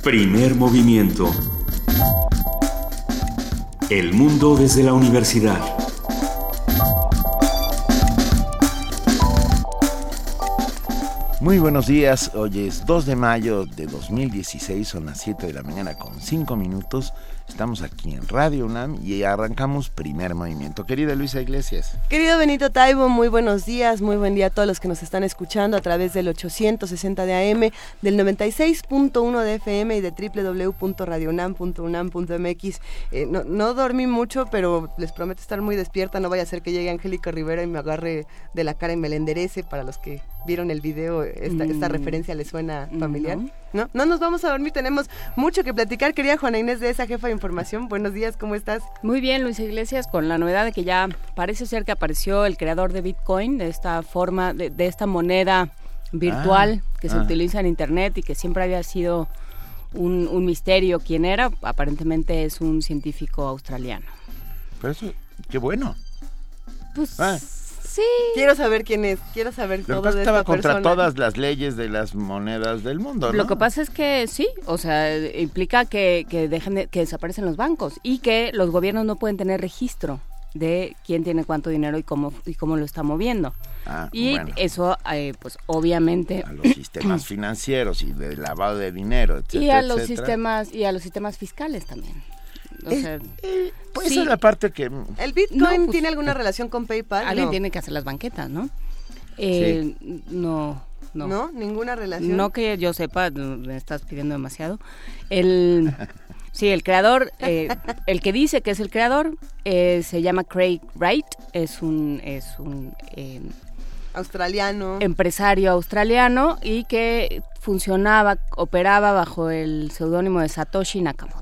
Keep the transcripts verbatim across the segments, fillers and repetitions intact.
Primer movimiento. El mundo desde la universidad. Muy buenos días, hoy es dos de mayo de dos mil dieciséis, son las siete de la mañana con cinco minutos. Estamos aquí en Radio UNAM y arrancamos Primer Movimiento. Querida Luisa Iglesias. Querido Benito Taibo, muy buenos días, muy buen día a todos los que nos están escuchando a través del ochocientos sesenta de A M, del noventa y seis punto uno de F M y de doble u doble u doble u punto radio unam punto unam punto m x. Eh, no, no dormí mucho, pero les prometo estar muy despierta, no vaya a ser que llegue Angélica Rivera y me agarre de la cara y me la enderece. Para los que vieron el video, esta, esta referencia les suena familiar. No. no, no nos vamos a dormir, tenemos mucho que platicar. Querida Juana Inés de esa jefa de información, buenos días, ¿cómo estás? Muy bien, Luisa Iglesias, con la novedad de que ya parece ser que apareció el creador de Bitcoin, de esta forma, de, de esta moneda virtual ah, que se ah. utiliza en internet y que siempre había sido un, un misterio quién era. Aparentemente es un científico australiano. Pero eso, qué bueno. Pues... Ah. Sí. Quiero saber quién es, quiero saber Lo todo de estaba esta contra persona. Todas las leyes de las monedas del mundo, ¿no? Lo que pasa es que sí, o sea, implica que, que dejen de, que desaparecen los bancos y que los gobiernos no pueden tener registro de quién tiene cuánto dinero y cómo y cómo lo está moviendo. Ah, y bueno. eso, eh, pues obviamente a los sistemas financieros y de lavado de dinero, etcétera, y a los etcétera. sistemas y a los sistemas fiscales también. O sea, eh, pues sí. esa es la parte que... ¿El Bitcoin no, pues, tiene alguna relación con PayPal? Alguien no. tiene que hacer las banquetas, ¿no? Eh, sí. No, no. ¿No? ¿Ninguna relación? No que yo sepa, me estás pidiendo demasiado. El... Sí, el creador, eh, el que dice que es el creador, eh, se llama Craig Wright, es un... Es un eh, australiano. Empresario australiano y que funcionaba, operaba bajo el seudónimo de Satoshi Nakamoto.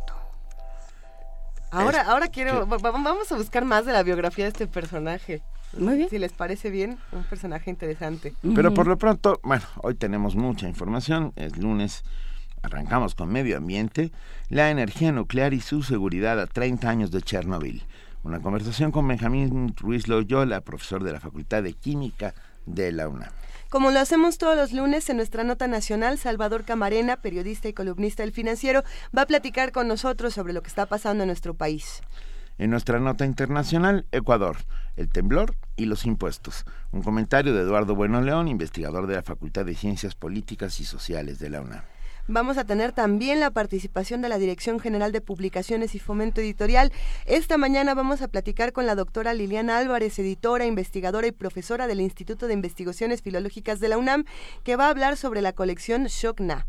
Ahora, ahora quiero, va, vamos a buscar más de la biografía de este personaje. Muy bien. Si les parece bien, un personaje interesante. Pero por lo pronto, bueno, hoy tenemos mucha información, es lunes, arrancamos con medio ambiente, la energía nuclear y su seguridad a treinta años de Chernobyl. Una conversación con Benjamín Ruiz Loyola, profesor de la Facultad de Química de la UNAM. Como lo hacemos todos los lunes en nuestra nota nacional, Salvador Camarena, periodista y columnista del Financiero, va a platicar con nosotros sobre lo que está pasando en nuestro país. En nuestra nota internacional, Ecuador, el temblor y los impuestos. Un comentario de Eduardo Bueno León, investigador de la Facultad de Ciencias Políticas y Sociales de la UNAM. Vamos a tener también la participación de la Dirección General de Publicaciones y Fomento Editorial. Esta mañana vamos a platicar con la doctora Liliana Álvarez, editora, investigadora y profesora del Instituto de Investigaciones Filológicas de la UNAM, que va a hablar sobre la colección Shokna.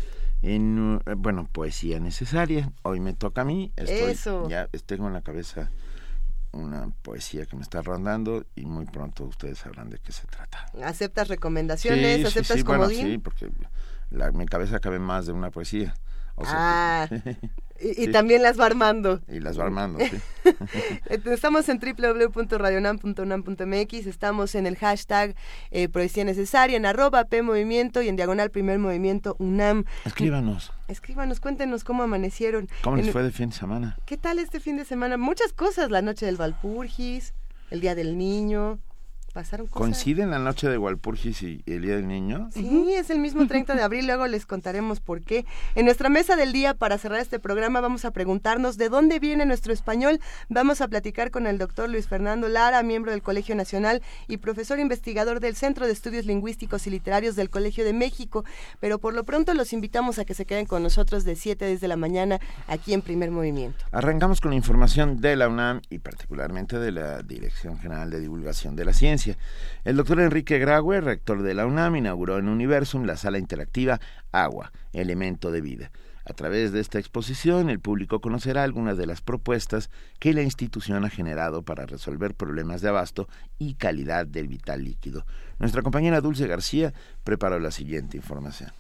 En, bueno, poesía necesaria. Hoy me toca a mí. Estoy, Eso. Ya tengo en la cabeza una poesía que me está rondando y muy pronto ustedes sabrán de qué se trata. ¿Aceptas recomendaciones? Sí, ¿Aceptas sí, sí, comodín? Bueno, sí, porque la, mi cabeza cabe más de una poesía. O sea, ah, que, y, y sí. también las va armando. Y las va armando, sí. Estamos en doble u doble u doble u punto radio unam punto unam punto m x, estamos en el hashtag eh, Poesía Necesaria, en arroba P Movimiento y en diagonal Primer Movimiento UNAM. Escríbanos. Escríbanos, cuéntenos cómo amanecieron. ¿Cómo les en, fue de fin de semana? ¿Qué tal este fin de semana? Muchas cosas, la noche del Walpurgis, el Día del Niño. Pasaron cosas. ¿Coinciden la noche de Walpurgis y el Día del Niño? Sí, uh-huh. Es el mismo treinta de abril, luego les contaremos por qué. En nuestra mesa del día, para cerrar este programa, vamos a preguntarnos de dónde viene nuestro español. Vamos a platicar con el doctor Luis Fernando Lara, miembro del Colegio Nacional y profesor investigador del Centro de Estudios Lingüísticos y Literarios del Colegio de México. Pero por lo pronto los invitamos a que se queden con nosotros de siete desde la mañana aquí en Primer Movimiento. Arrancamos con la información de la UNAM y particularmente de la Dirección General de Divulgación de la Ciencia. El doctor Enrique Graue, rector de la UNAM, inauguró en Universum la sala interactiva Agua, Elemento de Vida. A través de esta exposición, el público conocerá algunas de las propuestas que la institución ha generado para resolver problemas de abasto y calidad del vital líquido. Nuestra compañera Dulce García preparó la siguiente información.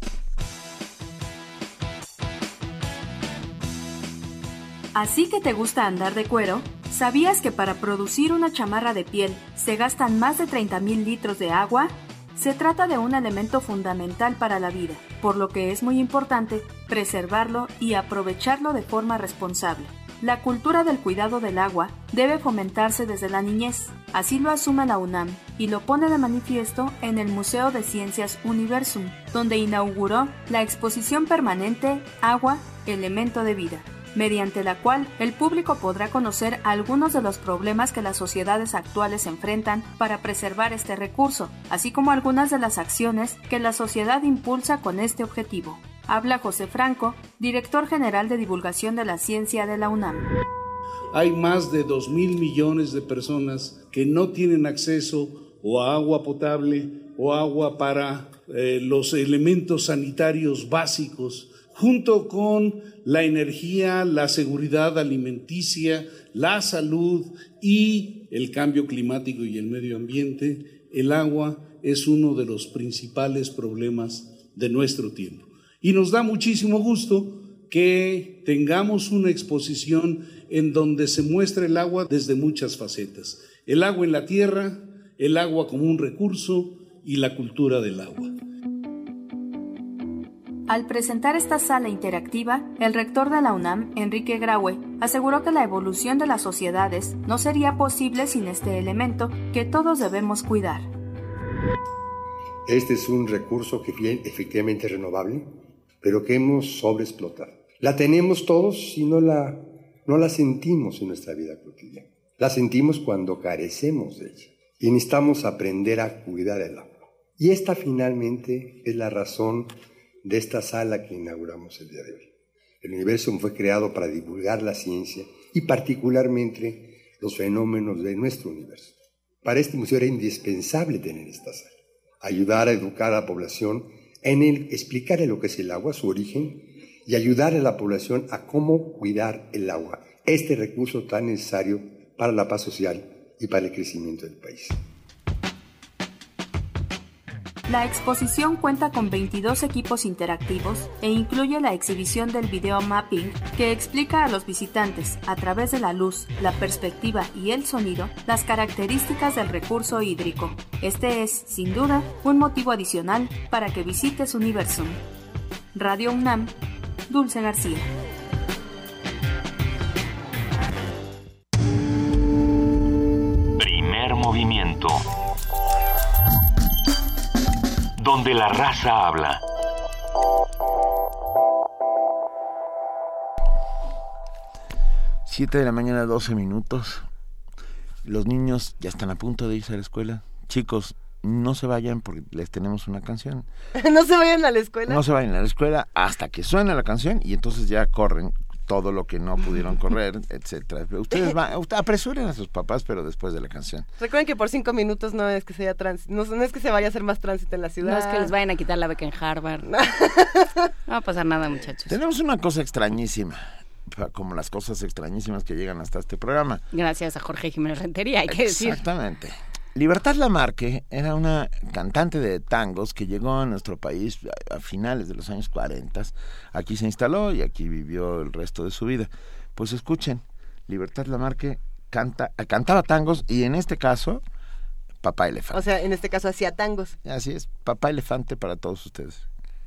¿Así que te gusta andar de cuero? ¿Sabías que para producir una chamarra de piel se gastan más de treinta mil litros de agua? Se trata de un elemento fundamental para la vida, por lo que es muy importante preservarlo y aprovecharlo de forma responsable. La cultura del cuidado del agua debe fomentarse desde la niñez. Así lo asume la UNAM y lo pone de manifiesto en el Museo de Ciencias Universum, donde inauguró la exposición permanente Agua, Elemento de Vida, mediante la cual el público podrá conocer algunos de los problemas que las sociedades actuales enfrentan para preservar este recurso, así como algunas de las acciones que la sociedad impulsa con este objetivo. Habla José Franco, director general de divulgación de la ciencia de la UNAM. Hay más de dos mil millones de personas que no tienen acceso o a agua potable o agua para eh, los elementos sanitarios básicos, junto con la energía, la seguridad alimenticia, la salud y el cambio climático y el medio ambiente. El agua es uno de los principales problemas de nuestro tiempo. Y nos da muchísimo gusto que tengamos una exposición en donde se muestra el agua desde muchas facetas. El agua en la tierra, el agua como un recurso y la cultura del agua. Al presentar esta sala interactiva, el rector de la UNAM, Enrique Graue, aseguró que la evolución de las sociedades no sería posible sin este elemento que todos debemos cuidar. Este es un recurso que es efectivamente renovable, pero que hemos sobreexplotado. La tenemos todos y no la, no la sentimos en nuestra vida cotidiana. La sentimos cuando carecemos de ella y necesitamos aprender a cuidar el agua. Y esta finalmente es la razón de esta sala que inauguramos el día de hoy. El Universum fue creado para divulgar la ciencia y particularmente los fenómenos de nuestro universo. Para este museo era indispensable tener esta sala, ayudar a educar a la población en el explicar lo que es el agua, su origen, y ayudar a la población a cómo cuidar el agua, este recurso tan necesario para la paz social y para el crecimiento del país. La exposición cuenta con veintidós equipos interactivos e incluye la exhibición del video mapping que explica a los visitantes, a través de la luz, la perspectiva y el sonido, las características del recurso hídrico. Este es, sin duda, un motivo adicional para que visites Universum. Radio UNAM, Dulce García. Primer movimiento. Donde la raza habla. Siete de la mañana, doce minutos. Los niños ya están a punto de irse a la escuela. Chicos, no se vayan porque les tenemos una canción. ¿No se vayan a la escuela? No se vayan a la escuela hasta que suene la canción y entonces ya corren todo lo que no pudieron correr, etcétera. Ustedes van, apresuren a sus papás, pero después de la canción. Recuerden que por cinco minutos no es que sea trans, no, no es que se vaya a hacer más tránsito en la ciudad. No es que les vayan a quitar la beca en Harvard. No va a pasar nada, muchachos. Tenemos una cosa extrañísima, como las cosas extrañísimas que llegan hasta este programa. Gracias a Jorge Jiménez Rentería, hay que decir. Exactamente. Libertad Lamarque era una cantante de tangos que llegó a nuestro país a, a finales de los años cuarenta. Aquí se instaló y aquí vivió el resto de su vida. Pues escuchen, Libertad Lamarque canta, cantaba tangos y en este caso, Papá Elefante. O sea, en este caso hacía tangos. Así es, Papá Elefante para todos ustedes.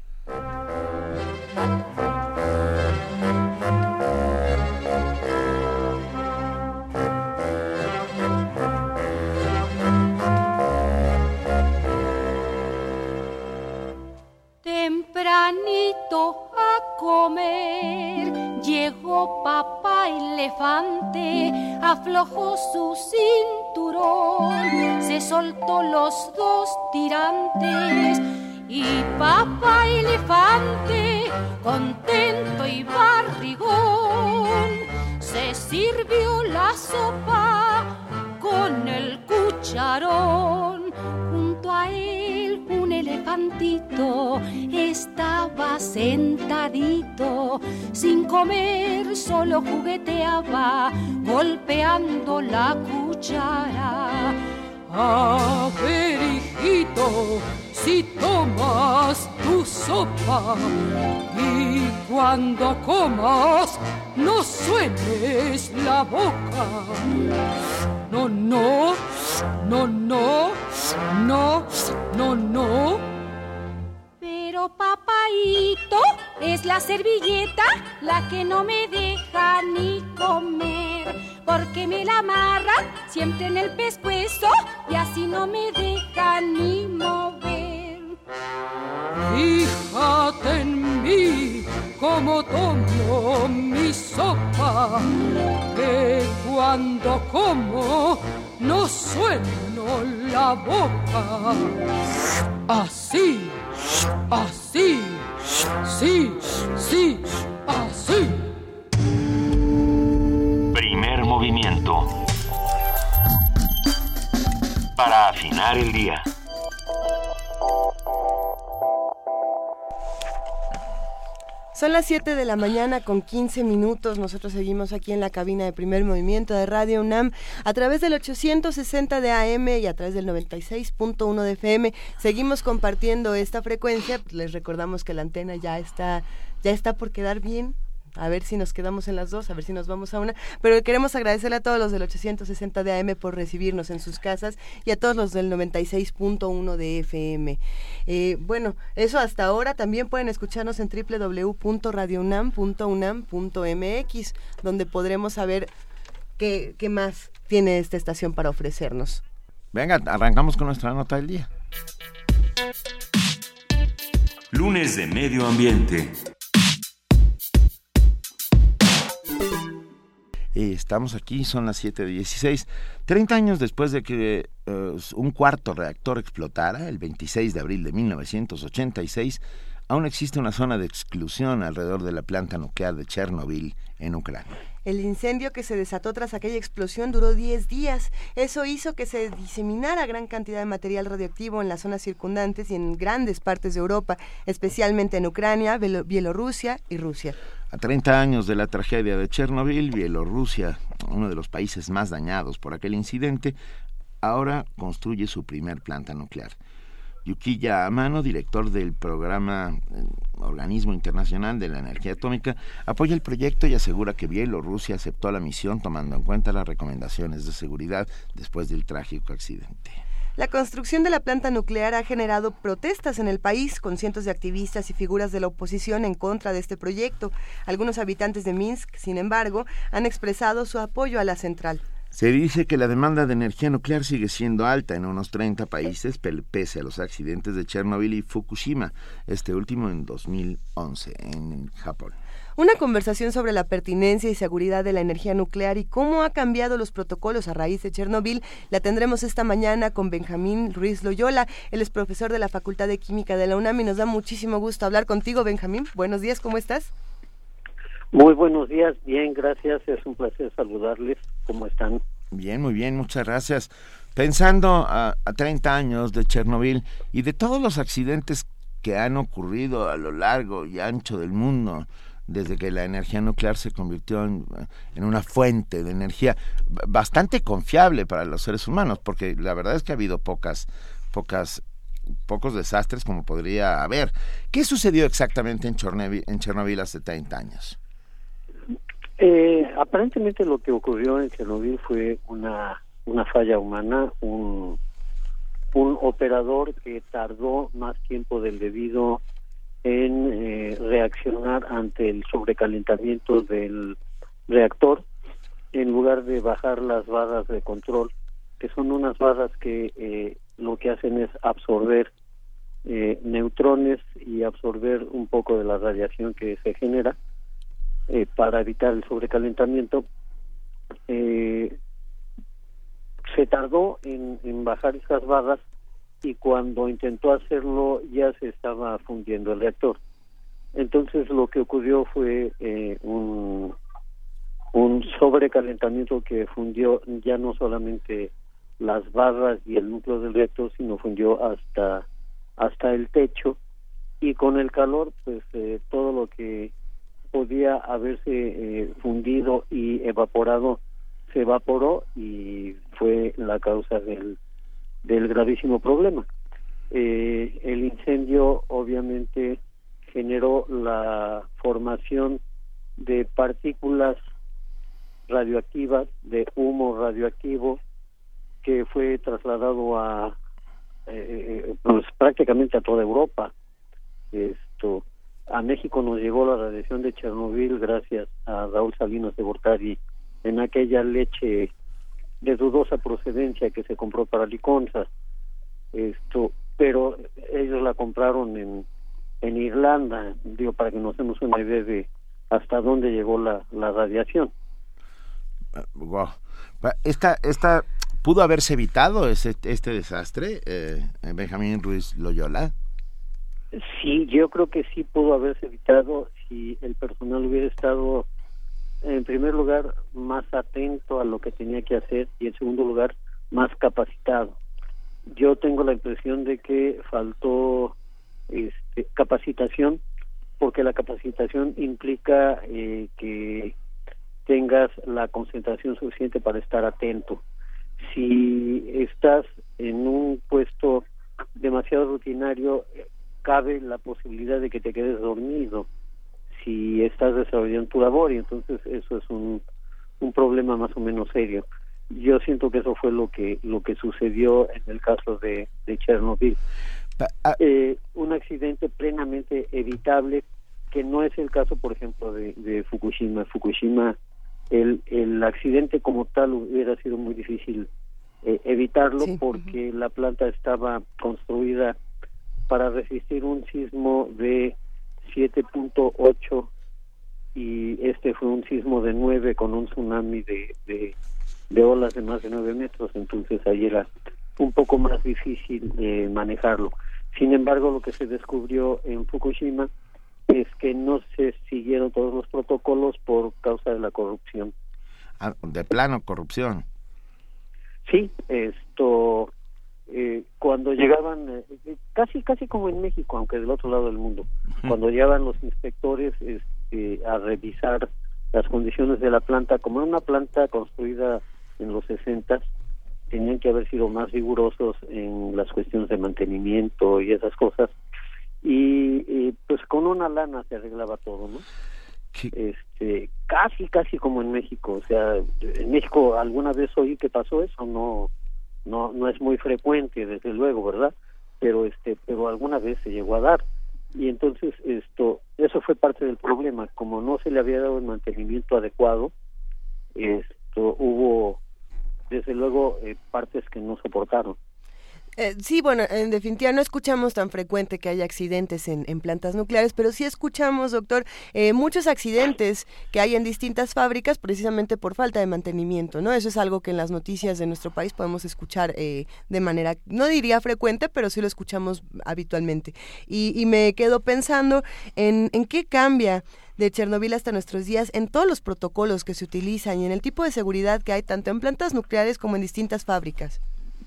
Tempranito a comer, llegó Papá Elefante, aflojó su cinturón, se soltó los dos tirantes y Papá Elefante, contento y barrigón, se sirvió la sopa con el cucharón. Junto a él un elefantito estaba sentadito, sin comer solo jugueteaba, golpeando la cuchara. A ver, hijito, si tomas tu sopa y cuando comas no suenes la boca. No, no, no, no, no, no, no. Pero Papá papaíto es la servilleta la que no me deja ni comer, porque me la amarra siempre en el pescuezo y así no me deja ni mover. Fíjate en mí como tomo mi sopa, que cuando como no sueno la boca. Así, así, sí, sí, así. Primer movimiento. Para afinar el día. Son las siete de la mañana con quince minutos. Nosotros seguimos aquí en la cabina de Primer Movimiento de Radio UNAM a través del ochocientos sesenta de A M y a través del noventa y seis punto uno de F M. Seguimos compartiendo esta frecuencia. Les recordamos que la antena ya está, ya está por quedar bien. A ver si nos quedamos en las dos, a ver si nos vamos a una, pero queremos agradecerle a todos los del ochocientos sesenta de A M por recibirnos en sus casas y a todos los del noventa y seis punto uno de F M. Eh, bueno, eso hasta ahora. También pueden escucharnos en doble u doble u doble u punto radio unam punto unam punto m x, donde podremos saber qué, qué más tiene esta estación para ofrecernos. Venga, arrancamos con nuestra nota del día. Lunes de Medio Ambiente. Eh, estamos aquí, son las siete dieciséis. treinta años después de que uh, un cuarto reactor explotara, el veintiséis de abril de mil novecientos ochenta y seis, aún existe una zona de exclusión alrededor de la planta nuclear de Chernobyl, en Ucrania. El incendio que se desató tras aquella explosión duró diez días. Eso hizo que se diseminara gran cantidad de material radioactivo en las zonas circundantes y en grandes partes de Europa, especialmente en Ucrania, Bielorrusia y Rusia. A treinta años de la tragedia de Chernobyl, Bielorrusia, uno de los países más dañados por aquel incidente, ahora construye su primer planta nuclear. Yukiya Amano, director del programa eh, Organismo Internacional de la Energía Atómica, apoya el proyecto y asegura que Bielorrusia aceptó la misión tomando en cuenta las recomendaciones de seguridad después del trágico accidente. La construcción de la planta nuclear ha generado protestas en el país, con cientos de activistas y figuras de la oposición en contra de este proyecto. Algunos habitantes de Minsk, sin embargo, han expresado su apoyo a la central. Se dice que la demanda de energía nuclear sigue siendo alta en unos treinta países, pese a los accidentes de Chernobyl y Fukushima, este último en dos mil once, en Japón. Una conversación sobre la pertinencia y seguridad de la energía nuclear y cómo ha cambiado los protocolos a raíz de Chernobyl la tendremos esta mañana con Benjamín Ruiz Loyola. Él es profesor de la Facultad de Química de la UNAM y nos da muchísimo gusto hablar contigo, Benjamín. Buenos días, ¿cómo estás? Muy buenos días, bien, gracias, es un placer saludarles. ¿Cómo están? Bien, muy bien, muchas gracias. Pensando a, a treinta años de Chernobyl y de todos los accidentes que han ocurrido a lo largo y ancho del mundo, desde que la energía nuclear se convirtió en, en una fuente de energía bastante confiable para los seres humanos, porque la verdad es que ha habido pocas, pocas, pocos desastres como podría haber. ¿Qué sucedió exactamente en Chernobyl, en Chernobyl hace treinta años? Eh, aparentemente lo que ocurrió en Chernobyl fue una una falla humana, un un operador que tardó más tiempo del debido en eh, reaccionar ante el sobrecalentamiento del reactor, en lugar de bajar las barras de control, que son unas barras que eh, lo que hacen es absorber eh, neutrones y absorber un poco de la radiación que se genera. Eh, para evitar el sobrecalentamiento, eh, se tardó en, en bajar esas barras y cuando intentó hacerlo ya se estaba fundiendo el reactor. Entonces lo que ocurrió fue eh, un, un sobrecalentamiento que fundió ya no solamente las barras y el núcleo del reactor, sino fundió hasta, hasta el techo, y con el calor pues eh, todo lo que podía haberse eh, fundido y evaporado se evaporó y fue la causa del, del gravísimo problema. Eh, el incendio obviamente generó la formación de partículas radioactivas, de humo radioactivo, que fue trasladado a eh, pues prácticamente a toda Europa. Esto a México nos llegó la radiación de Chernobyl gracias a Raúl Salinas de Gortari en aquella leche de dudosa procedencia que se compró para Liconza. Esto, pero ellos la compraron en, en Irlanda, digo, para que nos demos una idea de hasta dónde llegó la, la radiación. Wow. Esta, esta, ¿pudo haberse evitado ese, este desastre, eh, Benjamín Ruiz Loyola? Sí, yo creo que sí pudo haberse evitado si el personal hubiera estado, en primer lugar, más atento a lo que tenía que hacer y, en segundo lugar, más capacitado. Yo tengo la impresión de que faltó este, capacitación, porque la capacitación implica eh, que tengas la concentración suficiente para estar atento. Si estás en un puesto demasiado rutinario, cabe la posibilidad de que te quedes dormido si estás desarrollando tu labor, y entonces eso es un, un problema más o menos serio. Yo siento que eso fue lo que lo que sucedió en el caso de, de Chernobyl. Eh, un accidente plenamente evitable, que no es el caso, por ejemplo, de, de Fukushima. Fukushima, el, el accidente como tal hubiera sido muy difícil eh, evitarlo, sí, porque uh-huh. la planta estaba construida para resistir un sismo de siete punto ocho y este fue un sismo de nueve con un tsunami de, de, de olas de más de nueve metros, entonces ahí era un poco más difícil eh, manejarlo. Sin embargo, lo que se descubrió en Fukushima es que no se siguieron todos los protocolos por causa de la corrupción. Ah, de plano, corrupción. Sí, esto... Eh, cuando llegaban, eh, casi casi como en México, aunque del otro lado del mundo, cuando llegaban los inspectores este, a revisar las condiciones de la planta, como era una planta construida en los sesentas, tenían que haber sido más rigurosos en las cuestiones de mantenimiento y esas cosas, y, y pues con una lana se arreglaba todo, ¿no? Este, casi casi como en México. O sea, en México alguna vez oí que pasó eso, no no no es muy frecuente, desde luego, ¿verdad? Pero este pero alguna vez se llegó a dar, y entonces esto eso fue parte del problema. Como no se le había dado el mantenimiento adecuado, esto hubo desde luego eh, partes que no soportaron. Eh, sí, bueno, en definitiva no escuchamos tan frecuente que haya accidentes en, en plantas nucleares, pero sí escuchamos, doctor, eh, muchos accidentes que hay en distintas fábricas precisamente por falta de mantenimiento, ¿no? Eso es algo que en las noticias de nuestro país podemos escuchar eh, de manera, no diría frecuente, pero sí lo escuchamos habitualmente. Y, y me quedo pensando en, en qué cambia de Chernobyl hasta nuestros días en todos los protocolos que se utilizan y en el tipo de seguridad que hay tanto en plantas nucleares como en distintas fábricas.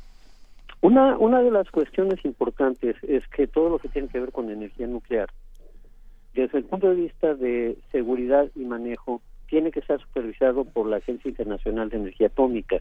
Una, una de las cuestiones importantes es que todo lo que tiene que ver con energía nuclear, desde el punto de vista de seguridad y manejo, tiene que estar supervisado por la Agencia Internacional de Energía Atómica.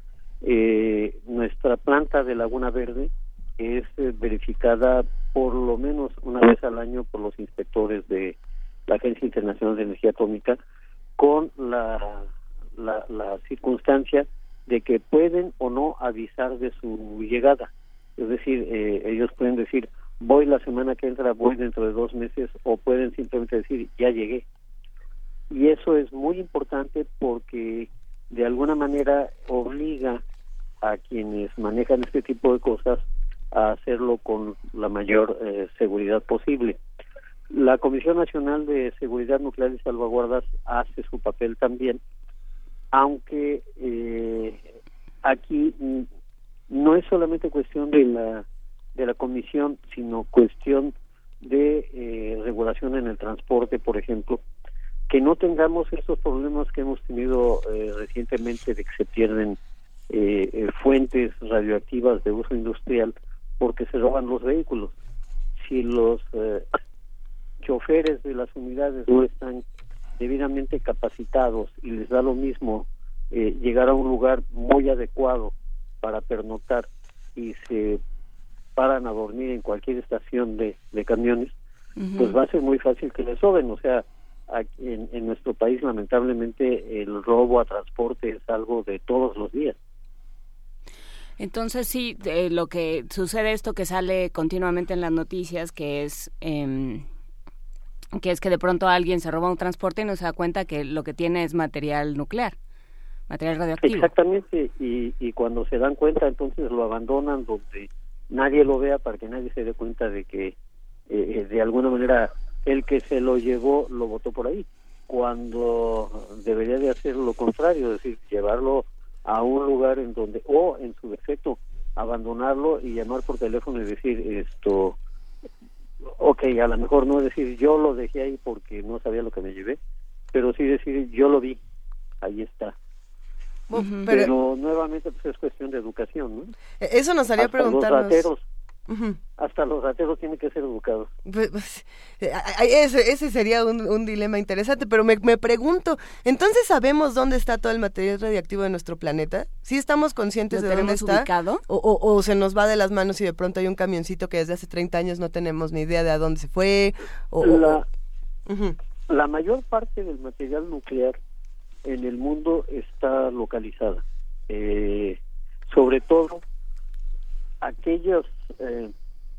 Eh, nuestra planta de Laguna Verde es eh, verificada por lo menos una vez al año por los inspectores de la Agencia Internacional de Energía Atómica, con la, la, la circunstancia de que pueden o no avisar de su llegada. Es decir, eh, ellos pueden decir, voy la semana que entra, voy dentro de dos meses, o pueden simplemente decir, ya llegué. Y eso es muy importante porque de alguna manera obliga a quienes manejan este tipo de cosas a hacerlo con la mayor eh, seguridad posible. La Comisión Nacional de Seguridad Nuclear y Salvaguardas hace su papel también, aunque eh, aquí no es solamente cuestión de la de la comisión, sino cuestión de eh, regulación en el transporte, por ejemplo, que no tengamos estos problemas que hemos tenido eh, recientemente de que se pierden eh, eh, fuentes radioactivas de uso industrial porque se roban los vehículos. Si los eh, choferes de las unidades no están debidamente capacitados y les da lo mismo eh, llegar a un lugar muy adecuado para pernoctar y se paran a dormir en cualquier estación de, de camiones, uh-huh. pues va a ser muy fácil que les roben. O sea, aquí en, en nuestro país lamentablemente el robo a transporte es algo de todos los días. Entonces sí, eh, lo que sucede, esto que sale continuamente en las noticias, que es eh, que es que de pronto alguien se roba un transporte y no se da cuenta que lo que tiene es material nuclear, material radioactivo. Exactamente, y, y cuando se dan cuenta entonces lo abandonan donde nadie lo vea para que nadie se dé cuenta de que eh, de alguna manera el que se lo llevó lo botó por ahí, cuando debería de hacer lo contrario, es decir, llevarlo a un lugar en donde, o en su defecto, abandonarlo y llamar por teléfono y decir esto, ok, a lo mejor no decir yo lo dejé ahí porque no sabía lo que me llevé, pero sí decir yo lo vi, ahí está. Uh-huh. Pero, pero nuevamente pues es cuestión de educación, ¿no? Eso nos haría hasta preguntarnos. Los rateros, uh-huh. Hasta los rateros tienen que ser educados. Pues, pues, ese, ese sería un, un dilema interesante, pero me, me pregunto, ¿entonces sabemos dónde está todo el material radiactivo de nuestro planeta? ¿Sí estamos conscientes de dónde está? Ubicado? O, o, ¿O se nos va de las manos y de pronto hay un camioncito que desde hace treinta años no tenemos ni idea de a dónde se fue? O, la, o, uh-huh. la mayor parte del material nuclear en el mundo está localizada, eh, sobre todo aquellos eh,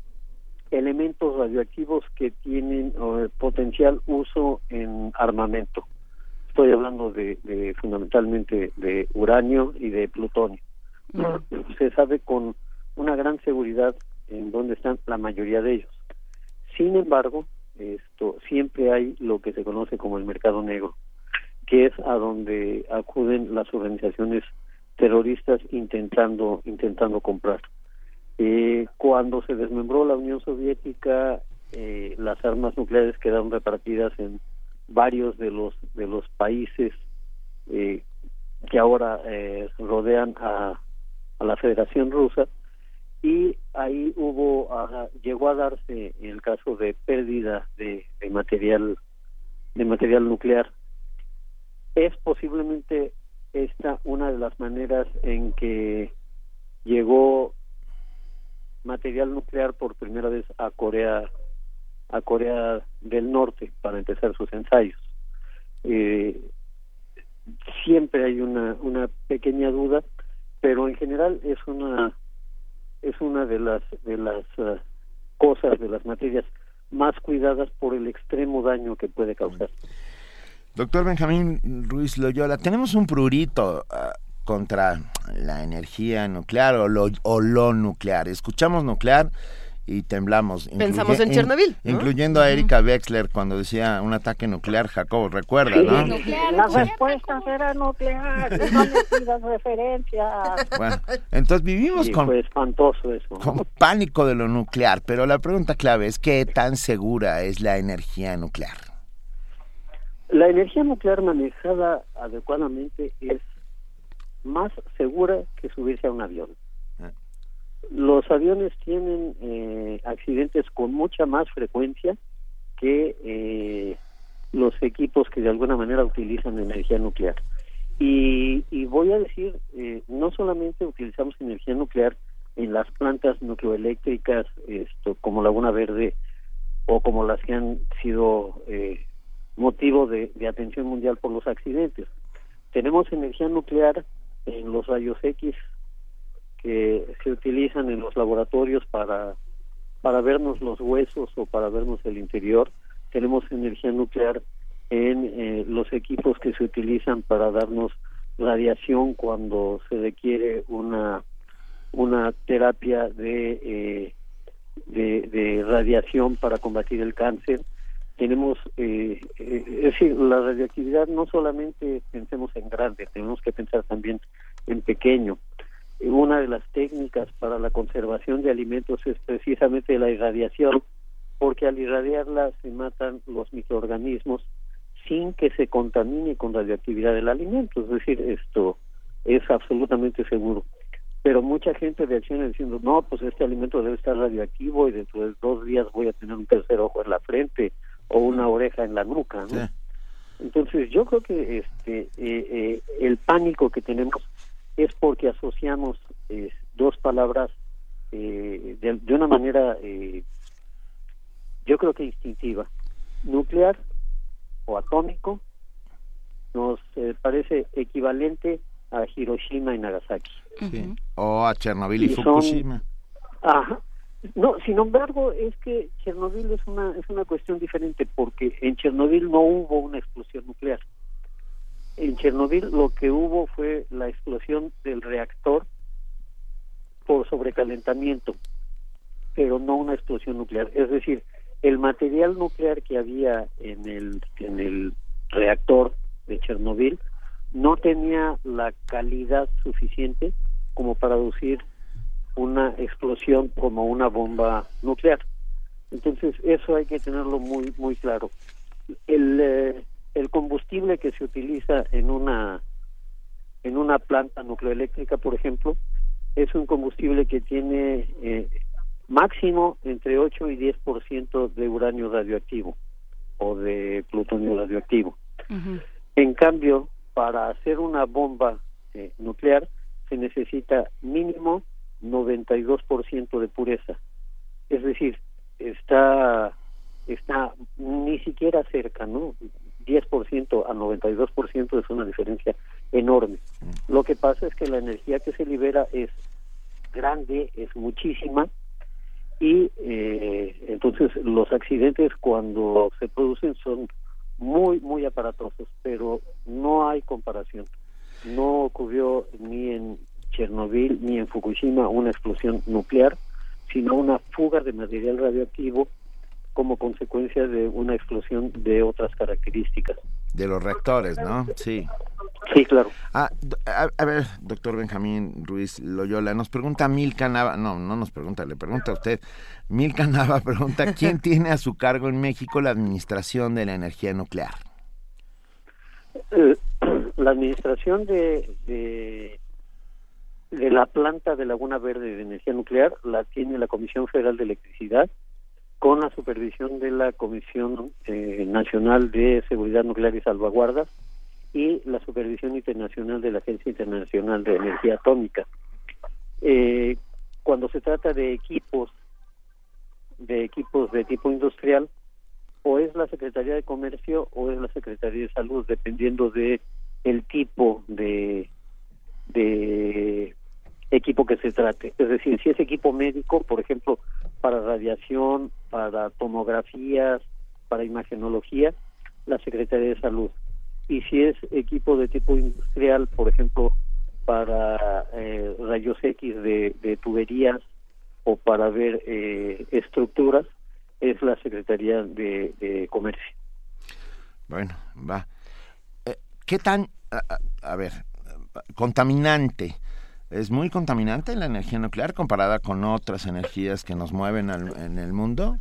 elementos radioactivos que tienen eh, potencial uso en armamento. Estoy hablando de, de fundamentalmente de uranio y de plutonio. Uh-huh. Se sabe con una gran seguridad en dónde están la mayoría de ellos. Sin embargo, esto siempre hay lo que se conoce como el mercado negro, que es a donde acuden las organizaciones terroristas intentando intentando comprar. Eh, cuando se desmembró la Unión Soviética, eh, las armas nucleares quedaron repartidas en varios de los de los países eh, que ahora eh, rodean a, a la Federación Rusa, y ahí hubo uh, llegó a darse el caso de pérdida de, de material de material nuclear. Es posiblemente esta una de las maneras en que llegó material nuclear por primera vez a Corea a Corea del Norte para empezar sus ensayos. Eh, siempre hay una una pequeña duda, pero en general es una es una de las de las uh, cosas, de las materias más cuidadas por el extremo daño que puede causar. Doctor Benjamín Ruiz Loyola, tenemos un prurito uh, contra la energía nuclear o lo, o lo nuclear. Escuchamos nuclear y temblamos. Pensamos en Chernobyl, ¿no? Incluyendo a Erika Wexler cuando decía un ataque nuclear, Jacobo, recuerda, sí, ¿no? Nuclear, la respuesta será nuclear, no me pidas referencias. Bueno, entonces vivimos sí, con, fue espantoso eso, ¿no? con pánico de lo nuclear, pero la pregunta clave es ¿qué tan segura es la energía nuclear? La energía nuclear manejada adecuadamente es más segura que subirse a un avión. Los aviones tienen eh, accidentes con mucha más frecuencia que eh, los equipos que de alguna manera utilizan energía nuclear. Y, y voy a decir, eh, no solamente utilizamos energía nuclear en las plantas nucleoeléctricas, esto como Laguna Verde o como las que han sido eh, motivo de, de atención mundial por los accidentes. Tenemos energía nuclear en los rayos X que se utilizan en los laboratorios para para vernos los huesos o para vernos el interior. Tenemos energía nuclear en eh, los equipos que se utilizan para darnos radiación cuando se requiere una una terapia de eh, de, de radiación para combatir el cáncer. Tenemos, eh, eh, es decir, la radioactividad no solamente pensemos en grande, tenemos que pensar también en pequeño. Una de las técnicas para la conservación de alimentos es precisamente la irradiación, porque al irradiarla se matan los microorganismos sin que se contamine con radioactividad el alimento, es decir, esto es absolutamente seguro. Pero mucha gente reacciona diciendo, no, pues este alimento debe estar radioactivo y dentro de dos días voy a tener un tercer ojo en la frente o una oreja en la nuca, ¿no? Sí. Entonces yo creo que este eh, eh, el pánico que tenemos es porque asociamos eh, dos palabras eh, de, de una manera eh, yo creo que instintiva. Nuclear o atómico nos eh, parece equivalente a Hiroshima y Nagasaki. Sí. O a Chernobyl y, y Fukushima. Son, ajá, No, sin embargo, es que Chernobyl es una es una cuestión diferente, porque en Chernobyl no hubo una explosión nuclear. En Chernobyl lo que hubo fue la explosión del reactor por sobrecalentamiento, pero no una explosión nuclear. Es decir, el material nuclear que había en el en el reactor de Chernobyl no tenía la calidad suficiente como para producir una explosión como una bomba nuclear. Entonces eso hay que tenerlo muy muy claro. El eh, el combustible que se utiliza en una en una planta nucleoeléctrica, por ejemplo, es un combustible que tiene eh, máximo entre ocho y diez por ciento de uranio radioactivo o de plutonio radioactivo. Uh-huh. En cambio, para hacer una bomba eh, nuclear se necesita mínimo noventa y dos por ciento de pureza. Es decir, está está ni siquiera cerca, ¿no? diez por ciento a noventa y dos por ciento es una diferencia enorme. Lo que pasa es que la energía que se libera es grande, es muchísima, y eh, entonces los accidentes cuando se producen son muy, muy aparatosos, pero no hay comparación. No ocurrió ni en Chernobyl ni en Fukushima una explosión nuclear, sino una fuga de material radioactivo como consecuencia de una explosión de otras características. De los reactores, ¿no? Sí. Sí, claro. Ah, a, a ver, doctor Benjamín Ruiz Loyola, nos pregunta Milka Nava, no, no nos pregunta, le pregunta a usted. Milka Nava pregunta, ¿quién tiene a su cargo en México la administración de la energía nuclear? Eh, la administración de, de de la planta de Laguna Verde de energía nuclear la tiene la Comisión Federal de Electricidad, con la supervisión de la Comisión eh, Nacional de Seguridad Nuclear y Salvaguardas y la supervisión internacional de la Agencia Internacional de Energía Atómica. Eh, cuando se trata de equipos, de equipos de tipo industrial, o es la Secretaría de Comercio o es la Secretaría de Salud, dependiendo de el tipo de de equipo que se trate. Es decir, si es equipo médico, por ejemplo, para radiación, para tomografías, para imagenología, la Secretaría de Salud. Y si es equipo de tipo industrial, por ejemplo, para eh, rayos X de, de tuberías o para ver eh, estructuras, es la Secretaría de, de Comercio. Bueno, va. Eh, ¿Qué tan, a, a ver, contaminante? ¿Es muy contaminante la energía nuclear comparada con otras energías que nos mueven al, en el mundo?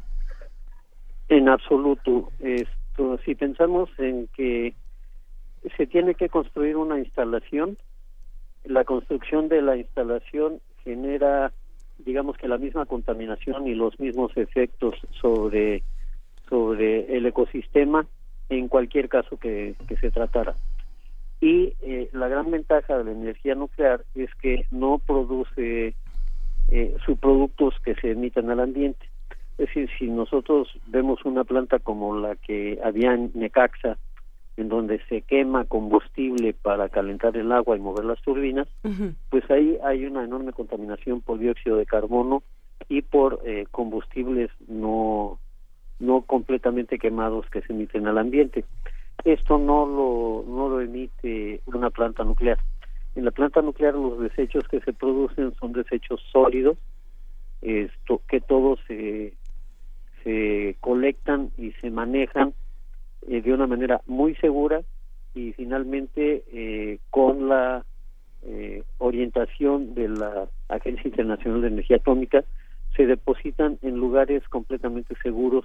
En absoluto. Esto, si pensamos en que se tiene que construir una instalación, la construcción de la instalación genera, digamos que la misma contaminación y los mismos efectos sobre, sobre el ecosistema en cualquier caso que, que se tratara. Y eh, la gran ventaja de la energía nuclear es que no produce eh, subproductos que se emiten al ambiente. Es decir, si nosotros vemos una planta como la que había en Necaxa, en donde se quema combustible para calentar el agua y mover las turbinas, uh-huh. pues ahí hay una enorme contaminación por dióxido de carbono y por eh, combustibles no, no completamente quemados que se emiten al ambiente. Esto no lo no lo emite una planta nuclear. En la planta nuclear los desechos que se producen son desechos sólidos, esto que todos se se colectan y se manejan eh, de una manera muy segura y finalmente eh, con la eh, orientación de la Agencia Internacional de Energía Atómica se depositan en lugares completamente seguros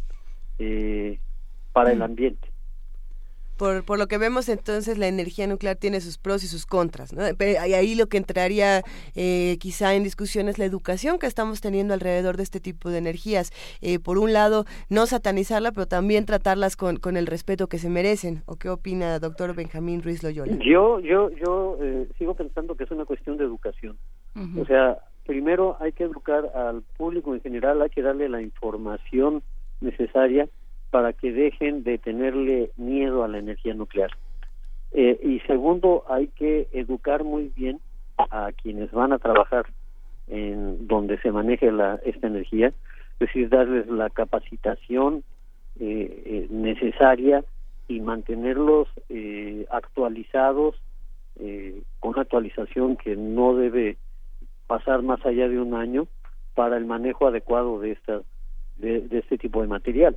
eh, para el ambiente. Por, por lo que vemos, entonces, la energía nuclear tiene sus pros y sus contras, ¿no? Y ahí lo que entraría eh, quizá en discusión es la educación que estamos teniendo alrededor de este tipo de energías. Eh, por un lado, no satanizarla, pero también tratarlas con, con el respeto que se merecen. ¿O qué opina, doctor Benjamín Ruiz Loyola? Yo, yo, yo eh, sigo pensando que es una cuestión de educación. Uh-huh. O sea, primero hay que educar al público en general, hay que darle la información necesaria para que dejen de tenerle miedo a la energía nuclear. Eh, y segundo, hay que educar muy bien a quienes van a trabajar en donde se maneje la, esta energía, es decir, darles la capacitación eh, eh, necesaria y mantenerlos eh, actualizados, eh, con una actualización que no debe pasar más allá de un año para el manejo adecuado de esta de, de este tipo de material.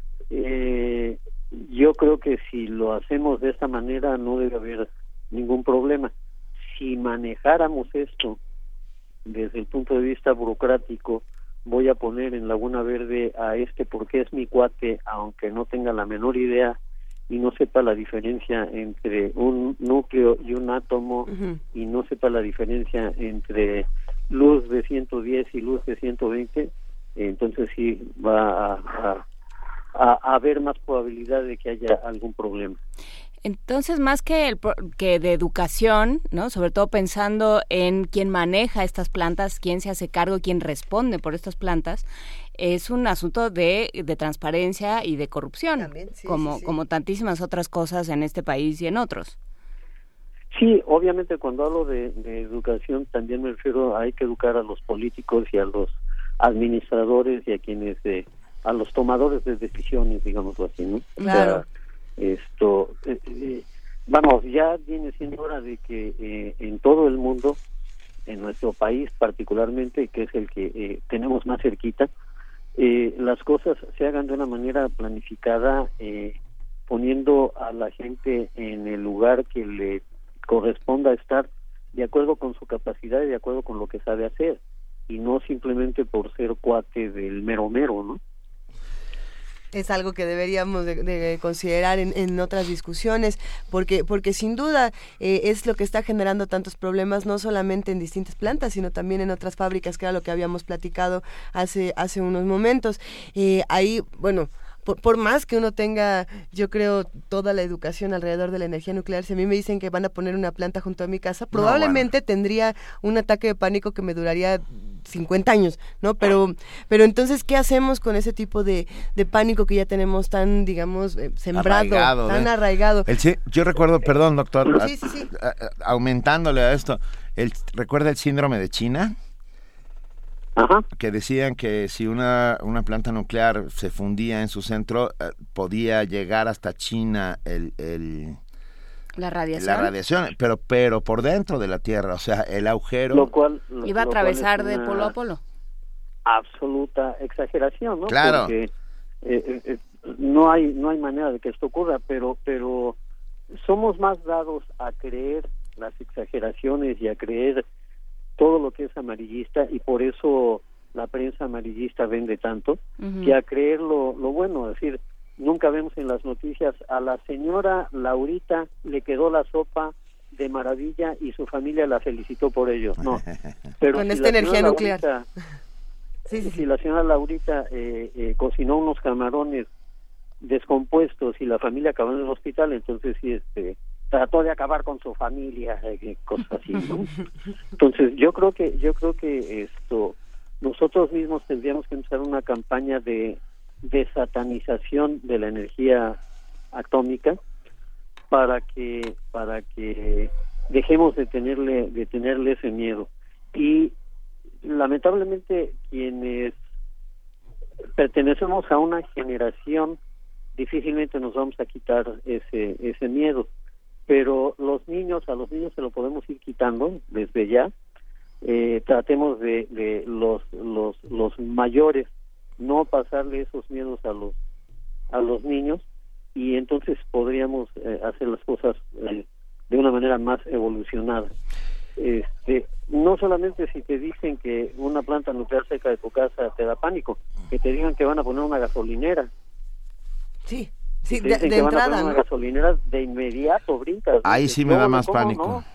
Eh, yo creo que si lo hacemos de esta manera no debe haber ningún problema. Si manejáramos esto desde el punto de vista burocrático, voy a poner en Laguna Verde a este porque es mi cuate, aunque no tenga la menor idea y no sepa la diferencia entre un núcleo y un átomo, uh-huh. y no sepa la diferencia entre luz de ciento diez y luz de ciento veinte, entonces sí va a, a, a haber más probabilidad de que haya algún problema. Entonces, más que el, que de educación, ¿no? Sobre todo pensando en quién maneja estas plantas, quién se hace cargo, quién responde por estas plantas, es un asunto de, de transparencia y de corrupción, También, sí, como, sí, sí. como tantísimas otras cosas en este país y en otros. Sí, obviamente cuando hablo de, de educación también me refiero a hay que educar a los políticos y a los administradores y a quienes, eh, a los tomadores de decisiones, digámoslo así, ¿no? Claro. O sea, esto eh, eh, vamos, ya viene siendo hora de que eh, en todo el mundo, en nuestro país particularmente, que es el que eh, tenemos más cerquita, eh, las cosas se hagan de una manera planificada, eh, poniendo a la gente en el lugar que le corresponda estar de acuerdo con su capacidad y de acuerdo con lo que sabe hacer, y no simplemente por ser cuate del mero mero, ¿no? Es algo que deberíamos de, de considerar en, en otras discusiones, porque porque sin duda eh, es lo que está generando tantos problemas, no solamente en distintas plantas, sino también en otras fábricas, que era lo que habíamos platicado hace hace unos momentos. Eh, ahí, bueno, por, por más que uno tenga, yo creo, toda la educación alrededor de la energía nuclear, si a mí me dicen que van a poner una planta junto a mi casa, probablemente no, bueno. tendría un ataque de pánico que me duraría cincuenta años, ¿no? Pero pero entonces, ¿qué hacemos con ese tipo de, de pánico que ya tenemos tan, digamos, eh, sembrado, arraigado, tan ¿eh? arraigado? El, yo recuerdo, perdón, doctor, sí, sí, sí. A, a, aumentándole a esto, el, ¿recuerda el síndrome de China? Ajá. Que decían que si una, una planta nuclear se fundía en su centro, eh, podía llegar hasta China el... el La radiación. La radiación, pero pero por dentro de la Tierra, o sea, el agujero... Lo cual... Lo, iba a atravesar de polo a polo. Absoluta exageración, ¿no? Claro. Porque eh, eh, no hay no hay manera de que esto ocurra, pero pero somos más dados a creer las exageraciones y a creer todo lo que es amarillista, y por eso la prensa amarillista vende tanto, uh-huh. que a creer lo, lo bueno, es decir... Nunca vemos en las noticias a la señora Laurita le quedó la sopa de maravilla y su familia la felicitó por ello. No, pero con si esta energía nuclear. Laurita, sí, sí, si sí. la señora Laurita eh, eh, cocinó unos camarones descompuestos y la familia acabó en el hospital, entonces sí, este, trató de acabar con su familia, eh, cosas así, ¿no? Entonces yo creo que yo creo que esto nosotros mismos tendríamos que empezar una campaña de de satanización de la energía atómica para que para que dejemos de tenerle de tenerle ese miedo. Y lamentablemente quienes pertenecemos a una generación difícilmente nos vamos a quitar ese ese miedo, pero los niños a los niños se lo podemos ir quitando desde ya. Eh, tratemos de, de los los los mayores no pasarle esos miedos a los a los niños, y entonces podríamos eh, hacer las cosas eh, de una manera más evolucionada. Este, no solamente si te dicen que una planta nuclear cerca de tu casa te da pánico, que te digan que van a poner una gasolinera. Sí, sí, te de, dicen de que entrada, van a poner ¿no? una gasolinera, de inmediato brincas. Ahí dices, sí me da ¿cómo, más cómo, pánico. no?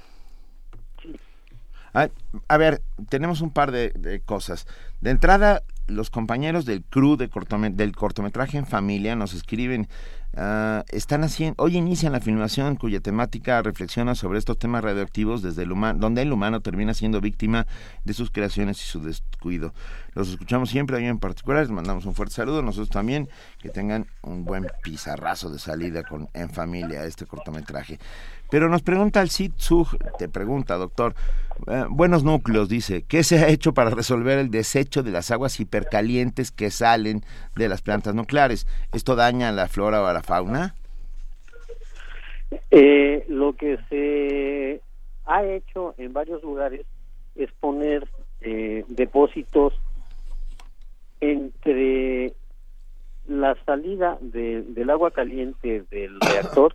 A, a ver, tenemos un par de, de cosas. De entrada, los compañeros del crew de cortome- del cortometraje En Familia nos escriben, uh, están haciendo, hoy inician la filmación cuya temática reflexiona sobre estos temas radioactivos desde el humano, donde el humano termina siendo víctima de sus creaciones y su descuido. Los escuchamos siempre, a mí en particular, les mandamos un fuerte saludo, nosotros también, que tengan un buen pizarrazo de salida con En Familia, este cortometraje. Pero nos pregunta el Cid Zug, te pregunta, doctor, eh, buenos buenos núcleos, dice. ¿Qué se ha hecho para resolver el desecho de las aguas hipercalientes que salen de las plantas nucleares? ¿Esto daña a la flora o a la fauna? Eh, lo que se ha hecho en varios lugares es poner eh, depósitos entre la salida de, del agua caliente del reactor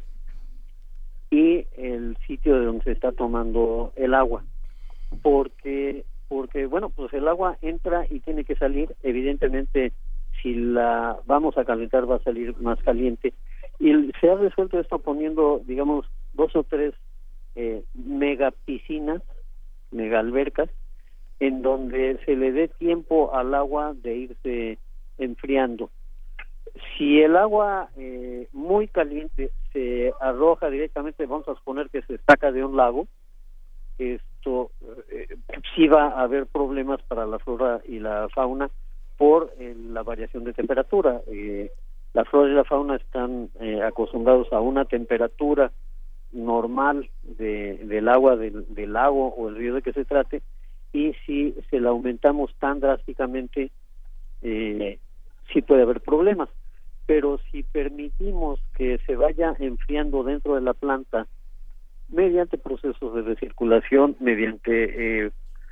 y el sitio de donde se está tomando el agua, porque porque bueno, pues el agua entra y tiene que salir. Evidentemente, si la vamos a calentar va a salir más caliente, y se ha resuelto esto poniendo, digamos, dos o tres eh, mega piscinas, mega albercas, en donde se le dé tiempo al agua de irse enfriando. Si el agua eh, muy caliente se arroja directamente, vamos a suponer que se saca de un lago, esto eh, sí va a haber problemas para la flora y la fauna por eh, la variación de temperatura. Eh, la flora y la fauna están eh, acostumbrados a una temperatura normal de, del agua del, del lago o el río de que se trate, y si se la aumentamos tan drásticamente, eh, sí puede haber problemas. Pero si permitimos que se vaya enfriando dentro de la planta mediante procesos de recirculación, mediante eh,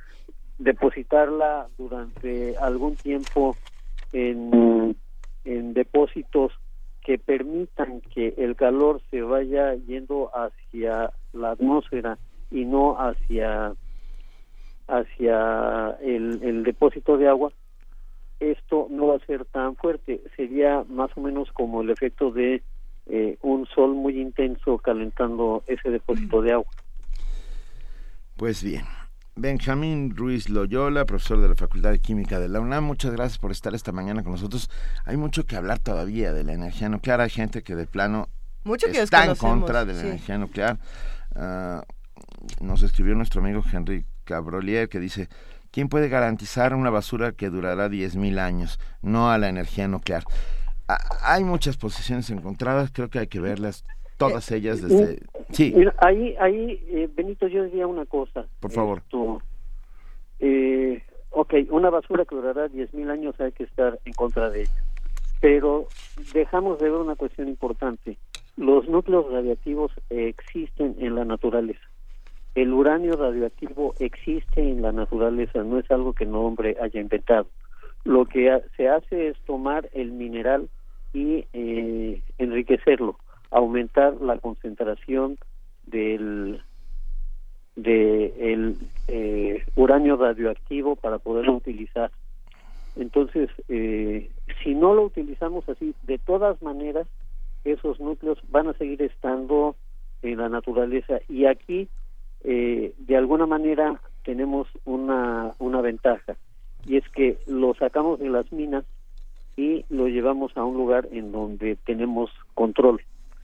depositarla durante algún tiempo en, en depósitos que permitan que el calor se vaya yendo hacia la atmósfera y no hacia hacia el, el depósito de agua, esto no va a ser tan fuerte. Sería más o menos como el efecto de eh, un sol muy intenso calentando ese depósito de agua. Pues bien, Benjamín Ruiz Loyola, profesor de la Facultad de Química de la UNAM, muchas gracias por estar esta mañana con nosotros. Hay mucho que hablar todavía de la energía nuclear. Hay gente que de plano mucho que está en contra de la sí. energía nuclear. Uh, nos escribió nuestro amigo Henry Cabrolier, que dice: ¿quién puede garantizar una basura que durará diez mil años? No a la energía nuclear. Ah, hay muchas posiciones encontradas, creo que hay que verlas, todas ellas desde... Sí. Mira, ahí, ahí eh, Benito, yo diría una cosa. Por favor. Esto, eh, ok, una basura que durará diez mil años, hay que estar en contra de ella. Pero dejamos de ver una cuestión importante. Los núcleos radiactivos existen en la naturaleza. El uranio radioactivo existe en la naturaleza, no es algo que el hombre haya inventado. Lo que ha, se hace es tomar el mineral y eh, enriquecerlo, aumentar la concentración del de el eh, uranio radioactivo para poderlo utilizar. Entonces, eh, si no lo utilizamos así, de todas maneras, esos núcleos van a seguir estando en la naturaleza, y aquí Eh, de alguna manera tenemos una una ventaja, y es que lo sacamos de las minas y lo llevamos a un lugar en donde tenemos control.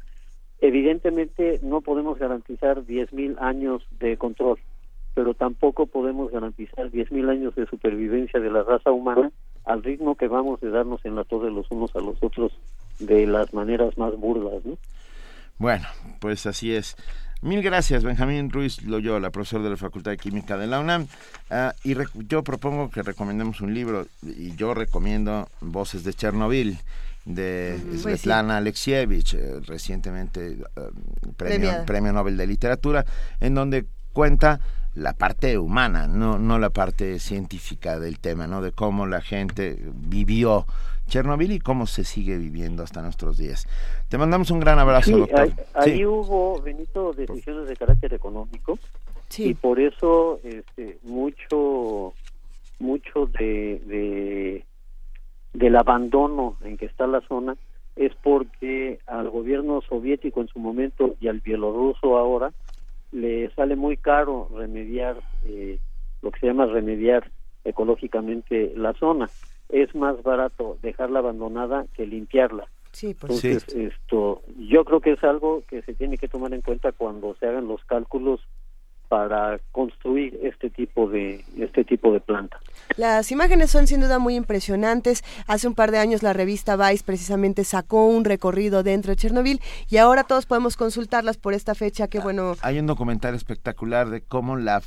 Evidentemente no podemos garantizar diez mil años de control, pero tampoco podemos garantizar diez mil años de supervivencia de la raza humana al ritmo que vamos de darnos en la torre los unos a los otros de las maneras más burdas, ¿no? Bueno, pues así es. Mil gracias, Benjamín Ruiz Loyola, profesor de la Facultad de Química de la UNAM. Uh, y rec- yo propongo que recomendemos un libro, y yo recomiendo Voces de Chernobyl, de mm, Svetlana sí. Alexievich, eh, recientemente uh, premio, premio Nobel de Literatura, en donde cuenta la parte humana, no, no la parte científica del tema, ¿no? De cómo la gente vivió Chernobyl y cómo se sigue viviendo hasta nuestros días. Te mandamos un gran abrazo, sí, doctor. Ahí, ahí sí. hubo, Benito, decisiones de carácter económico, sí. y por eso este, mucho mucho de, de del abandono en que está la zona es porque al gobierno soviético en su momento y al bielorruso ahora le sale muy caro remediar eh, lo que se llama remediar ecológicamente la zona. Es más barato dejarla abandonada que limpiarla. Sí, pues Entonces, sí. esto, yo creo que es algo que se tiene que tomar en cuenta cuando se hagan los cálculos para construir este tipo de este tipo de planta. Las imágenes son sin duda muy impresionantes. Hace un par de años la revista Vice precisamente sacó un recorrido dentro de Chernobyl y ahora todos podemos consultarlas por esta fecha. Que bueno. Hay un documental espectacular de cómo la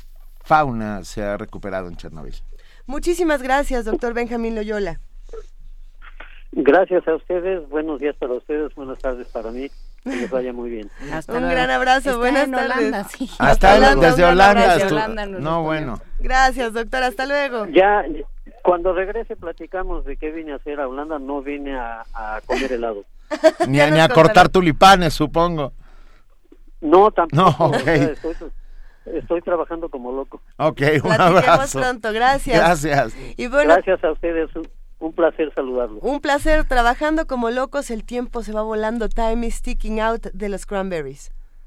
fauna se ha recuperado en Chernobyl. Muchísimas gracias, doctor Benjamín Loyola. Gracias a ustedes, buenos días para ustedes, buenas tardes para mí, que les vaya muy bien. Hasta un luego. Gran abrazo, Está buenas en tardes. Holanda, sí. Hasta Holanda, desde Holanda. Desde Holanda no, no bueno. Gracias, doctor, hasta luego. Ya, cuando regrese platicamos de qué vine a hacer a Holanda, no vine a, a comer helado. ni, a, ni a cortar tulipanes, supongo. No, tampoco. No, okay. O sea, estoy, estoy trabajando como loco. Ok, un abrazo. Pronto, gracias. Gracias. Y bueno, gracias a ustedes. Un, un placer saludarlos. Un placer, trabajando como locos, el tiempo se va volando. Time is ticking out de los Cranberries.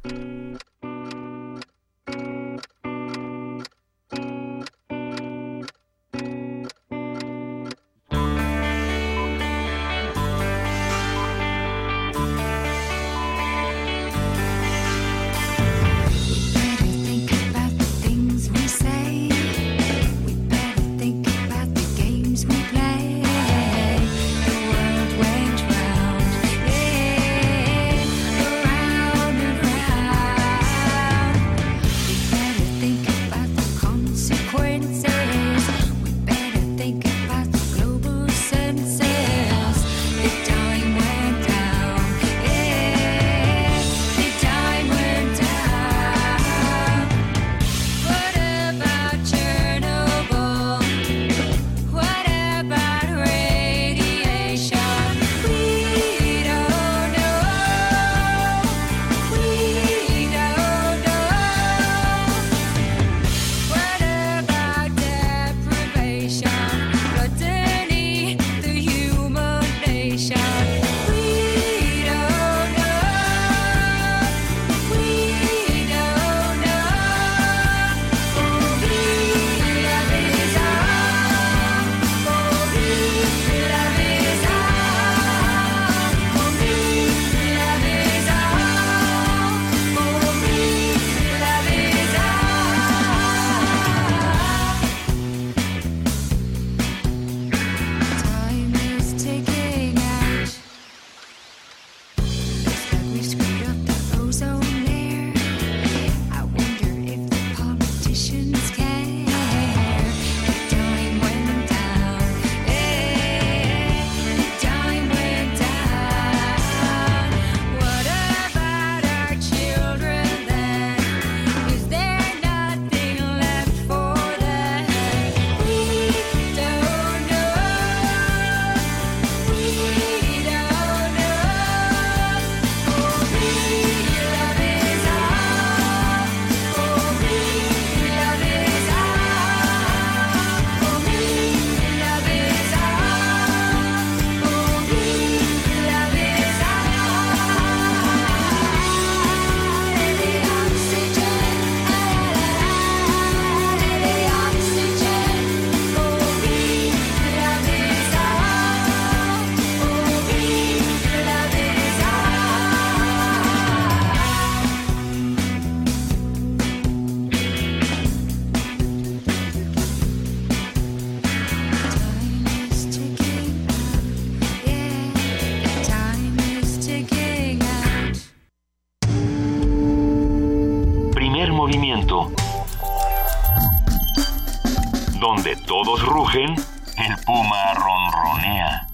Donde todos rugen, el puma ronronea.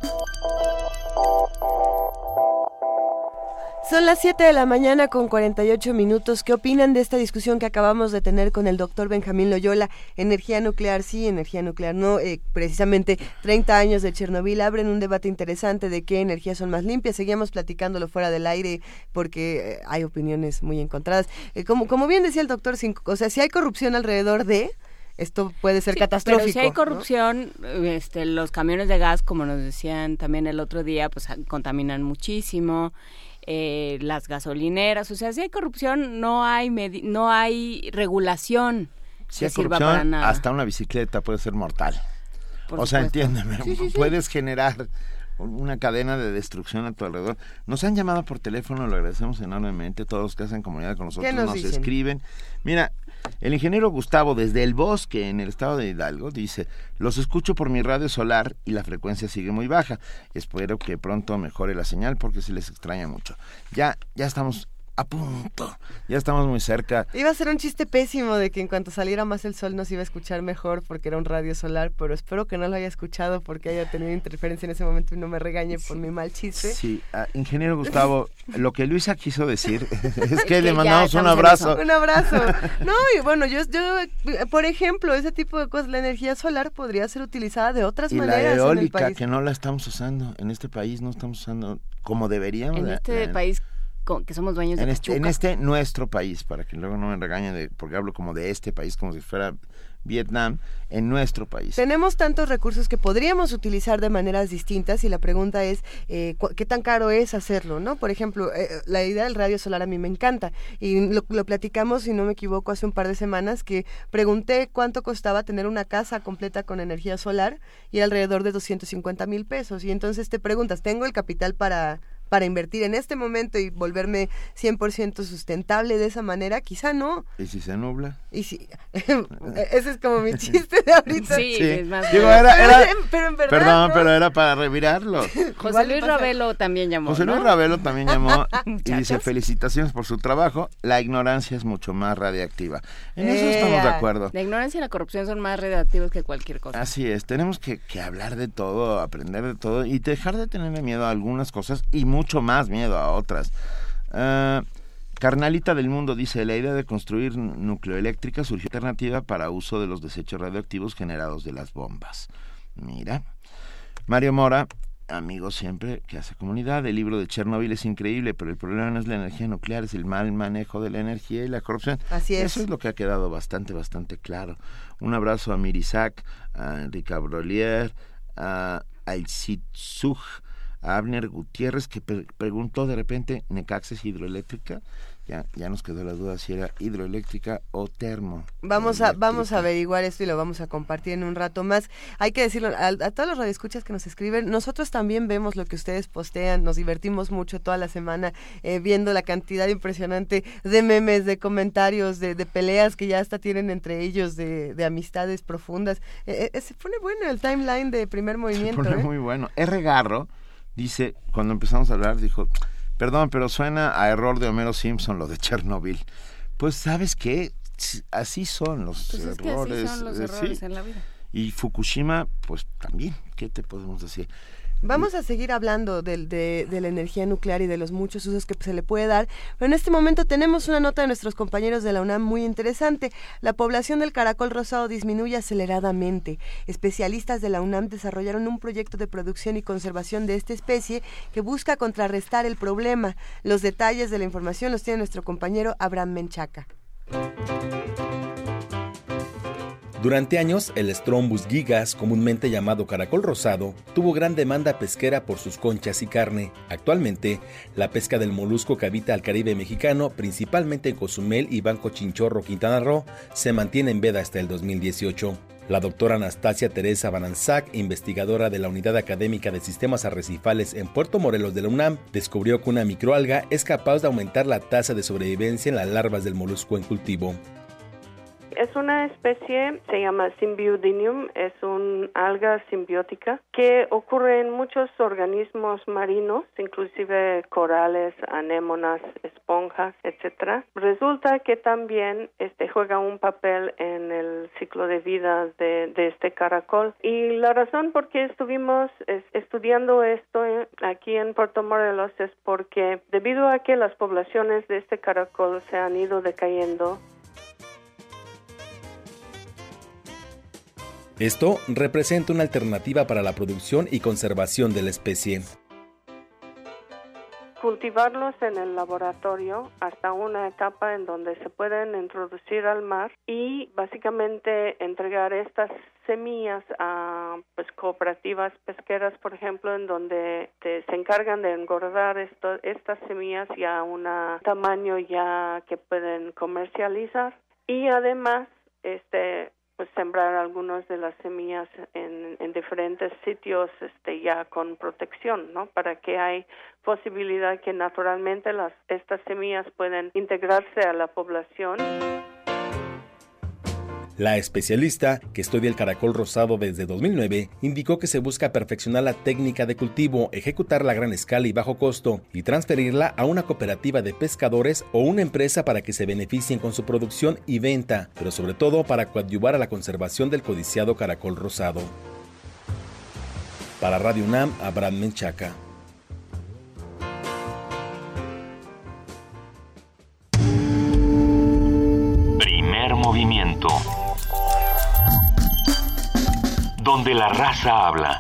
Son las siete de la mañana con cuarenta y ocho minutos. ¿Qué opinan de esta discusión que acabamos de tener con el doctor Benjamín Loyola? Energía nuclear sí, energía nuclear no. Eh, precisamente treinta años de Chernobyl abren un debate interesante de qué energías son más limpias. Seguíamos platicándolo fuera del aire porque eh, hay opiniones muy encontradas. Eh, como, como bien decía el doctor, sin, o sea, si hay corrupción alrededor de... esto puede ser sí, catastrófico. Pero si hay corrupción, ¿no? este, los camiones de gas, como nos decían también el otro día, pues contaminan muchísimo. Eh, las gasolineras, o sea, si hay corrupción, no hay medi- no hay regulación si que hay sirva corrupción, para nada. Hasta una bicicleta puede ser mortal. Por o supuesto. sea, entiéndeme, sí, sí, sí. puedes generar una cadena de destrucción a tu alrededor. Nos han llamado por teléfono, lo agradecemos enormemente, todos los que hacen comunidad con nosotros nos nos dicen? escriben. Mira, el ingeniero Gustavo desde El Bosque, en el estado de Hidalgo, dice: los escucho por mi radio solar y la frecuencia sigue muy baja. Espero que pronto mejore la señal porque se les extraña mucho. Ya, ya estamos a punto. Ya estamos muy cerca. Iba a ser un chiste pésimo de que en cuanto saliera más el sol nos iba a escuchar mejor porque era un radio solar, pero espero que no lo haya escuchado porque haya tenido interferencia en ese momento y no me regañe por mi mal chiste. Sí, uh, ingeniero Gustavo, lo que Luisa quiso decir es que le mandamos un abrazo. Un abrazo. No, y bueno, yo, yo, por ejemplo, ese tipo de cosas, la energía solar podría ser utilizada de otras y maneras la eólica, en el país. Que no la estamos usando, en este país no estamos usando como deberíamos. En este la, país que somos dueños de en este, en Pachuca. este nuestro país, para que luego no me regañen, de, porque hablo como de este país, como si fuera Vietnam, en nuestro país. Tenemos tantos recursos que podríamos utilizar de maneras distintas y la pregunta es eh, ¿qué tan caro es hacerlo? ¿No? Por ejemplo, eh, la idea del radio solar a mí me encanta y lo, lo platicamos, si no me equivoco, hace un par de semanas que pregunté cuánto costaba tener una casa completa con energía solar y era alrededor de doscientos cincuenta mil pesos y entonces te preguntas, ¿tengo el capital para... para invertir en este momento y volverme cien por ciento sustentable de esa manera? Quizá no. ¿Y si se nubla? Y si... Ese es como mi chiste de ahorita. Sí, sí. Es más... Digo, era, era... pero en verdad, Perdón, ¿no? pero era para revirarlo. José Luis Ravelo también llamó, José Luis ¿no? Ravelo también llamó y dice, felicitaciones por su trabajo, la ignorancia es mucho más radiactiva. En eso Eh, estamos de acuerdo. La ignorancia y la corrupción son más radioactivos que cualquier cosa. Así es, tenemos que, que hablar de todo, aprender de todo y dejar de tenerle miedo a algunas cosas y mucho más miedo a otras. Uh, Carnalita del Mundo dice, la idea de construir nucleoeléctrica surgió alternativa para uso de los desechos radioactivos generados de las bombas. Mira. Mario Mora, amigo siempre que hace comunidad, el libro de Chernobyl es increíble, pero el problema no es la energía nuclear, es el mal manejo de la energía y la corrupción. Así es. Eso es lo que ha quedado bastante, bastante claro. Un abrazo a Mirisac, a Enrique Brolier, a Ailsit Suj, a Abner Gutiérrez, que pre- preguntó de repente, ¿Necaxa es hidroeléctrica? Ya, ya nos quedó la duda si era hidroeléctrica o termo. Vamos a, vamos a averiguar esto y lo vamos a compartir en un rato más. Hay que decirlo a, a todos los radioescuchas que nos escriben, nosotros también vemos lo que ustedes postean, nos divertimos mucho toda la semana eh, viendo la cantidad impresionante de memes, de comentarios, de, de peleas que ya hasta tienen entre ellos, de, de amistades profundas. Eh, eh, se pone bueno el timeline de Primer Movimiento. Se pone ¿eh? muy bueno. R. Garro dice, cuando empezamos a hablar, dijo, perdón, pero suena a error de Homero Simpson lo de Chernobyl. Pues, ¿sabes qué? Así son los pues es errores. Que así son los errores sí. en la vida. Y Fukushima, pues también, ¿qué te podemos decir? Vamos a seguir hablando de, de, de la energía nuclear y de los muchos usos que se le puede dar, pero en este momento tenemos una nota de nuestros compañeros de la UNAM muy interesante. La población del caracol rosado disminuye aceleradamente. Especialistas de la UNAM desarrollaron un proyecto de producción y conservación de esta especie que busca contrarrestar el problema. Los detalles de la información los tiene nuestro compañero Abraham Menchaca. Durante años, el Strombus gigas, comúnmente llamado caracol rosado, tuvo gran demanda pesquera por sus conchas y carne. Actualmente, la pesca del molusco que habita al Caribe mexicano, principalmente en Cozumel y Banco Chinchorro, Quintana Roo, se mantiene en veda hasta el dos mil dieciocho. La doctora Anastasia Teresa Bananzac, investigadora de la Unidad Académica de Sistemas Arrecifales en Puerto Morelos de la UNAM, descubrió que una microalga es capaz de aumentar la tasa de sobrevivencia en las larvas del molusco en cultivo. Es una especie, se llama Symbiodinium, es una alga simbiótica que ocurre en muchos organismos marinos, inclusive corales, anémonas, esponjas, etcétera. Resulta que también este juega un papel en el ciclo de vida de, de este caracol. Y la razón por qué estuvimos es, estudiando esto en, aquí en Puerto Morelos es porque debido a que las poblaciones de este caracol se han ido decayendo. Esto representa una alternativa para la producción y conservación de la especie. Cultivarlos en el laboratorio hasta una etapa en donde se pueden introducir al mar y básicamente entregar estas semillas a pues cooperativas pesqueras, por ejemplo, en donde te, se encargan de engordar esto, estas semillas ya a un tamaño ya que pueden comercializar y además este pues sembrar algunas de las semillas en, en diferentes sitios este ya con protección, ¿no? Para que hay posibilidad que naturalmente las estas semillas pueden integrarse a la población. La especialista, que estudia el caracol rosado desde dos mil nueve, indicó que se busca perfeccionar la técnica de cultivo, ejecutarla a gran escala y bajo costo, y transferirla a una cooperativa de pescadores o una empresa para que se beneficien con su producción y venta, pero sobre todo para coadyuvar a la conservación del codiciado caracol rosado. Para Radio UNAM, Abraham Menchaca. Primer movimiento. Donde la raza habla.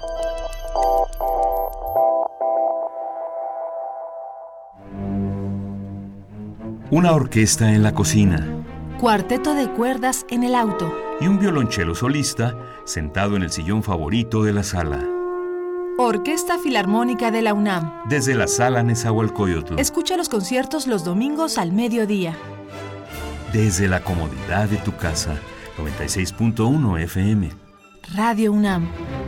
Una orquesta en la cocina. Cuarteto de cuerdas en el auto. Y un violonchelo solista sentado en el sillón favorito de la sala. Orquesta Filarmónica de la UNAM. Desde la Sala Nezahualcóyotl. Escucha los conciertos los domingos al mediodía. Desde la comodidad de tu casa. noventa y seis punto uno F M. Radio UNAM.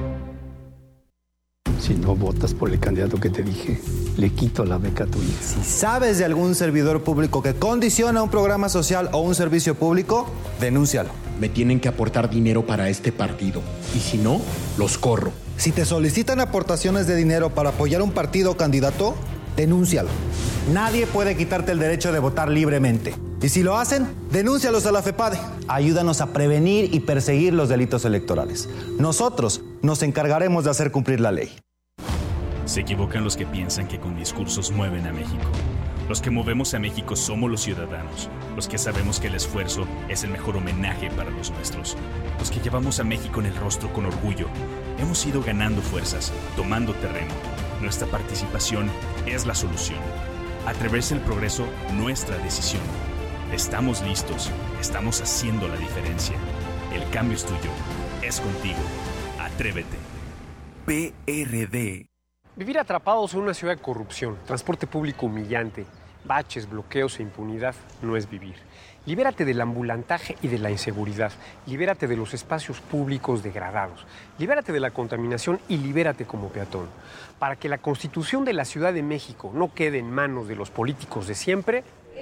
Si no votas por el candidato que te dije, le quito la beca a tu hija. Si sabes de algún servidor público que condiciona un programa social o un servicio público, denúncialo. Me tienen que aportar dinero para este partido. Y si no, los corro. Si te solicitan aportaciones de dinero para apoyar un partido o candidato, denúncialo. Nadie puede quitarte el derecho de votar libremente. Y si lo hacen, denúncialos a la FEPADE. Ayúdanos a prevenir y perseguir los delitos electorales. Nosotros nos encargaremos de hacer cumplir la ley. Se equivocan los que piensan que con discursos mueven a México. Los que movemos a México somos los ciudadanos, los que sabemos que el esfuerzo es el mejor homenaje para los nuestros, los que llevamos a México en el rostro con orgullo. Hemos ido ganando fuerzas, tomando terreno. Nuestra participación es la solución. Atreverse el progreso, nuestra decisión. Estamos listos, estamos haciendo la diferencia. El cambio es tuyo, es contigo. Atrévete. P R D. Vivir atrapados en una ciudad de corrupción, transporte público humillante, baches, bloqueos e impunidad no es vivir. Libérate del ambulantaje y de la inseguridad. Libérate de los espacios públicos degradados. Libérate de la contaminación y libérate como peatón. Para que la Constitución de la Ciudad de México no quede en manos de los políticos de siempre.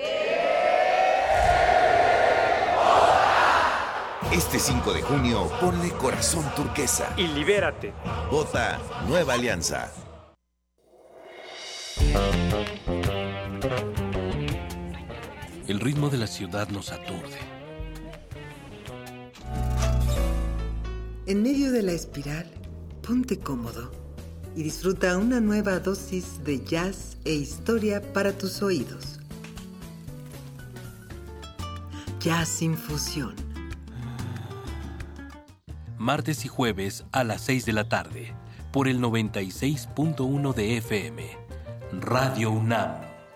Este cinco de junio, ponle corazón turquesa. Y libérate. Vota Nueva Alianza. El ritmo de la ciudad nos aturde. En medio de la espiral, ponte cómodo y disfruta una nueva dosis de jazz e historia para tus oídos. Jazz Infusión. Martes y jueves a las seis de la tarde, por el noventa y seis punto uno de F M. Radio UNAM.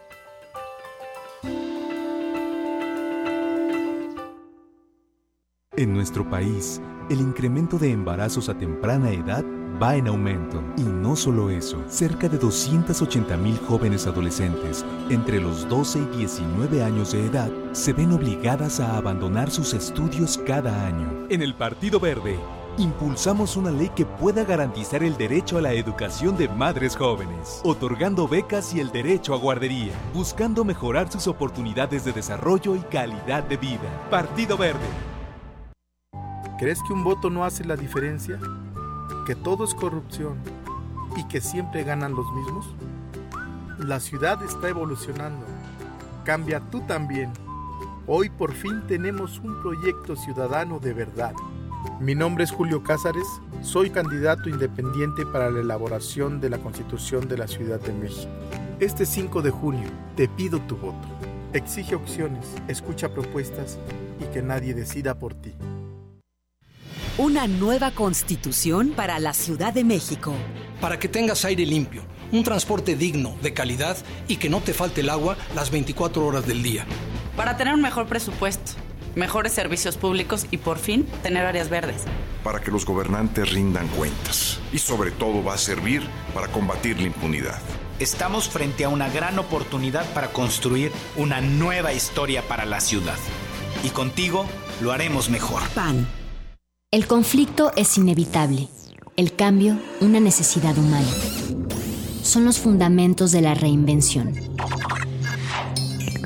En nuestro país, el incremento de embarazos a temprana edad va en aumento. Y no solo eso, cerca de doscientas ochenta mil jóvenes adolescentes entre los doce y diecinueve años de edad se ven obligadas a abandonar sus estudios cada año. En el Partido Verde, impulsamos una ley que pueda garantizar el derecho a la educación de madres jóvenes, otorgando becas y el derecho a guardería, buscando mejorar sus oportunidades de desarrollo y calidad de vida. Partido Verde. ¿Crees que un voto no hace la diferencia? ¿Que todo es corrupción y que siempre ganan los mismos? La ciudad está evolucionando. Cambia tú también. Hoy por fin tenemos un proyecto ciudadano de verdad. Mi nombre es Julio Cázares, soy candidato independiente para la elaboración de la Constitución de la Ciudad de México. Este cinco de junio te pido tu voto. Exige opciones, escucha propuestas y que nadie decida por ti. Una nueva Constitución para la Ciudad de México. Para que tengas aire limpio, un transporte digno, de calidad y que no te falte el agua las veinticuatro horas del día. Para tener un mejor presupuesto, mejores servicios públicos y por fin tener áreas verdes. Para que los gobernantes rindan cuentas y sobre todo va a servir para combatir la impunidad. Estamos frente a una gran oportunidad para construir una nueva historia para la ciudad. Y contigo lo haremos mejor. P A N. El conflicto es inevitable. El cambio, una necesidad humana. Son los fundamentos de la reinvención.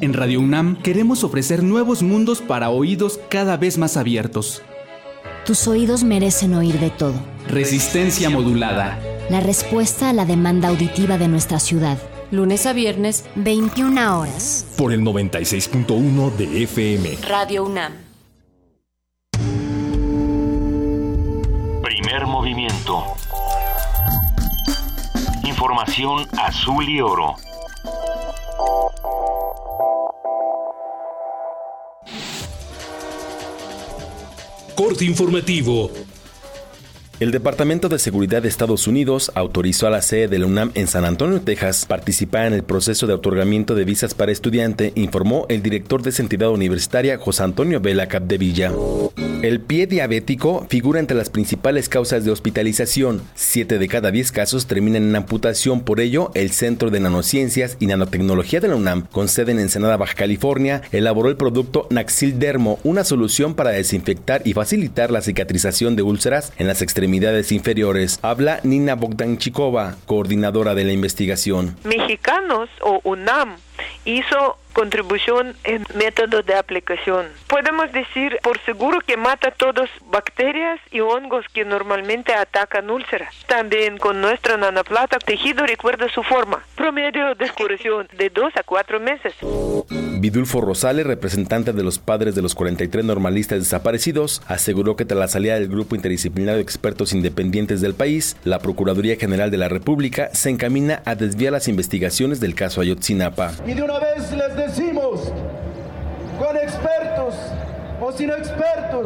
En Radio UNAM queremos ofrecer nuevos mundos para oídos cada vez más abiertos. Tus oídos merecen oír de todo. Resistencia modulada. La respuesta a la demanda auditiva de nuestra ciudad. Lunes a viernes, veintiuna horas. Por el noventa y seis punto uno de F M. Radio UNAM. Primer movimiento. Información azul y oro. Corte informativo. El Departamento de Seguridad de Estados Unidos autorizó a la sede de la UNAM en San Antonio, Texas, participar en el proceso de otorgamiento de visas para estudiante, informó el director de esa entidad universitaria, José Antonio Vela Capdevilla. El pie diabético figura entre las principales causas de hospitalización. Siete de cada diez casos terminan en amputación. Por ello, el Centro de Nanociencias y Nanotecnología de la UNAM, con sede en Ensenada, Baja California, elaboró el producto Naxil Dermo, una solución para desinfectar y facilitar la cicatrización de úlceras en las extremidades inferiores. Habla Nina Bogdanchikova, coordinadora de la investigación. Mexicanos o UNAM hizo contribución en método de aplicación. Podemos decir por seguro que mata todas bacterias y hongos que normalmente atacan úlceras. También con nuestra nanoplata, tejido recuerda su forma. Promedio de curación de dos a cuatro meses. Vidulfo Rosales, representante de los padres de los cuarenta y tres normalistas desaparecidos, aseguró que tras la salida del grupo interdisciplinario de expertos independientes del país, la Procuraduría General de la República se encamina a desviar las investigaciones del caso Ayotzinapa. Y de una vez les decimos, con expertos o sin expertos,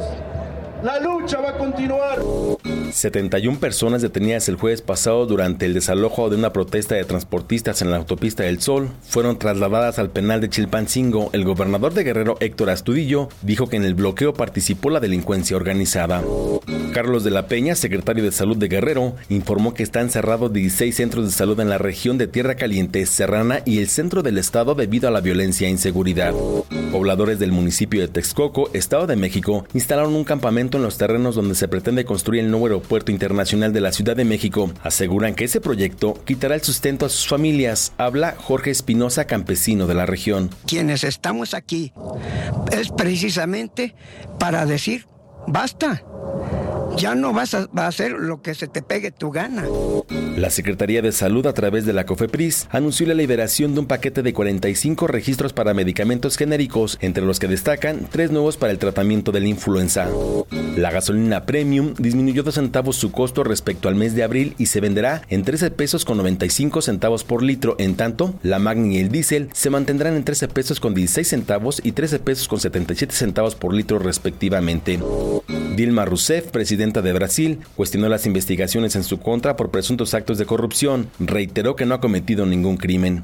la lucha va a continuar. setenta y una personas detenidas el jueves pasado durante el desalojo de una protesta de transportistas en la autopista del Sol fueron trasladadas al penal de Chilpancingo. El gobernador de Guerrero, Héctor Astudillo, dijo que en el bloqueo participó la delincuencia organizada. Carlos de la Peña, secretario de Salud de Guerrero, informó que están cerrados dieciséis centros de salud en la región de Tierra Caliente, Serrana y el centro del estado debido a la violencia e inseguridad. Pobladores del municipio de Texcoco, Estado de México, instalaron un campamento en los terrenos donde se pretende construir el nuevo aeropuerto internacional de la Ciudad de México. Aseguran que ese proyecto quitará el sustento a sus familias. Habla Jorge Espinosa, campesino de la región. Quienes estamos aquí es precisamente para decir, basta. Ya no vas a, vas a hacer lo que se te pegue tu gana. La Secretaría de Salud, a través de la COFEPRIS, anunció la liberación de un paquete de cuarenta y cinco registros para medicamentos genéricos, entre los que destacan tres nuevos para el tratamiento de la influenza. La gasolina premium disminuyó dos centavos su costo respecto al mes de abril y se venderá en trece pesos con noventa y cinco centavos por litro. En tanto, la Magni y el diésel se mantendrán en trece pesos con dieciséis centavos y trece pesos con setenta y siete centavos por litro respectivamente. Dilma Rousseff, presidenta de Brasil, cuestionó las investigaciones en su contra por presuntos actos de corrupción. Reiteró que no ha cometido ningún crimen.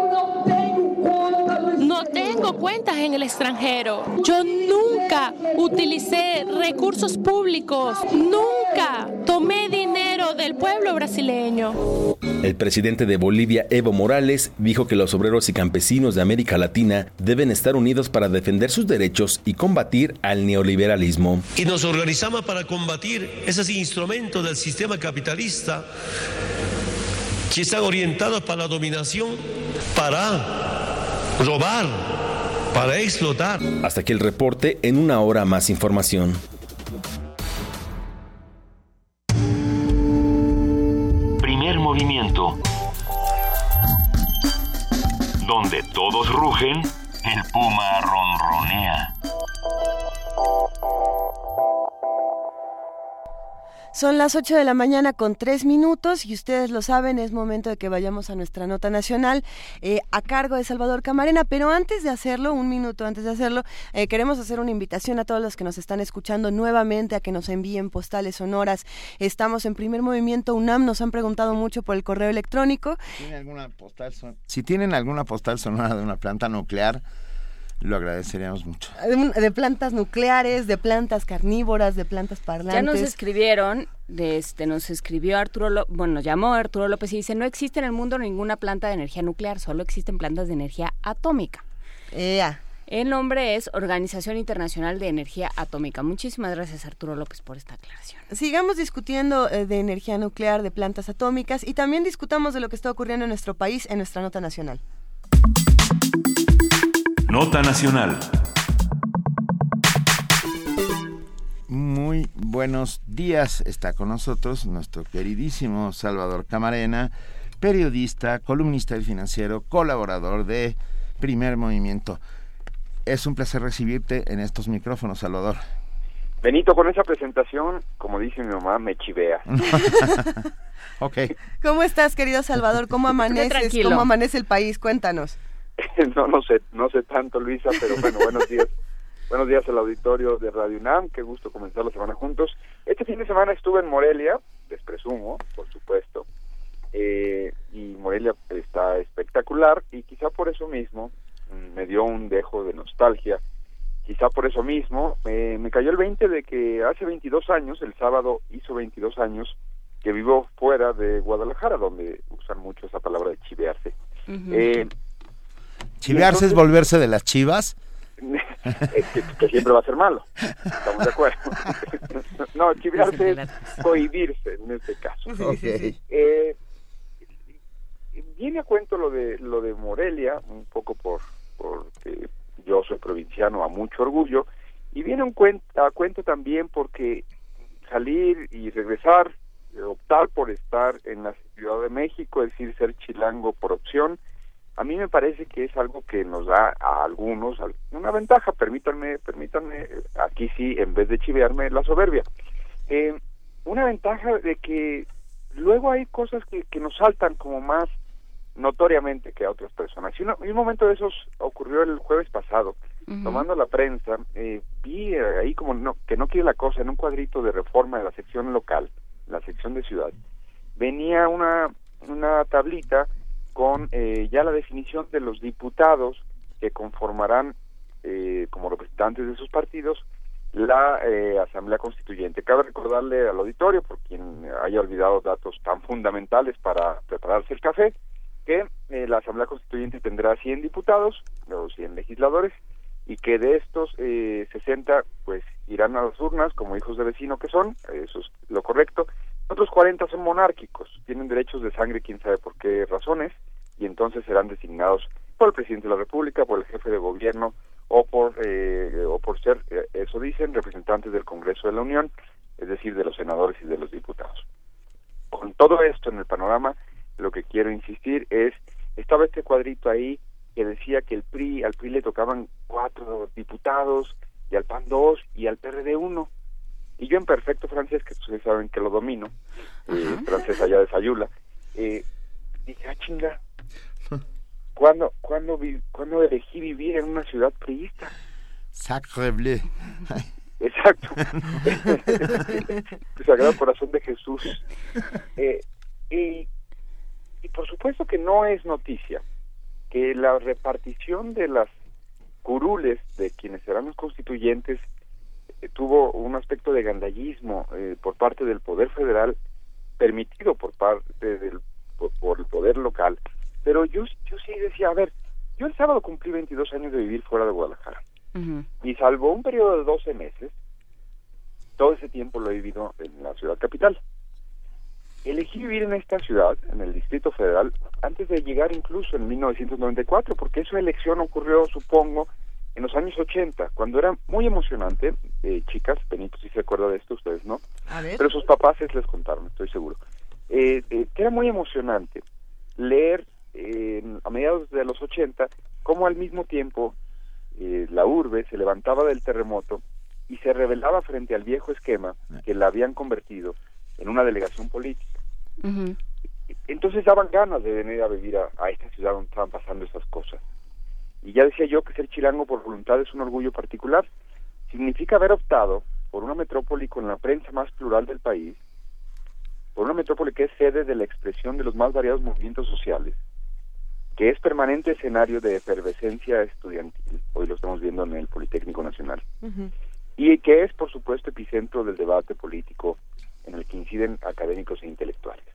No tengo cuentas en el extranjero. Yo nunca utilicé recursos públicos. Nunca tomé dinero del pueblo brasileño. El presidente de Bolivia, Evo Morales, dijo que los obreros y campesinos de América Latina deben estar unidos para defender sus derechos y combatir al neoliberalismo. Y nos organizamos para combatir esos instrumentos del sistema capitalista que están orientados para la dominación, para robar, para explotar. Hasta aquí el reporte. En una hora más información. Primer movimiento. Donde todos rugen, el puma ronronea. Son las ocho de la mañana con tres minutos y ustedes lo saben, es momento de que vayamos a nuestra nota nacional eh, a cargo de Salvador Camarena, pero antes de hacerlo, un minuto antes de hacerlo, eh, queremos hacer una invitación a todos los que nos están escuchando nuevamente a que nos envíen postales sonoras. Estamos en Primer Movimiento UNAM, nos han preguntado mucho por el correo electrónico. ¿Tienen alguna postal son- si tienen alguna postal sonora de una planta nuclear, lo agradeceríamos mucho. De, de plantas nucleares, de plantas carnívoras, de plantas parlantes. Ya nos escribieron, de este, nos escribió Arturo López, bueno, nos llamó Arturo López y dice, no existe en el mundo ninguna planta de energía nuclear, solo existen plantas de energía atómica. Yeah. El nombre es Organización Internacional de Energía Atómica. Muchísimas gracias, Arturo López, por esta aclaración. Sigamos discutiendo eh, de energía nuclear, de plantas atómicas y también discutamos de lo que está ocurriendo en nuestro país en nuestra nota nacional. Nota Nacional. Muy buenos días. Está con nosotros nuestro queridísimo Salvador Camarena, periodista, columnista del Financiero, colaborador de Primer Movimiento. Es un placer recibirte en estos micrófonos, Salvador. Benito, con esa presentación, como dice mi mamá, me chivea. Ok. ¿Cómo estás, querido Salvador? ¿Cómo amaneces? ¿Cómo amanece el país? Cuéntanos. no, no sé, no sé tanto, Luisa, pero bueno, buenos días. Buenos días al auditorio de Radio UNAM, qué gusto comenzar la semana juntos. Este fin de semana estuve en Morelia, les presumo, por supuesto, eh, y Morelia está espectacular, y quizá por eso mismo mmm, me dio un dejo de nostalgia. Quizá por eso mismo eh, me cayó el veinte de que hace veintidós años, el sábado hizo veintidós años, que vivo fuera de Guadalajara, donde usan mucho esa palabra de chivearse. Uh-huh. eh, ¿Chivearse entonces, es volverse de las chivas? que, que siempre va a ser malo, estamos de acuerdo. No, chivearse es cohibirse en este caso. Okay. Eh, viene a cuento lo de lo de Morelia, un poco por porque yo soy provinciano a mucho orgullo, y viene un cuento, a cuento también porque salir y regresar, optar por estar en la Ciudad de México, es decir, ser chilango por opción, a mí me parece que es algo que nos da a algunos una ventaja. Permítanme, permítanme, aquí sí, en vez de chivearme, la soberbia. Eh, una ventaja de que luego hay cosas que, que nos saltan como más notoriamente que a otras personas. Y, uno, y un momento de esos ocurrió el jueves pasado. Uh-huh. Tomando la prensa, eh, vi ahí como no, que no quiere la cosa, en un cuadrito de Reforma de la sección local, la sección de ciudad, venía una, una tablita con eh, ya la definición de los diputados que conformarán eh, como representantes de sus partidos la eh, Asamblea Constituyente. Cabe recordarle al auditorio, por quien haya olvidado datos tan fundamentales para prepararse el café, que eh, la Asamblea Constituyente tendrá cien diputados, o cien legisladores, y que de estos eh, sesenta pues irán a las urnas como hijos de vecino que son, eso es lo correcto. Otros cuarenta son monárquicos, tienen derechos de sangre, quién sabe por qué razones, y entonces serán designados por el presidente de la República, por el jefe de gobierno, o por eh, o por ser, eh, eso dicen, representantes del Congreso de la Unión, es decir, de los senadores y de los diputados. Con todo esto en el panorama, lo que quiero insistir es, estaba este cuadrito ahí que decía que el P R I, al P R I le tocaban cuatro diputados, y al P A N dos, y al P R D uno. Y yo en perfecto francés, que ustedes saben que lo domino, eh, francés allá de Sayula, eh, dije, ah, chinga, ¿cuándo, cuándo, vi, ¿cuándo elegí vivir en una ciudad priista? Sacre bleu. Exacto. El Sagrado Corazón de Jesús. Eh, y, y por supuesto que no es noticia que la repartición de las curules de quienes serán los constituyentes eh, tuvo un aspecto de gandallismo eh, por parte del Poder Federal, permitido por parte del por, por el Poder Local. Pero yo, yo sí decía, a ver, yo el sábado cumplí veintidós años de vivir fuera de Guadalajara. Uh-huh. Y salvo un periodo de doce meses, todo ese tiempo lo he vivido en la ciudad capital. Elegí vivir en esta ciudad, en el Distrito Federal, antes de llegar incluso en mil novecientos noventa y cuatro, porque esa elección ocurrió, supongo, en los años ochenta, cuando era muy emocionante. Eh, chicas, Benito sí se acuerda de esto, ustedes no, a ver. Pero sus papás les contaron, estoy seguro. Eh, eh, que era muy emocionante leer eh, a mediados de los ochenta cómo al mismo tiempo eh, la urbe se levantaba del terremoto y se rebelaba frente al viejo esquema que la habían convertido en una delegación política. Uh-huh. Entonces daban ganas de venir a vivir a, a esta ciudad donde estaban pasando esas cosas. Y ya decía yo que ser chilango por voluntad es un orgullo particular. Significa haber optado por una metrópoli con la prensa más plural del país, por una metrópoli que es sede de la expresión de los más variados movimientos sociales, que es permanente escenario de efervescencia estudiantil, hoy lo estamos viendo en el Politécnico Nacional, uh-huh. y que es, por supuesto, epicentro del debate político en el que inciden académicos e intelectuales.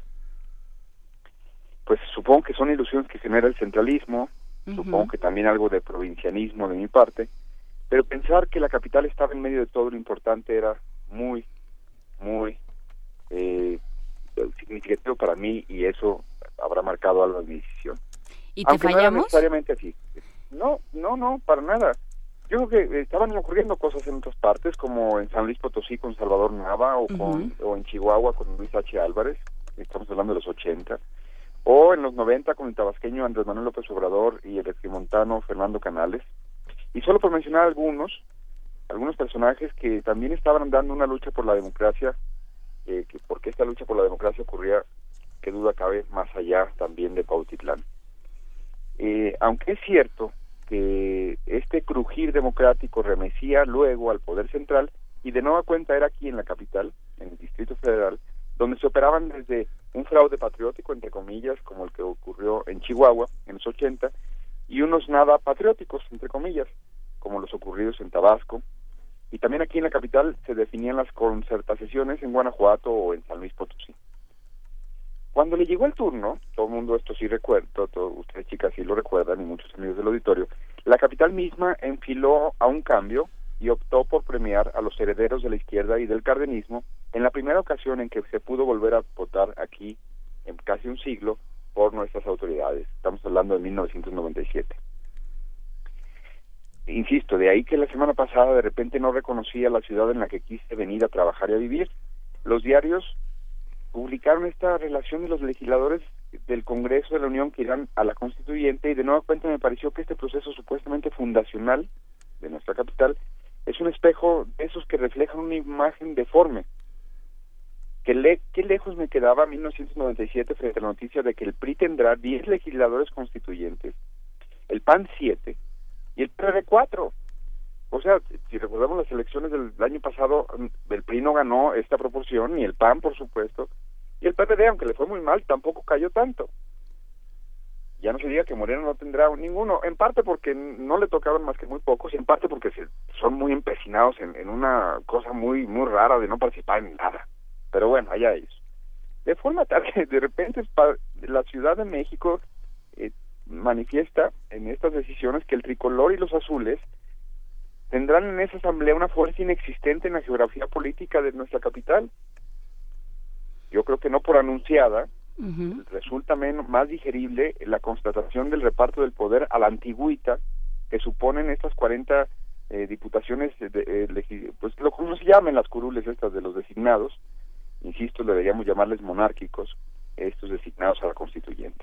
Pues supongo que son ilusiones que genera el centralismo, uh-huh. supongo que también algo de provincianismo de mi parte, pero pensar que la capital estaba en medio de todo lo importante era muy, muy eh, significativo para mí, y eso habrá marcado algo de mi decisión. ¿Y te Aunque fallamos? No era necesariamente así. No, no, no, para nada. Yo creo que estaban ocurriendo cosas en otras partes, como en San Luis Potosí con Salvador Nava, o, con, uh-huh. o en Chihuahua con Luis H. Álvarez, estamos hablando de los ochenta, o en los noventa con el tabasqueño Andrés Manuel López Obrador y el extrimontano Fernando Canales. Y solo por mencionar algunos, algunos personajes que también estaban dando una lucha por la democracia, eh, que porque esta lucha por la democracia ocurría, qué duda cabe, más allá también de Cuautitlán. Eh, aunque es cierto que este crujir democrático remecía luego al poder central, y de nueva cuenta era aquí en la capital, en el Distrito Federal, donde se operaban desde un fraude patriótico, entre comillas, como el que ocurrió en Chihuahua en los ochenta, y unos nada patrióticos, entre comillas, como los ocurridos en Tabasco, y también aquí en la capital se definían las concertaciones en Guanajuato o en San Luis Potosí. Cuando le llegó el turno, todo el mundo esto sí recuerda, todo, ustedes chicas sí lo recuerdan y muchos amigos del auditorio, la capital misma enfiló a un cambio y optó por premiar a los herederos de la izquierda y del cardenismo en la primera ocasión en que se pudo volver a votar aquí en casi un siglo por nuestras autoridades. Estamos hablando de mil novecientos noventa y siete. Insisto, de ahí que la semana pasada de repente no reconocía la ciudad en la que quise venir a trabajar y a vivir. Los diarios publicaron esta relación de los legisladores del Congreso de la Unión que irán a la Constituyente, y de nueva cuenta me pareció que este proceso supuestamente fundacional de nuestra capital es un espejo de esos que reflejan una imagen deforme. Que le, qué lejos me quedaba mil novecientos noventa y siete frente a la noticia de que el P R I tendrá diez legisladores constituyentes, el P A N siete y el P R D cuatro. O sea, si recordamos las elecciones del año pasado, el P R I no ganó esta proporción, ni el P A N, por supuesto, y el P R D, aunque le fue muy mal, tampoco cayó tanto. Ya no se diga que Morena no tendrá ninguno, en parte porque no le tocaban más que muy pocos, y en parte porque se, son muy empecinados en, en una cosa muy muy rara de no participar en nada. Pero bueno, allá ellos. De forma tal que de repente la Ciudad de México eh, manifiesta en estas decisiones que el tricolor y los azules tendrán en esa asamblea una fuerza inexistente en la geografía política de nuestra capital. Yo creo que no por anunciada, uh-huh. resulta menos, más digerible la constatación del reparto del poder a la antigüita que suponen estas cuarenta eh, diputaciones, de, de, de, pues lo como se llaman las curules estas de los designados, insisto, deberíamos llamarles monárquicos, estos designados a la Constituyente.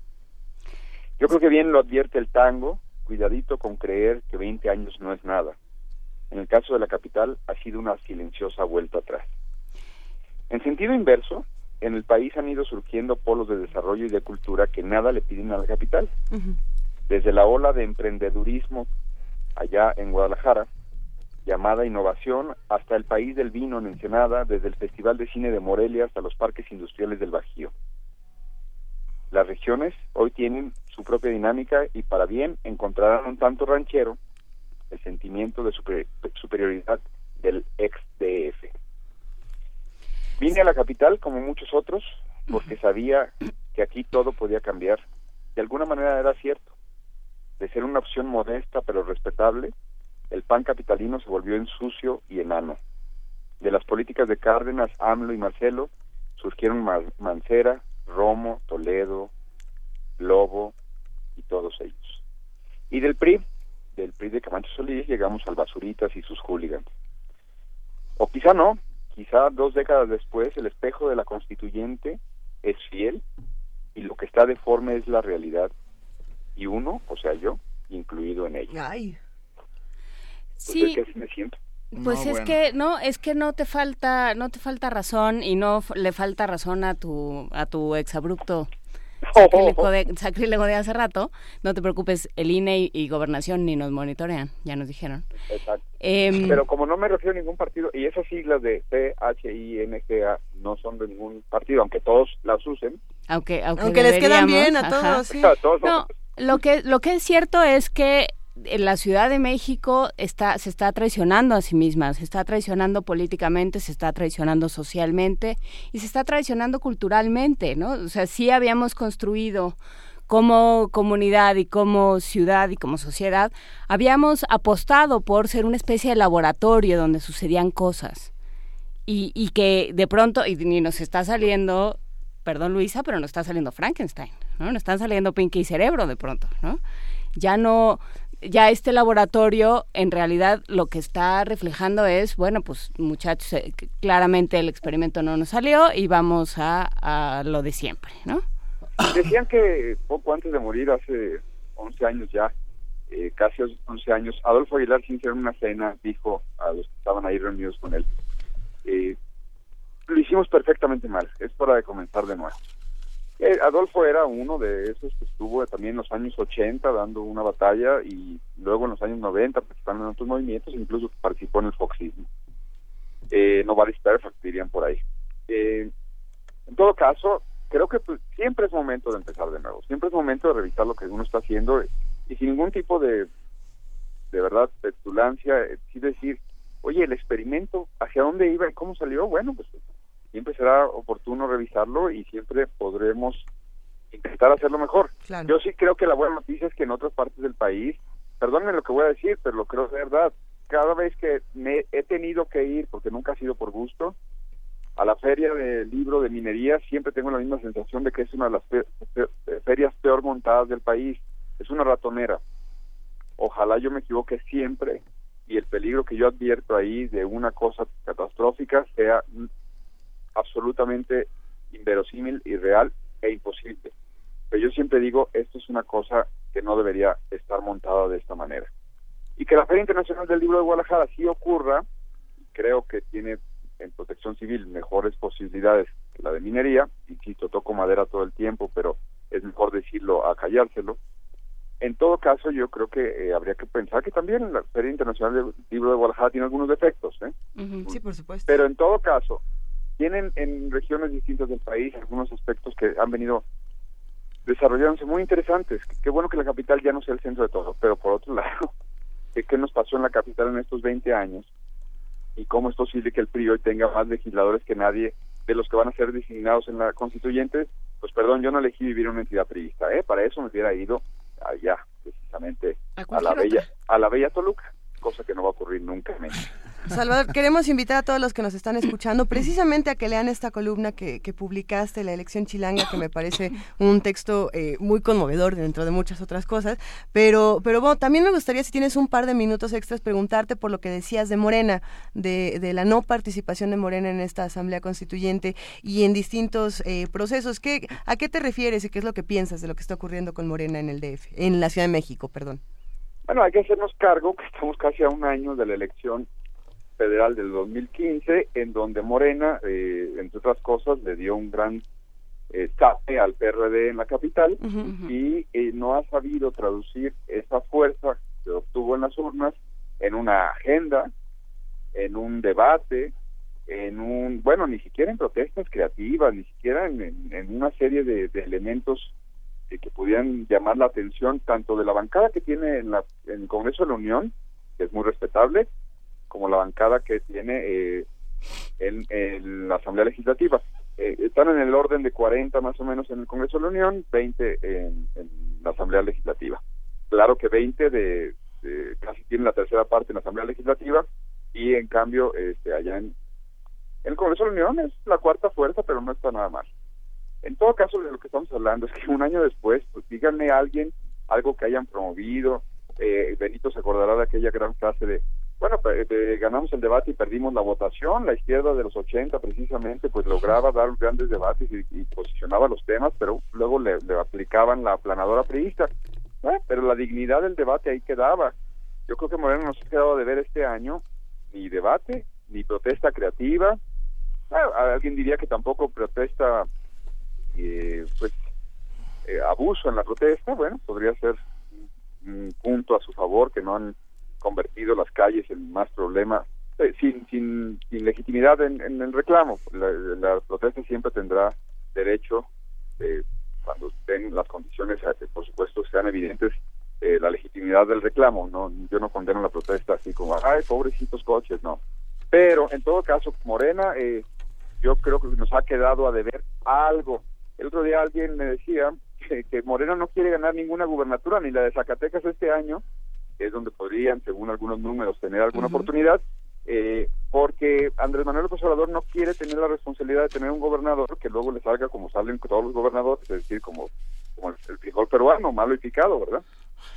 Yo creo que bien lo advierte el tango, cuidadito con creer que veinte años no es nada. En el caso de la capital ha sido una silenciosa vuelta atrás. En sentido inverso, en el país han ido surgiendo polos de desarrollo y de cultura que nada le piden a la capital. Uh-huh. Desde la ola de emprendedurismo allá en Guadalajara, llamada innovación, hasta el país del vino en Ensenada, desde el Festival de Cine de Morelia hasta los parques industriales del Bajío. Las regiones hoy tienen su propia dinámica y para bien encontrarán un tanto ranchero el sentimiento de super, superioridad del ex D F. Vine a la capital como muchos otros porque sabía que aquí todo podía cambiar. De alguna manera era cierto. De ser una opción modesta pero respetable, el P A N capitalino se volvió en sucio y enano. De las políticas de Cárdenas, AMLO y Marcelo surgieron Mancera, Romo, Toledo, Lobo y todos ellos. Y del P R I, del P R I de Camacho Solís, llegamos al Basuritas y sus hooligans. O quizá no, quizá dos décadas después el espejo de la Constituyente es fiel y lo que está deforme es la realidad. Y uno, o sea yo, incluido en ella. Ay. Sí. Pues es que así me siento. Pues No, es bueno. que no, es que no te falta, no te falta razón y no f- le falta razón a tu, a tu exabrupto sacrílego de, sacrílego de hace rato. No te preocupes, el I N E y, y Gobernación ni nos monitorean, ya nos dijeron. Exacto. Em, Pero como no me refiero a ningún partido, y esas siglas de C H I N G A no son de ningún partido, aunque todos las usen. Aunque, aunque, Aunque les quedan deberíamos, bien a ajá. todos, sí. Todos son- No, lo que, lo que es cierto es que la Ciudad de México está, se está traicionando a sí misma, se está traicionando políticamente, se está traicionando socialmente y se está traicionando culturalmente, ¿no? O sea, sí habíamos construido como comunidad y como ciudad y como sociedad, habíamos apostado por ser una especie de laboratorio donde sucedían cosas y, y que de pronto, y ni nos está saliendo, perdón Luisa, pero nos está saliendo Frankenstein, ¿no? Nos están saliendo Pinky y Cerebro de pronto, ¿no? Ya no, ya este laboratorio en realidad lo que está reflejando es, bueno, pues muchachos, eh, claramente el experimento no nos salió y vamos a, a lo de siempre, ¿no? Decían que poco antes de morir, hace once años ya, eh, casi once años, Adolfo Aguilar, sin ser una cena, dijo a los que estaban ahí reunidos con él, eh, lo hicimos perfectamente mal, es hora de comenzar de nuevo. Eh, Adolfo era uno de esos que estuvo también en los años ochenta dando una batalla y luego en los años noventa participando en otros movimientos, incluso participó en el foxismo. Eh, nobody's perfect, dirían por ahí. Eh, en todo caso, creo que pues, siempre es momento de empezar de nuevo, siempre es momento de revisar lo que uno está haciendo y sin ningún tipo de, de verdad, petulancia, eh, sí decir, oye, el experimento, ¿hacia dónde iba y cómo salió? Bueno, pues siempre será oportuno revisarlo y siempre podremos intentar hacerlo mejor. Claro. Yo sí creo que la buena noticia es que en otras partes del país, perdónenme lo que voy a decir, pero lo creo de verdad, cada vez que me he tenido que ir, porque nunca ha sido por gusto, a la feria del libro de minería, siempre tengo la misma sensación de que es una de las fe fe ferias peor montadas del país. Es una ratonera. Ojalá yo me equivoque siempre y el peligro que yo advierto ahí de una cosa catastrófica sea absolutamente inverosímil, irreal e imposible. Pero yo siempre digo, esto es una cosa que no debería estar montada de esta manera. Y que la Feria Internacional del Libro de Guadalajara sí ocurra, creo que tiene en protección civil mejores posibilidades que la de minería, insisto, toco madera todo el tiempo, pero es mejor decirlo a callárselo. En todo caso, yo creo que eh, habría que pensar que también la Feria Internacional del Libro de Guadalajara tiene algunos defectos, ¿eh? Uh-huh. Sí, por supuesto. Pero en todo caso, tienen en regiones distintas del país algunos aspectos que han venido desarrollándose muy interesantes. Qué bueno que la capital ya no sea el centro de todo, pero por otro lado, ¿qué nos pasó en la capital en estos veinte años? ¿Y cómo es posible que el P R I hoy tenga más legisladores que nadie de los que van a ser designados en la constituyente? Pues perdón, yo no elegí vivir en una entidad priista, ¿eh? Para eso me hubiera ido allá, precisamente, a, a la bella a la bella Toluca, cosa que no va a ocurrir nunca en México. Salvador, queremos invitar a todos los que nos están escuchando precisamente a que lean esta columna que, que publicaste, La elección chilanga, que me parece un texto eh, muy conmovedor dentro de muchas otras cosas, pero pero bueno, también me gustaría, si tienes un par de minutos extras, preguntarte por lo que decías de Morena, de, de la no participación de Morena en esta Asamblea Constituyente y en distintos eh, procesos. ¿Qué, ¿A qué te refieres y qué es lo que piensas de lo que está ocurriendo con Morena en el D F, en la Ciudad de México, perdón? Bueno, hay que hacernos cargo que estamos casi a un año de la elección federal del dos mil quince, en donde Morena, eh, entre otras cosas, le dio un gran eh, tape al P R D en la capital, uh-huh. y eh, no ha sabido traducir esa fuerza que obtuvo en las urnas en una agenda, en un debate, en un, bueno, ni siquiera en protestas creativas, ni siquiera en, en, en una serie de, de elementos eh, que pudieran llamar la atención tanto de la bancada que tiene en, la, en el Congreso de la Unión, que es muy respetable, como la bancada que tiene eh, en, en la Asamblea Legislativa. Eh, están en el orden de cuarenta más o menos en el Congreso de la Unión, veinte en, en la Asamblea Legislativa. Claro que veinte de, de casi tienen la tercera parte en la Asamblea Legislativa, y en cambio este, allá en, en el Congreso de la Unión es la cuarta fuerza, pero no está nada mal. En todo caso, de lo que estamos hablando es que un año después, pues díganme a alguien algo que hayan promovido. eh, Benito se acordará de aquella gran frase de bueno, eh, ganamos el debate y perdimos la votación. La izquierda de los ochenta precisamente pues lograba dar grandes debates y, y posicionaba los temas, pero luego le, le aplicaban la aplanadora priista. Eh, pero la dignidad del debate ahí quedaba. Yo creo que Morena nos ha quedado de ver este año ni debate, ni protesta creativa. Eh, alguien diría que tampoco protesta, eh, pues, eh, abuso en la protesta. Bueno, podría ser un punto a su favor, que no han convertido las calles en más problema, eh, sin, sin sin legitimidad en, en el reclamo. La, la protesta siempre tendrá derecho, eh, cuando estén las condiciones, eh, por supuesto, sean evidentes, eh, la legitimidad del reclamo. No, yo no condeno la protesta así como, ay, pobrecitos coches, no. Pero, en todo caso, Morena, eh, yo creo que nos ha quedado a deber algo. El otro día alguien me decía que, que Morena no quiere ganar ninguna gubernatura, ni la de Zacatecas este año, es donde podrían, según algunos números, tener alguna uh-huh. oportunidad, eh, porque Andrés Manuel López Obrador no quiere tener la responsabilidad de tener un gobernador que luego le salga como salen todos los gobernadores, es decir, como, como el frijol peruano, malo y picado, ¿verdad?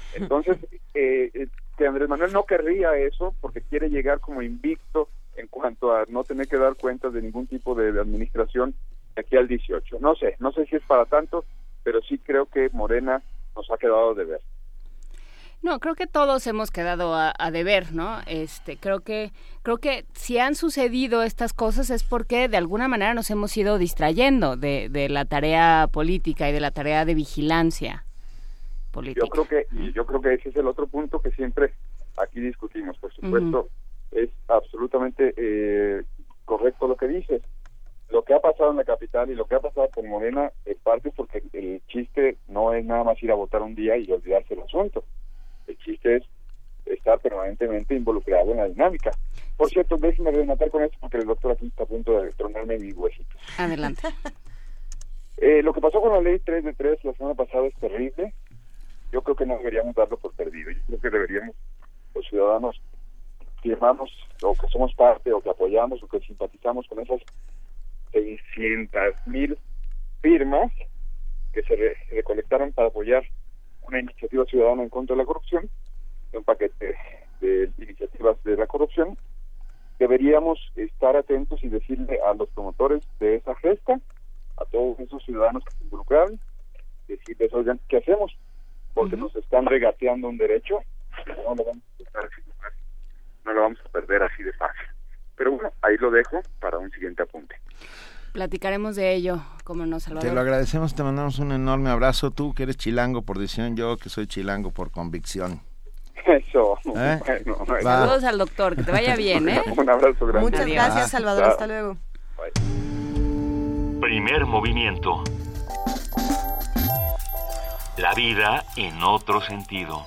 Entonces, eh, eh, que Andrés Manuel no querría eso porque quiere llegar como invicto en cuanto a no tener que dar cuentas de ningún tipo de, de administración de aquí al dieciocho. No sé, no sé si es para tanto, pero sí creo que Morena nos ha quedado de ver. No, creo que todos hemos quedado a, a deber, ¿no? Este, creo que creo que si han sucedido estas cosas es porque de alguna manera nos hemos ido distrayendo de, de la tarea política y de la tarea de vigilancia política. Yo creo que y yo creo que ese es el otro punto que siempre aquí discutimos. Por supuesto, uh-huh. es absolutamente eh, correcto lo que dices. Lo que ha pasado en la capital y lo que ha pasado con Morena es parte porque el chiste no es nada más ir a votar un día y olvidarse el asunto. El chiste es estar permanentemente involucrado en la dinámica. Por cierto, déjeme rematar con esto porque el doctor aquí está a punto de tronarme mis huesitos. Adelante. eh, lo que pasó con la ley tres de tres la semana pasada es terrible. Yo creo que no deberíamos darlo por perdido. Yo creo que deberíamos, los ciudadanos, firmamos, o que somos parte, o que apoyamos, o que simpatizamos con esas seiscientas mil firmas que se re- recolectaron para apoyar una iniciativa ciudadana en contra de la corrupción, un paquete de iniciativas de la corrupción. Deberíamos estar atentos y decirle a los promotores de esa gesta, a todos esos ciudadanos que se involucraron, decirles, oigan, ¿qué hacemos? Porque uh-huh. nos están regateando un derecho, no lo vamos a dejar así de fácil, no lo vamos a perder así de fácil. Pero bueno, ahí lo dejo para un siguiente apunte. Platicaremos de ello, como nos Salvador. Te lo agradecemos, te mandamos un enorme abrazo. Tú que eres chilango por decisión, yo que soy chilango por convicción. Eso. ¿Eh? Bueno, saludos al doctor, que te vaya bien, ¿eh? Un abrazo grande. Muchas Adiós. gracias, Salvador. Hasta luego. Bye. Primer movimiento. La vida en otro sentido.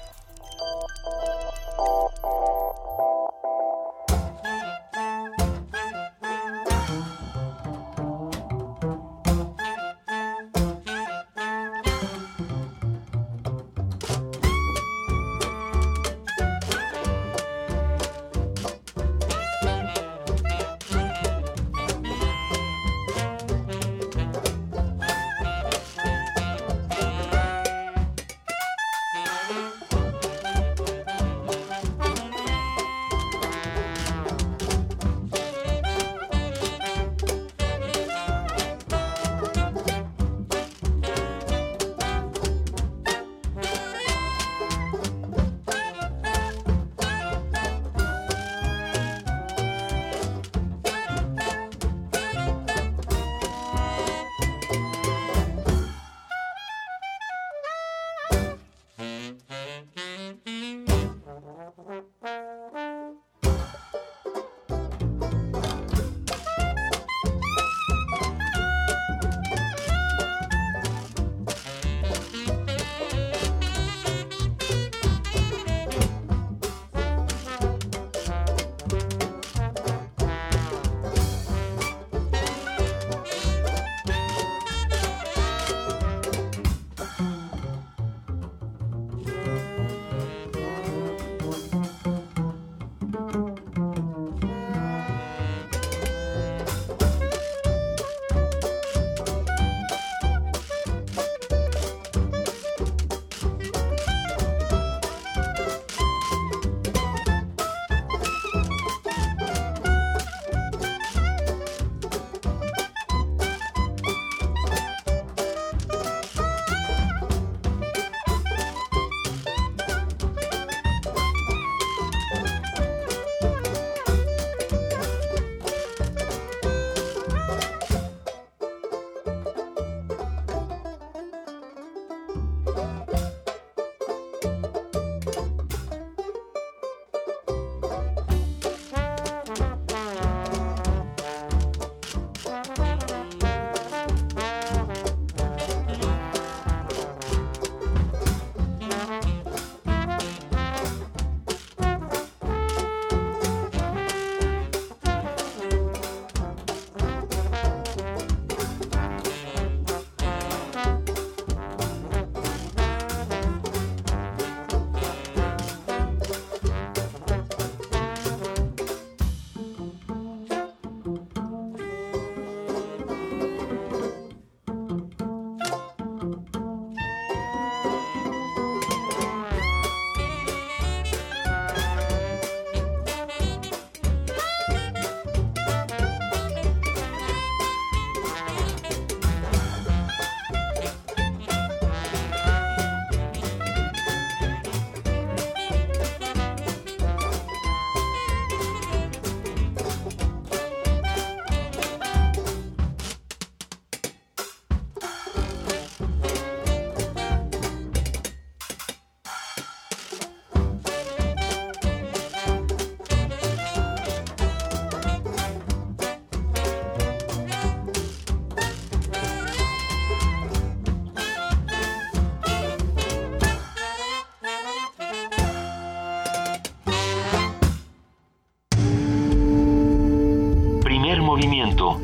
movimiento.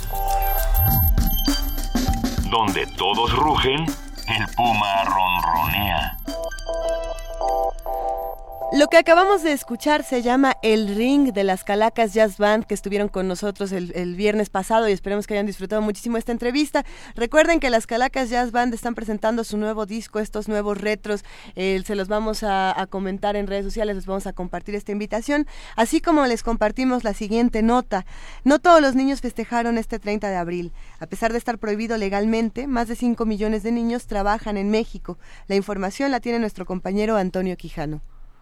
Donde todos rugen, el puma ronronea. Lo que acabamos de escuchar se llama El Ring de las Calacas Jazz Band, que estuvieron con nosotros el, el viernes pasado, y esperemos que hayan disfrutado muchísimo esta entrevista. Recuerden que las Calacas Jazz Band están presentando su nuevo disco, estos nuevos retros, eh, se los vamos a, a comentar en redes sociales, les vamos a compartir esta invitación, así como les compartimos la siguiente nota. No todos los niños festejaron este treinta de abril. A pesar de estar prohibido legalmente, más de cinco millones de niños trabajan en México. La información la tiene nuestro compañero Antonio Quijano.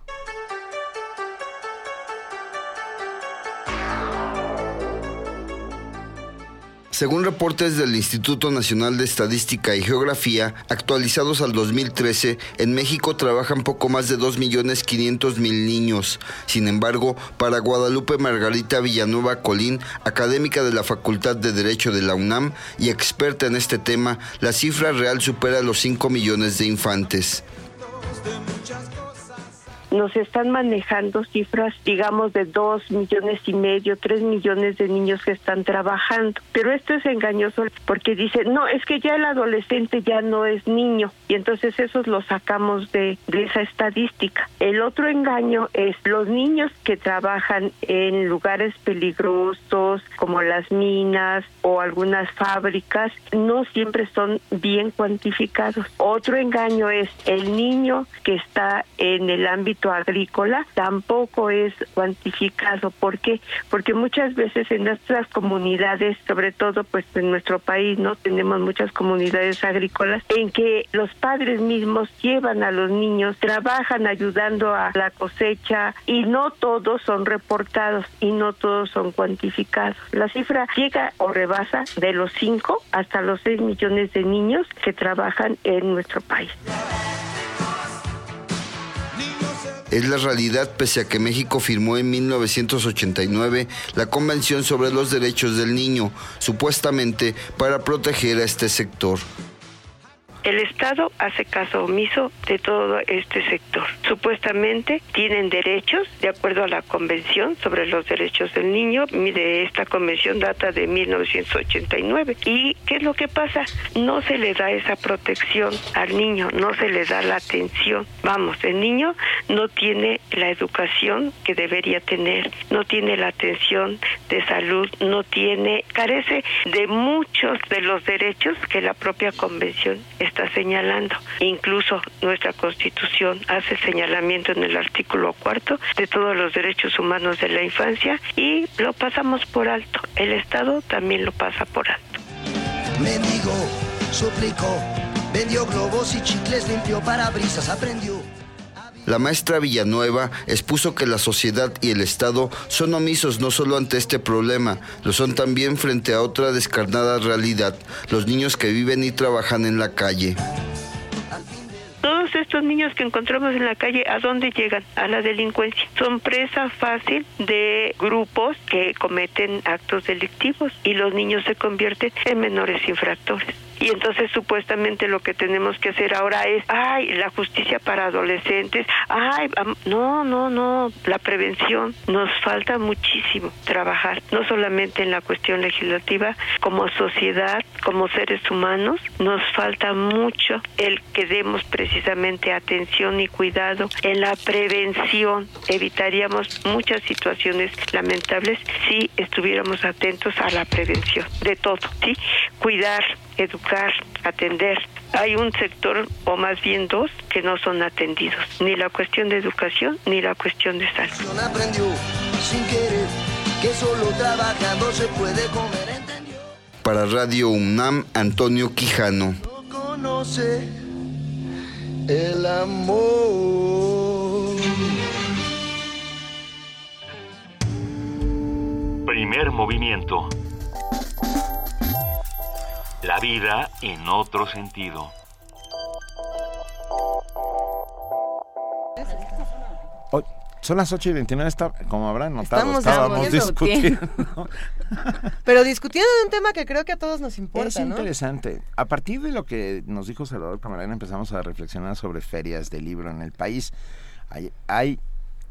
Según reportes del Instituto Nacional de Estadística y Geografía, actualizados al dos mil trece, en México trabajan poco más de dos millones quinientos mil niños. Sin embargo, para Guadalupe Margarita Villanueva Colín, académica de la Facultad de Derecho de la UNAM y experta en este tema, la cifra real supera los cinco millones de infantes. Nos están manejando cifras, digamos, de dos millones y medio, tres millones de niños que están trabajando. Pero esto es engañoso porque dice, no, es que ya el adolescente ya no es niño. Y entonces esos los sacamos de, de esa estadística. El otro engaño es los niños que trabajan en lugares peligrosos, como las minas o algunas fábricas, no siempre son bien cuantificados. Otro engaño es el niño que está en el ámbito agrícola, tampoco es cuantificado. ¿Por qué? Porque muchas veces en nuestras comunidades, sobre todo pues en nuestro país, no tenemos muchas comunidades agrícolas en que los padres mismos llevan a los niños, trabajan ayudando a la cosecha y no todos son reportados y no todos son cuantificados. La cifra llega o rebasa de los cinco hasta los seis millones de niños que trabajan en nuestro país. Es la realidad pese a que México firmó en mil novecientos ochenta y nueve la Convención sobre los Derechos del Niño, supuestamente para proteger a este sector. El Estado hace caso omiso de todo este sector. Supuestamente tienen derechos, de acuerdo a la Convención sobre los Derechos del Niño. De esta convención data de mil novecientos ochenta y nueve. ¿Y qué es lo que pasa? No se le da esa protección al niño, no se le da la atención. Vamos, el niño no tiene la educación que debería tener, no tiene la atención de salud, no tiene, carece de muchos de los derechos que la propia convención está señalando. Incluso nuestra Constitución hace señalamiento en el artículo cuarto de todos los derechos humanos de la infancia y lo pasamos por alto. El Estado también lo pasa por alto. Mendigo, suplicó, vendió globos y chicles, limpió parabrisas, aprendió. La maestra Villanueva expuso que la sociedad y el Estado son omisos no solo ante este problema, lo son también frente a otra descarnada realidad, los niños que viven y trabajan en la calle. Todos estos niños que encontramos en la calle, ¿a dónde llegan? A la delincuencia. Son presa fácil de grupos que cometen actos delictivos y los niños se convierten en menores infractores. Y entonces supuestamente lo que tenemos que hacer ahora es, ay, la justicia para adolescentes, ay, no, no, no, la prevención. Nos falta muchísimo trabajar, no solamente en la cuestión legislativa, como sociedad, como seres humanos, nos falta mucho el que demos precisamente atención y cuidado en la prevención. Evitaríamos muchas situaciones lamentables si estuviéramos atentos a la prevención de todo, ¿sí? Cuidar, educar, atender. Hay un sector, o más bien dos, que no son atendidos. Ni la cuestión de educación, ni la cuestión de salud. Aprendió sin querer que solo trabajando se puede comer, entendió. Para Radio UNAM, Antonio Quijano. No conoce el amor. Primer movimiento. La vida en otro sentido. Oh, son las ocho y veintinueve, está, como habrán notado, Estamos estábamos discutiendo. Pero discutiendo de un tema que creo que a todos nos importa, es ¿no? interesante. A partir de lo que nos dijo Salvador Camarena, empezamos a reflexionar sobre ferias de libro en el país. Hay, hay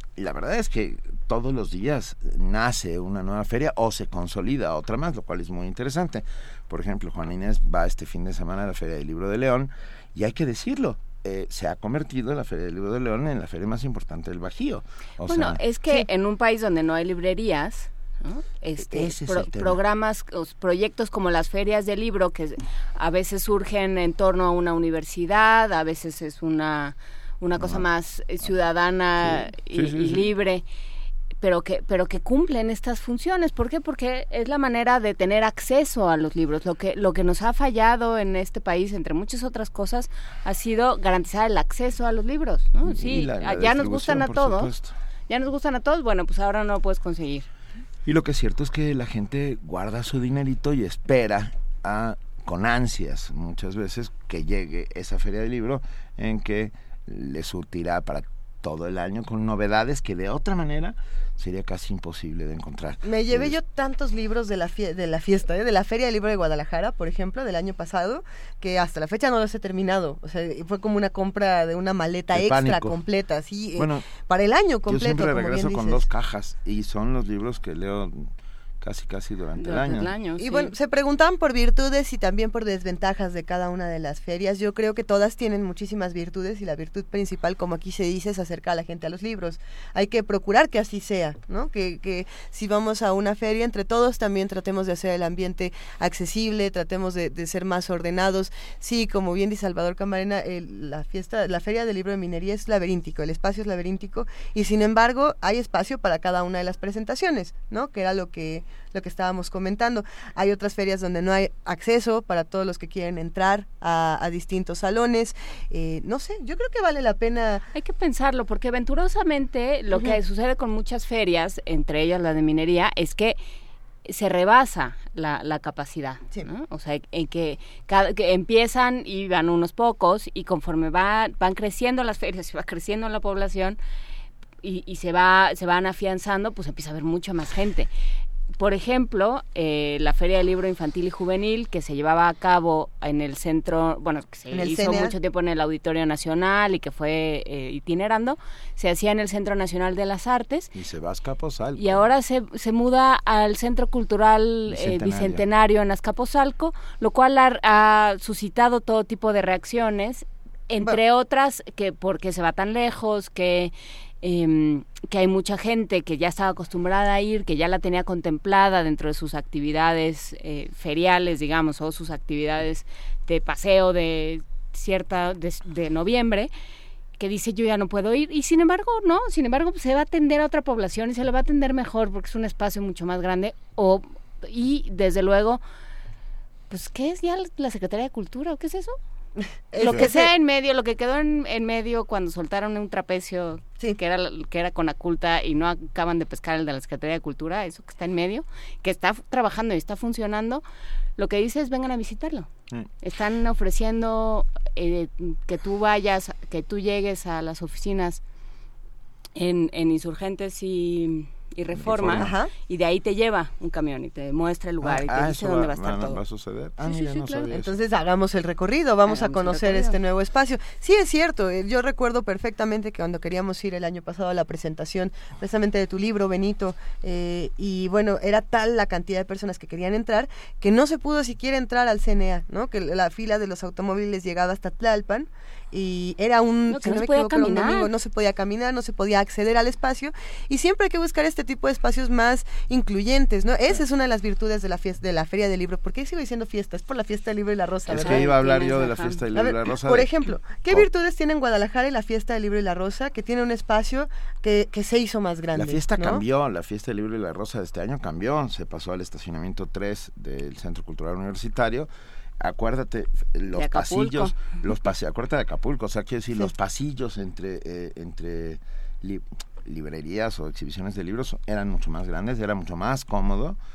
y la verdad es que todos los días nace una nueva feria o se consolida otra más, lo cual es muy interesante. Por ejemplo, Juana Inés va este fin de semana a la Feria del Libro de León, y hay que decirlo, eh, se ha convertido la Feria del Libro de León en la feria más importante del Bajío. O bueno, sea, es que sí. en un país donde no hay librerías, ¿no? Este, Ese es pro, el tema. programas, os, proyectos como las ferias del libro, que a veces surgen en torno a una universidad, a veces es una, una cosa No. más ciudadana Sí. y, Sí, sí, y sí. libre, pero que pero que cumplen estas funciones. ¿Por qué? Porque es la manera de tener acceso a los libros. Lo que lo que nos ha fallado en este país, entre muchas otras cosas, ha sido garantizar el acceso a los libros, ¿no? Y Sí, la- la ya nos gustan distribución, a por todos. supuesto. Ya nos gustan a todos, bueno, pues ahora no lo puedes conseguir. Y lo que es cierto es que la gente guarda su dinerito y espera a, con ansias muchas veces que llegue esa feria del libro en que le surtirá para todo el año con novedades que de otra manera sería casi imposible de encontrar. Me llevé Es- yo tantos libros de la, fie- de la fiesta, ¿eh? de la Feria del Libro de Guadalajara, por ejemplo, del año pasado, que hasta la fecha no los he terminado. O sea, fue como una compra de una maleta De extra pánico. completa, así, eh, Bueno, para el año Yo completo, siempre como regreso bien con dices. dos cajas y son los libros que leo casi casi durante, Durante el el año. año, Y sí. bueno, se preguntaban por virtudes y también por desventajas de cada una de las ferias. Yo creo que todas tienen muchísimas virtudes y la virtud principal, como aquí se dice, es acercar a la gente a los libros. Hay que procurar que así sea, ¿no? Que, que si vamos a una feria, entre todos también tratemos de hacer el ambiente accesible, tratemos de, de ser más ordenados. Sí, como bien dice Salvador Camarena, el- la fiesta, la Feria del Libro de Minería es laberíntico, el espacio es laberíntico y sin embargo hay espacio para cada una de las presentaciones, ¿no? Que era lo que lo que estábamos comentando. Hay otras ferias donde no hay acceso para todos los que quieren entrar a, a distintos salones. Eh, no sé, yo creo que vale la pena. Hay que pensarlo, porque venturosamente lo Ujú. que sucede con muchas ferias, entre ellas la de minería, es que se rebasa la, la capacidad, ¿no? O sea, en que, cada, que empiezan y van unos pocos y conforme va, van creciendo las ferias, se va creciendo la población y, y se va se van afianzando, pues empieza a haber mucha más gente. Por ejemplo, eh, la Feria del Libro Infantil y Juvenil, que se llevaba a cabo en el centro, bueno, que se En el hizo C N A. mucho tiempo en el Auditorio Nacional y que fue eh, itinerando, se hacía en el Centro Nacional de las Artes. Y se va a Azcapotzalco. Y ahora se, se muda al Centro Cultural eh, Bicentenario. Bicentenario en Azcapotzalco, lo cual ha, ha suscitado todo tipo de reacciones, entre otras que porque se va tan lejos, que... Eh, que hay mucha gente que ya estaba acostumbrada a ir, que ya la tenía contemplada dentro de sus actividades eh, feriales, digamos, o sus actividades de paseo de cierta de, de noviembre, que dice yo ya no puedo ir, y sin embargo no, sin embargo pues, se va a atender a otra población y se le va a atender mejor porque es un espacio mucho más grande, o y desde luego, pues ¿qué es ya la Secretaría de Cultura o qué es eso? Lo que sea en medio, lo que quedó en, en medio cuando soltaron un trapecio que era que era Conaculta y no acaban de pescar el de la Secretaría de Cultura, eso que está en medio, que está trabajando y está funcionando, lo que dice es vengan a visitarlo. Mm. Están ofreciendo eh, que tú vayas, que tú llegues a las oficinas en, en Insurgentes y, y Reforma, Reforma. Ajá. y de ahí te lleva un camión y te muestra el lugar Ah, y te ah, dice eso dónde va- va a estar va- todo. va a suceder. Ah, Sí, sí, mira, sí, no claro. sabía eso. Entonces hagamos el recorrido, vamos Hagamos a el conocer recorrido. este nuevo espacio. Sí, es cierto, eh, yo recuerdo perfectamente que cuando queríamos ir el año pasado a la presentación precisamente de tu libro, Benito, eh, y bueno, era tal la cantidad de personas que querían entrar que no se pudo siquiera entrar al C N A, ¿no? Que la fila de los automóviles llegaba hasta Tlalpan y era un, No, que si no se me podía equivoco, era un caminar. domingo, no se podía caminar, no se podía acceder al espacio, y siempre hay que buscar este tipo de espacios más incluyentes, ¿no? Esa es una de las virtudes de la fiesta, de la Feria del Libro. ¿Por qué sigo diciendo fiesta? Es por la Fiesta del Libro y la Rosa, Es ¿verdad? que iba a hablar Tienes yo de la razón. fiesta del A libro ver, y la rosa. por de- ejemplo, ¿qué Oh. virtudes tiene en Guadalajara y la Fiesta del Libro y la Rosa, que tiene un espacio que, que se hizo más grande? La fiesta ¿no? cambió, la fiesta del libro y la rosa de este año cambió, se pasó al estacionamiento tres del Centro Cultural Universitario. Acuérdate, los De Acapulco. pasillos, los pasi- acuérdate de Acapulco, o sea, quiero decir, Sí. los pasillos entre eh, entre li- librerías o exhibiciones de libros eran mucho más grandes, era mucho más cómodo.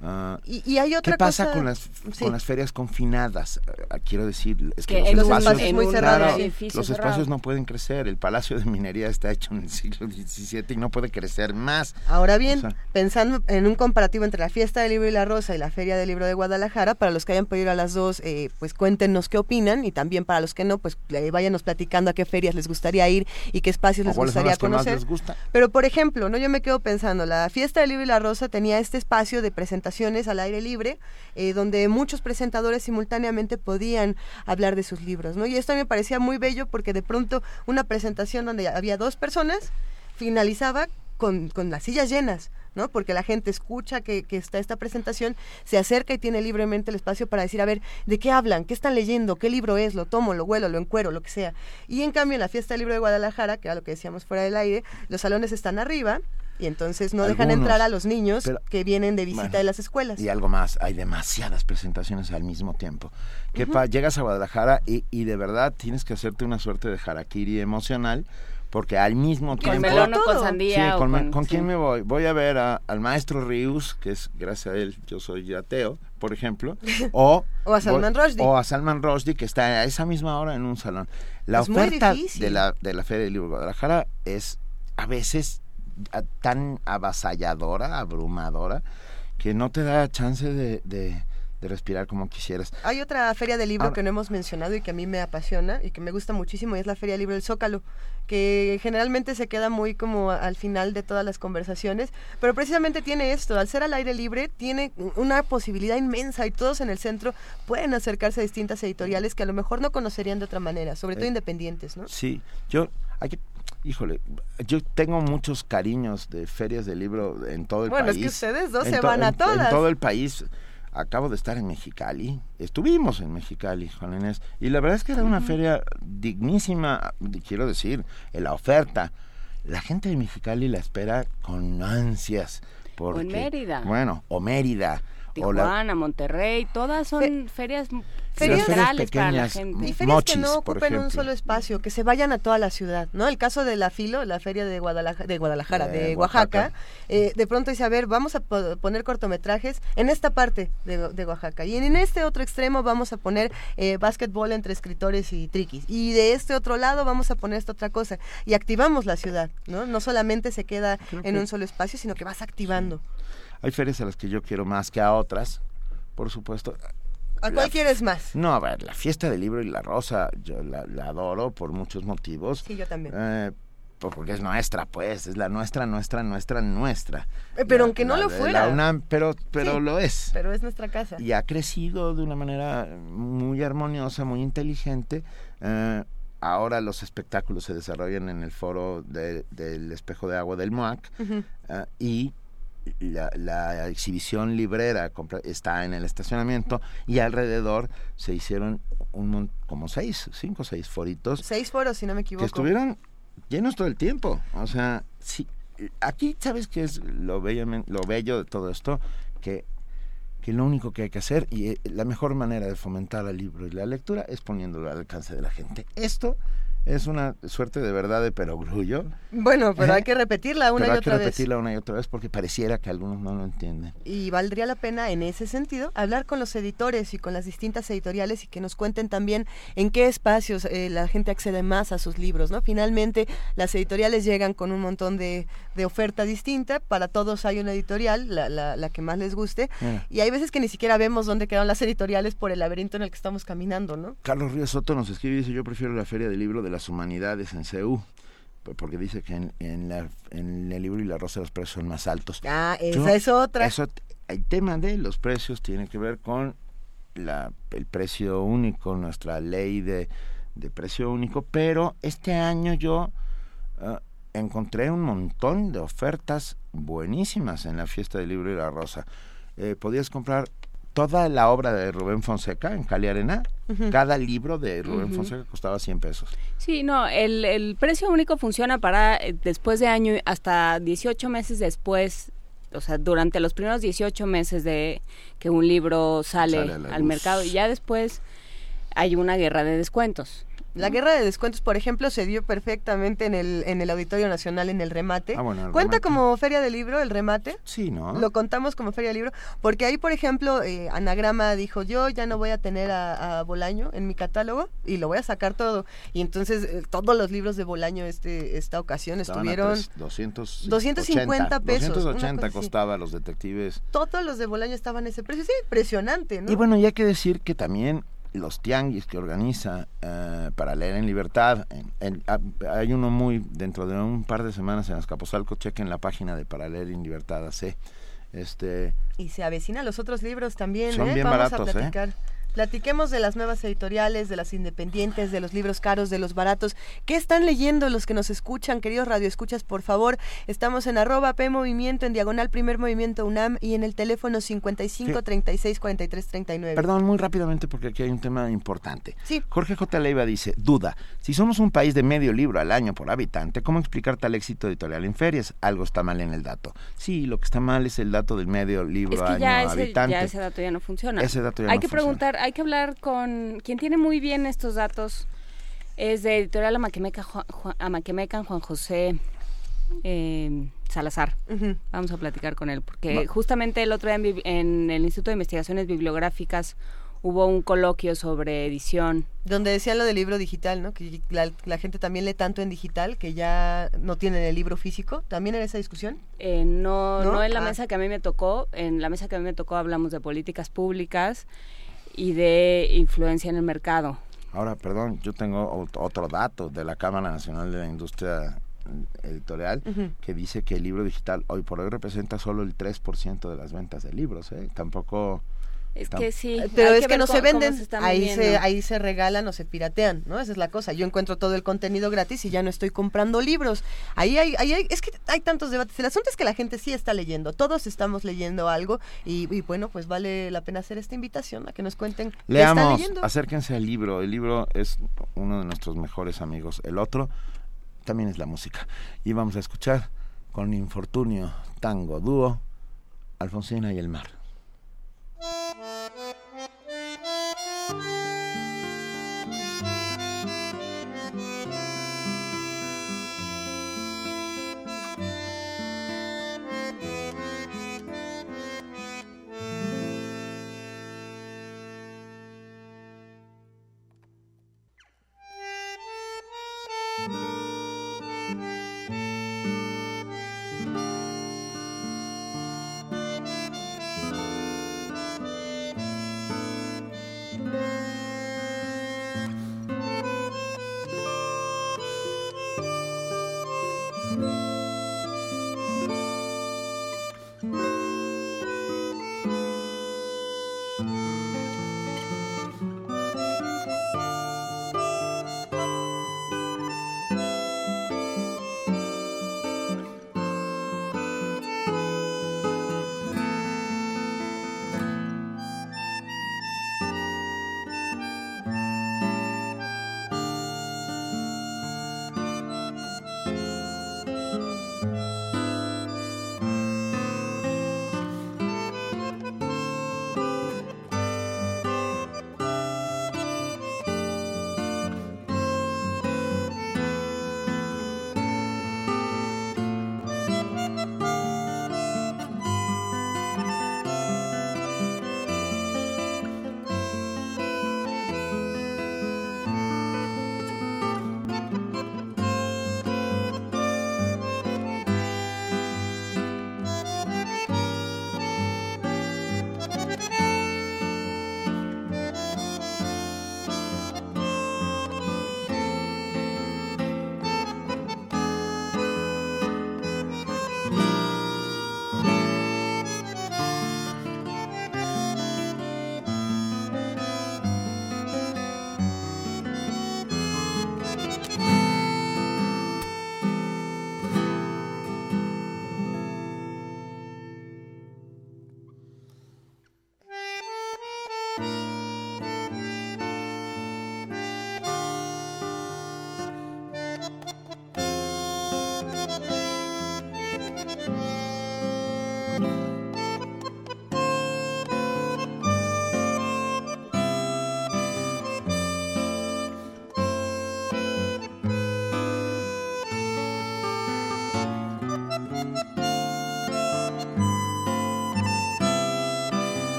Uh, y, y hay otra ¿Qué pasa cosa? con las Sí. con las ferias confinadas? Uh, quiero decir, es que, que los los espacios, espacios muy claro, cerrados, los espacios no pueden crecer. El Palacio de Minería está hecho en el siglo diecisiete y no puede crecer más. Ahora bien, O sea, pensando en un comparativo entre la Fiesta del Libro y la Rosa y la Feria del Libro de Guadalajara, para los que hayan podido ir a las dos, eh, pues cuéntenos qué opinan, y también para los que no, pues eh, váyanos platicando a qué ferias les gustaría ir y qué espacios les ¿cuáles son gustaría las que más conocer. les gusta? Pero por ejemplo, no, yo me quedo pensando, la Fiesta del Libro y la Rosa tenía este espacio de presentaciones al aire libre, eh, donde muchos presentadores simultáneamente podían hablar de sus libros, ¿no? Y esto a mí me parecía muy bello porque de pronto una presentación donde había dos personas finalizaba con, con las sillas llenas, ¿no? Porque la gente escucha que, que está esta presentación, se acerca y tiene libremente el espacio para decir, a ver, ¿de qué hablan? ¿Qué están leyendo? ¿Qué libro es? Lo tomo, lo huelo, lo encuero, lo que sea. Y en cambio en la Fiesta del Libro de Guadalajara, que era lo que decíamos fuera del aire, los salones están arriba y entonces no dejan Algunos, entrar a los niños pero, que vienen de visita bueno, de las escuelas. Y algo más, hay demasiadas presentaciones al mismo tiempo. Que Ujú. pa- llegas a Guadalajara y, y de verdad tienes que hacerte una suerte de harakiri emocional, porque al mismo Con tiempo... melón o con sandía. Sí, o con, me- con- ¿con sí. quién me voy? Voy a ver a- al maestro Rius, que es, gracias a él, yo soy ateo, por ejemplo, o... O a Salman voy- Rushdie. O a Salman Rushdie, que está a esa misma hora en un salón. La Es muy oferta difícil. de la, de la Feria del Libro de Guadalajara es a veces a- tan avasalladora, abrumadora, que no te da chance de, de, de respirar como quisieras. Hay otra feria de libro Ahora- que no hemos mencionado y que a mí me apasiona y que me gusta muchísimo, y es la Feria del Libro del Zócalo, que generalmente se queda muy como al final de todas las conversaciones, pero precisamente tiene esto, al ser al aire libre, tiene una posibilidad inmensa y todos en el centro pueden acercarse a distintas editoriales que a lo mejor no conocerían de otra manera, sobre todo Eh, independientes, ¿no? Sí, yo, hay que, híjole, yo tengo muchos cariños de ferias de libro en todo el Bueno, país. es que ustedes dos En se to- van a en- todas. En todo el país. Acabo de estar en Mexicali, estuvimos en Mexicali, Juan Inés, y la verdad es que era una feria dignísima, quiero decir, en la oferta. La gente de Mexicali la espera con ansias. Porque, O en Mérida. Bueno, o Mérida. o la- Tijuana, Monterrey, todas son Fe- ferias Ferias centrales para la pequeñas, gente. Y ferias Mochis, que no por ocupen un ejemplo. solo espacio, que se vayan a toda la ciudad, ¿no? El caso de la Filo, la feria de Guadalajara, de, Guadalajara, De de Oaxaca, Oaxaca. eh, de pronto dice, a ver, vamos a po- poner cortometrajes en esta parte de, de Oaxaca, y en, en este otro extremo vamos a poner eh, básquetbol entre escritores y triquis, y de este otro lado vamos a poner esta otra cosa, y activamos la ciudad, ¿no? No solamente se queda Creo en que- un solo espacio, sino que vas activando. Hay ferias a las que yo quiero más que a otras, por supuesto. ¿A La cuál f- quieres más? No, a ver, la fiesta del libro y la rosa, yo la, la adoro por muchos motivos. Sí, yo también. Eh, pues porque es nuestra, pues, es la nuestra, nuestra, nuestra, nuestra. Eh, pero La- aunque no la lo de fuera. La UNAM, pero, pero Sí, lo es. Pero es nuestra casa. Y ha crecido de una manera muy armoniosa, muy inteligente. Eh, ahora los espectáculos se desarrollan en el foro de- del Espejo de Agua del M O A C, Ujú. eh, y la, la exhibición librera compra- está en el estacionamiento, y alrededor se hicieron un mon- como seis, cinco o seis foritos Seis foros, si no me que equivoco. estuvieron llenos todo el tiempo. O sea, sí, aquí sabes qué es lo bello, lo bello de todo esto, que que lo único que hay que hacer, y eh, la mejor manera de fomentar el libro y la lectura, es poniéndolo al alcance de la gente. Esto es una suerte de verdad de perogrullo. Bueno, pero ¿Eh? hay que repetirla una Pero y hay que otra vez. repetirla una y otra vez porque pareciera que algunos no lo entienden. Y valdría la pena en ese sentido hablar con los editores y con las distintas editoriales y que nos cuenten también en qué espacios eh, la gente accede más a sus libros, ¿no? Finalmente las editoriales llegan con un montón de, de oferta distinta, para todos hay una editorial, la, la, la que más les guste, Mira. y hay veces que ni siquiera vemos dónde quedaron las editoriales por el laberinto en el que estamos caminando, ¿no? Carlos Ríos Soto nos escribe y dice: yo prefiero la Feria del Libro de las Humanidades en C U, porque dice que en, en, la, en el libro y la rosa los precios son más altos. Ah, esa Yo- es otra. Eso, el tema de los precios tiene que ver con la, el precio único, nuestra ley de, de precio único, pero este año yo uh, encontré un montón de ofertas buenísimas en la Fiesta del Libro y la Rosa. Eh, podías comprar toda la obra de Rubén Fonseca en Cali Arena. Ujú. Cada libro de Rubén Ujú. Fonseca costaba cien pesos. Sí, no, el, el precio único funciona para eh, después de año hasta dieciocho meses después, o sea, durante los primeros dieciocho meses de que un libro sale, Sale a la al luz. mercado, y ya después hay una guerra de descuentos. La guerra de descuentos, por ejemplo, se dio perfectamente en el en el Auditorio Nacional en el remate. Ah, bueno, el ¿Cuenta remate. como feria de libro el remate? Sí, ¿no? Lo contamos como feria de libro, porque ahí, por ejemplo, eh, Anagrama dijo, yo ya no voy a tener a, a Bolaño en mi catálogo y lo voy a sacar todo. Y entonces eh, todos los libros de Bolaño este esta ocasión Estaban a estuvieron... tres- doscientos doscientos cincuenta pesos. doscientos una ochenta cosa así. costaba a los detectives. Todos los de Bolaño estaban a ese precio. Sí, impresionante, ¿no? Y bueno, y hay que decir que también los tianguis que organiza eh, para leer en libertad, en, en, a, hay uno muy, dentro de un par de semanas en Azcapotzalco, chequen la página de Para leer en libertad, así, este... Y se avecinan los otros libros también, Son ¿eh? bien Vamos baratos, a platicar. ¿eh? Platiquemos de las nuevas editoriales, de las independientes, de los libros caros, de los baratos. ¿Qué están leyendo los que nos escuchan, queridos radioescuchas? Por favor, estamos en arroba P Movimiento, en diagonal Primer Movimiento UNAM y en el teléfono cincuenta y cinco, treinta y seis, cuarenta y tres, treinta y nueve. Perdón, muy rápidamente porque aquí hay un tema importante. Sí. Jorge J. Leiva dice, duda, si somos un país de medio libro al año por habitante, ¿cómo explicar tal éxito editorial en ferias? Algo está mal en el dato. Sí, lo que está mal es el dato del medio libro Es que año ya ese, habitante. ya ese dato ya no funciona. Ese dato ya hay no que funciona. preguntar, hay que hablar con quien tiene muy bien estos datos. Es de Editorial Amaquemeca, Juan, Juan, Amaquemecan, Juan José eh, Salazar. Uh-huh. Vamos a platicar con él, porque Va. justamente el otro día en, en el Instituto de Investigaciones Bibliográficas hubo un coloquio sobre edición. Donde decían lo del libro digital, ¿no? Que la, la gente también lee tanto en digital que ya no tienen el libro físico. ¿También era esa discusión? Eh, no, no, no en la ah. mesa que a mí me tocó. En la mesa que a mí me tocó hablamos de políticas públicas y de influencia en el mercado. Ahora, perdón, yo tengo otro dato de la Cámara Nacional de la Industria Editorial uh-huh. que dice que el libro digital hoy por hoy representa solo el tres por ciento de las ventas de libros, ¿eh? Tampoco... Es que sí, pero es que, que no cómo, se venden, se ahí se ahí se regalan o se piratean, ¿no? Esa es la cosa. Yo encuentro todo el contenido gratis y ya no estoy comprando libros. Ahí hay, ahí hay es que hay tantos debates. El asunto es que la gente sí está leyendo, todos estamos leyendo algo y, y bueno, pues vale la pena hacer esta invitación a que nos cuenten Leamos, qué están leyendo. Acérquense al libro. El libro es uno de nuestros mejores amigos. El otro también es la música. Y vamos a escuchar con Infortunio Tango Dúo, Alfonsina y el mar.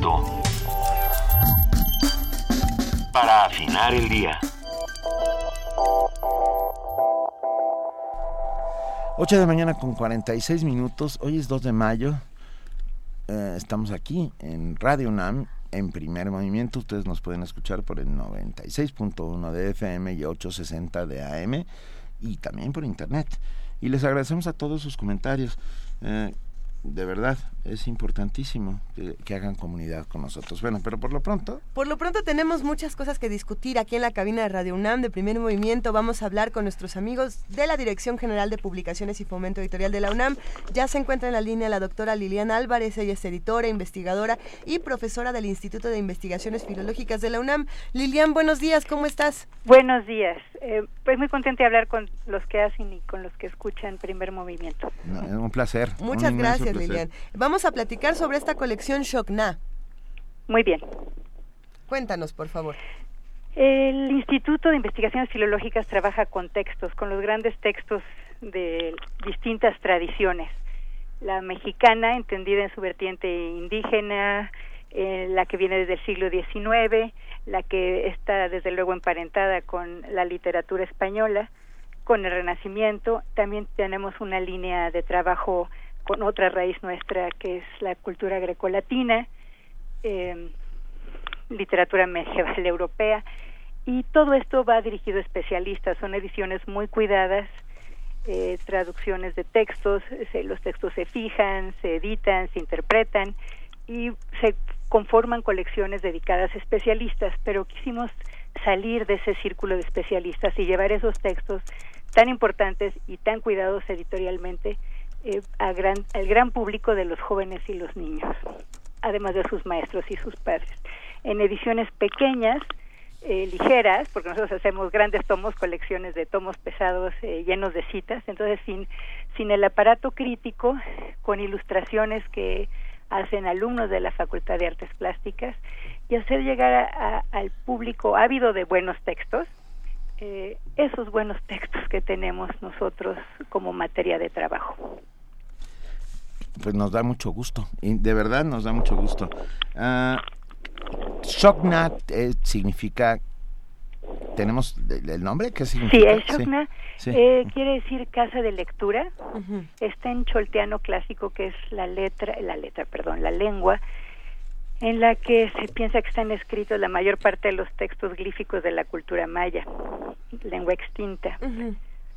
Movimiento. Para afinar el día. ocho de la mañana con cuarenta y seis minutos. Hoy es dos de mayo. Eh, estamos aquí en Radio UNAM, en Primer Movimiento. Ustedes nos pueden escuchar por el noventa y seis punto uno de F M y ochocientos sesenta de A M, y también por internet. Y les agradecemos a todos sus comentarios. Eh, de verdad, es importantísimo que, que hagan comunidad con nosotros. Bueno, pero por lo pronto... Por lo pronto tenemos muchas cosas que discutir aquí en la cabina de Radio UNAM de Primer Movimiento. Vamos a hablar con nuestros amigos de la Dirección General de Publicaciones y Fomento Editorial de la UNAM. Ya se encuentra en la línea la doctora Liliana Álvarez. Ella es editora, investigadora y profesora del Instituto de Investigaciones Filológicas de la UNAM. Lilian, buenos días, ¿cómo estás? Buenos días. Eh, pues muy contenta de hablar con los que hacen y con los que escuchan Primer Movimiento. No, es un placer. Muchas un gracias, placer. Lilian. Vamos a platicar sobre esta colección Shokna. Muy bien. Cuéntanos, por favor. El Instituto de Investigaciones Filológicas trabaja con textos, con los grandes textos de distintas tradiciones. La mexicana, entendida en su vertiente indígena, eh, la que viene desde el siglo diecinueve, la que está desde luego emparentada con la literatura española, con el Renacimiento. También tenemos una línea de trabajo con otra raíz nuestra, que es la cultura grecolatina, eh, literatura medieval europea, y todo esto va dirigido a especialistas. Son ediciones muy cuidadas, eh, traducciones de textos, se, los textos se fijan, se editan, se interpretan, y se conforman colecciones dedicadas a especialistas, pero quisimos salir de ese círculo de especialistas y llevar esos textos tan importantes y tan cuidados editorialmente Eh, a gran, al gran público de los jóvenes y los niños, además de sus maestros y sus padres, en ediciones pequeñas, eh, ligeras, porque nosotros hacemos grandes tomos, colecciones de tomos pesados eh, llenos de citas, entonces sin, sin el aparato crítico, con ilustraciones que hacen alumnos de la Facultad de Artes Plásticas, y hacer llegar a, a, al público ávido de buenos textos, eh, esos buenos textos que tenemos nosotros como materia de trabajo. Pues nos da mucho gusto, y de verdad nos da mucho gusto. Uh, Shokna eh, significa, ¿tenemos el nombre? ¿Qué significa? Sí, el Shokna sí. eh, Sí. quiere decir casa de lectura. Uh-huh. Está en cholteano clásico, que es la letra, la letra, perdón, la lengua en la que se piensa que están escritos la mayor parte de los textos glíficos de la cultura maya, lengua extinta. Uh-huh.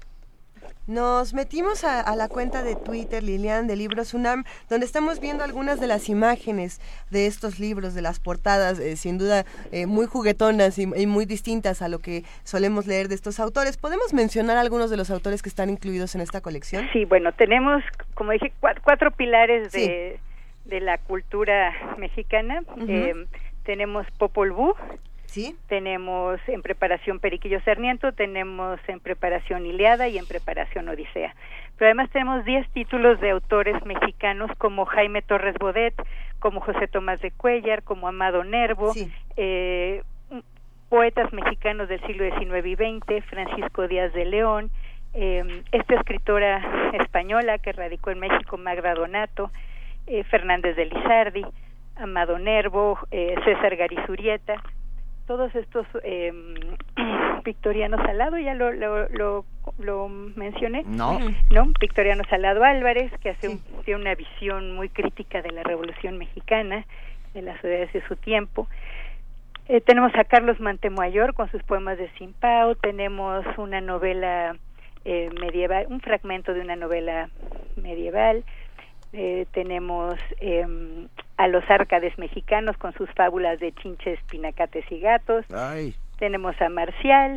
Nos metimos a, a la cuenta de Twitter, Lilian, de Libros UNAM, donde estamos viendo algunas de las imágenes de estos libros, de las portadas, eh, sin duda eh, muy juguetonas y, y muy distintas a lo que solemos leer de estos autores. ¿Podemos mencionar algunos de los autores que están incluidos en esta colección? Sí, bueno, tenemos, como dije, cuatro, cuatro pilares de, sí. de la cultura mexicana. Uh-huh. Eh, tenemos Popol Vuh. ¿Sí? Tenemos en preparación Periquillo Sarmiento, tenemos en preparación Ilíada y en preparación Odisea. Pero además tenemos diez títulos de autores mexicanos como Jaime Torres Bodet, como José Tomás de Cuéllar, como Amado Nervo, sí. eh, poetas mexicanos del siglo diecinueve y veinte, Francisco Díaz de León, eh, esta escritora española que radicó en México, Magda Donato, eh, Fernández de Lizardi, Amado Nervo, eh, César Garizurieta. Todos estos eh, Victoriano Salado, ya lo, lo, lo, lo mencioné, no, ¿no? Victoriano Salado Álvarez, que hace un, tiene una visión muy crítica de la Revolución Mexicana, de las sociedades de su tiempo. Eh, tenemos a Carlos Mantemoayor con sus poemas de Simpao, tenemos una novela eh, medieval, un fragmento de una novela medieval. Eh, tenemos eh, a los árcades mexicanos con sus fábulas de chinches, pinacates y gatos. Ay. Tenemos a Marcial,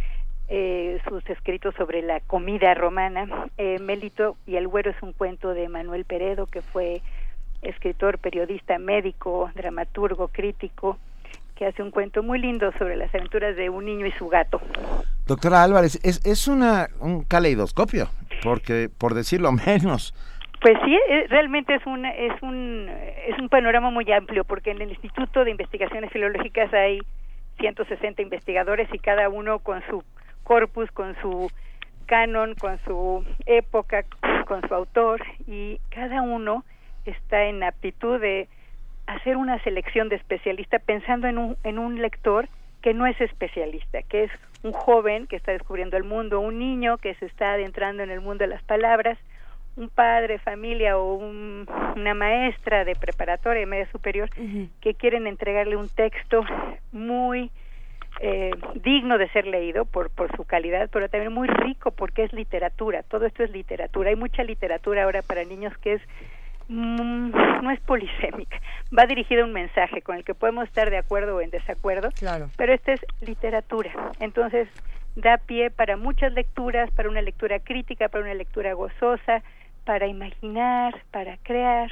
eh, sus escritos sobre la comida romana. eh, Melito y el Güero es un cuento de Manuel Peredo, que fue escritor, periodista, médico, dramaturgo, crítico, que hace un cuento muy lindo sobre las aventuras de un niño y su gato. Doctora Álvarez, es, es una un caleidoscopio, porque por decirlo menos. Pues sí, realmente es un es un es un panorama muy amplio, porque en el Instituto de Investigaciones Filológicas hay ciento sesenta investigadores y cada uno con su corpus, con su canon, con su época, con su autor, y cada uno está en aptitud de hacer una selección de especialista pensando en un, en un lector que no es especialista, que es un joven que está descubriendo el mundo, un niño que se está adentrando en el mundo de las palabras, un padre, familia o un, una maestra de preparatoria, media superior, uh-huh. que quieren entregarle un texto muy eh, digno de ser leído por, por su calidad, pero también muy rico porque es literatura, todo esto es literatura. Hay mucha literatura ahora para niños que es mm, no es polisémica, va dirigida a un mensaje con el que podemos estar de acuerdo o en desacuerdo, claro. pero esta es literatura, entonces da pie para muchas lecturas, para una lectura crítica, para una lectura gozosa, para imaginar, para crear.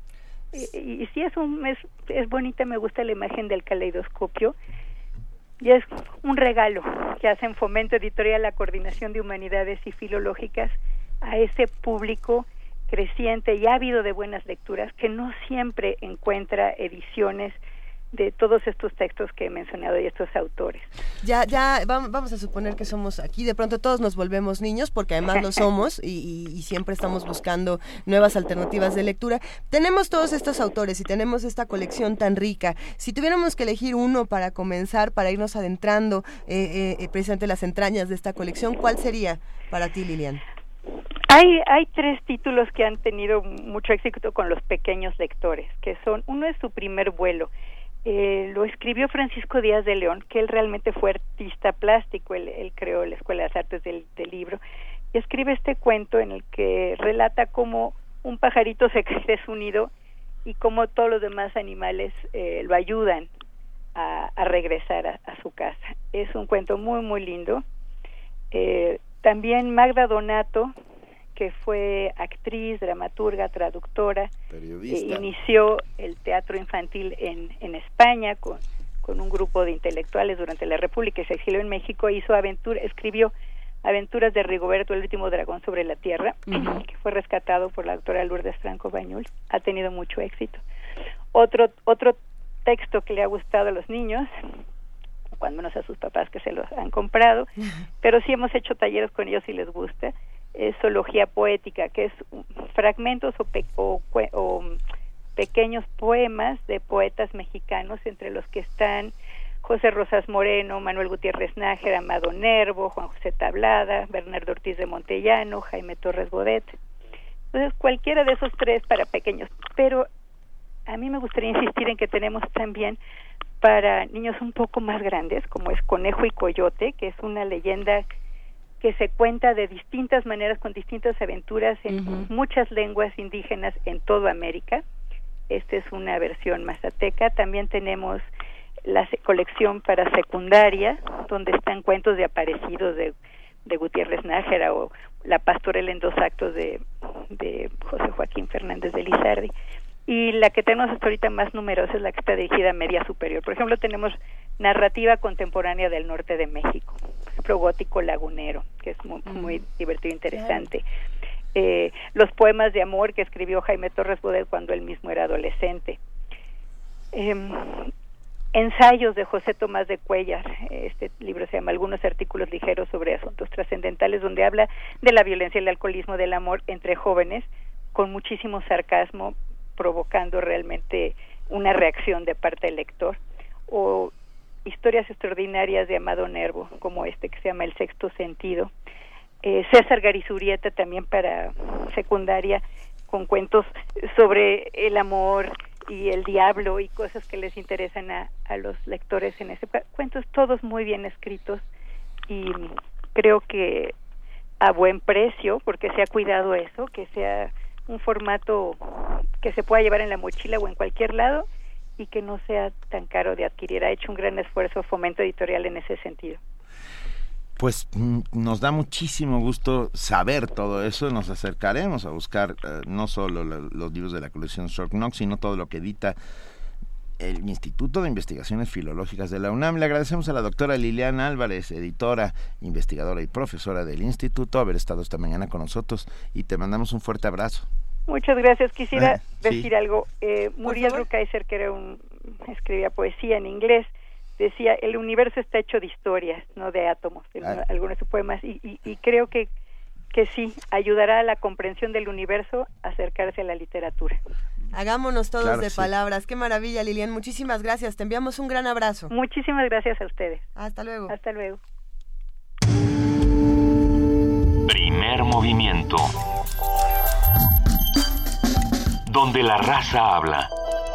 Y, y, y sí es un es, es bonita, me gusta la imagen del caleidoscopio. Y es un regalo que hacen Fomento Editorial, la Coordinación de Humanidades y Filológicas, a ese público creciente y ávido de buenas lecturas que no siempre encuentra ediciones de todos estos textos que he mencionado y estos autores. Ya, ya, vamos a suponer que somos aquí, de pronto todos nos volvemos niños, porque además lo somos, y, y, y siempre estamos buscando nuevas alternativas de lectura. Tenemos todos estos autores y tenemos esta colección tan rica. Si tuviéramos que elegir uno para comenzar, para irnos adentrando eh, eh, precisamente las entrañas de esta colección, ¿cuál sería para ti, Lilian? Hay, hay tres títulos que han tenido mucho éxito con los pequeños lectores, que son, uno es Su primer vuelo. Eh, lo escribió Francisco Díaz de León, que él realmente fue artista plástico, él, él creó la Escuela de las Artes del, del Libro, y escribe este cuento en el que relata cómo un pajarito se cree de su nido y cómo todos los demás animales eh, lo ayudan a, a regresar a, a su casa. Es un cuento muy, muy lindo. Eh, también Magda Donato, que fue actriz, dramaturga, traductora, periodista. Eh, inició el teatro infantil en, en España con, con un grupo de intelectuales durante la República y se exilió en México, hizo aventura, escribió Aventuras de Rigoberto, el último dragón sobre la tierra, uh-huh. que fue rescatado por la doctora Lourdes Franco Bañul, ha tenido mucho éxito. Otro, otro texto que le ha gustado a los niños, cuando menos a sus papás que se los han comprado, uh-huh. pero sí hemos hecho talleres con ellos y les gusta, es Zoología Poética, que es fragmentos o, pe- o, o pequeños poemas de poetas mexicanos, entre los que están José Rosas Moreno, Manuel Gutiérrez Nájera, Amado Nervo, Juan José Tablada, Bernardo Ortiz de Montellano, Jaime Torres Bodet. Entonces, cualquiera de esos tres para pequeños, pero a mí me gustaría insistir en que tenemos también para niños un poco más grandes, como es Conejo y Coyote, que es una leyenda que se cuenta de distintas maneras, con distintas aventuras en uh-huh. muchas lenguas indígenas en toda América. Esta es una versión mazateca. También tenemos la colección para secundaria, donde están cuentos de aparecidos de, de Gutiérrez Nájera o La Pastorela en dos actos de, de José Joaquín Fernández de Lizardi. Y la que tenemos hasta ahorita más numerosa es la que está dirigida a media superior. Por ejemplo, tenemos narrativa contemporánea del norte de México, por ejemplo, Gótico Lagunero, que es muy, muy divertido e interesante. Eh, los poemas de amor que escribió Jaime Torres Bodet cuando él mismo era adolescente. Eh, ensayos de José Tomás de Cuéllar, este libro se llama Algunos artículos ligeros sobre asuntos trascendentales, donde habla de la violencia, el alcoholismo, del amor entre jóvenes, con muchísimo sarcasmo, provocando realmente una reacción de parte del lector. O historias extraordinarias de Amado Nervo, como este que se llama El sexto sentido. Eh, César Garizurieta, también para secundaria, con cuentos sobre el amor y el diablo y cosas que les interesan a, a los lectores en ese cuentos, todos muy bien escritos, y creo que a buen precio, porque se ha cuidado eso, que sea un formato que se pueda llevar en la mochila o en cualquier lado y que no sea tan caro de adquirir. Ha hecho un gran esfuerzo Fomento Editorial en ese sentido. Pues mm, nos da muchísimo gusto saber todo eso. Nos acercaremos a buscar uh, no solo la, los libros de la colección Short Knox, sino todo lo que edita el Instituto de Investigaciones Filológicas de la UNAM. Le agradecemos a la doctora Lilian Álvarez, editora, investigadora y profesora del Instituto, haber estado esta mañana con nosotros, y te mandamos un fuerte abrazo. Muchas gracias. Quisiera eh, decir sí. algo. Eh, Muriel Rukeyser, que era un, escribía poesía en inglés, decía: el universo está hecho de historias, no de átomos, en ah. algunos de sus poemas, y, y, y creo que, que sí, ayudará a la comprensión del universo a acercarse a la literatura. Hagámonos todos Claro de sí. palabras. Qué maravilla, Lilian. Muchísimas gracias. Te enviamos un gran abrazo. Muchísimas gracias a ustedes. Hasta luego. Hasta luego. Primer movimiento. Donde la raza habla.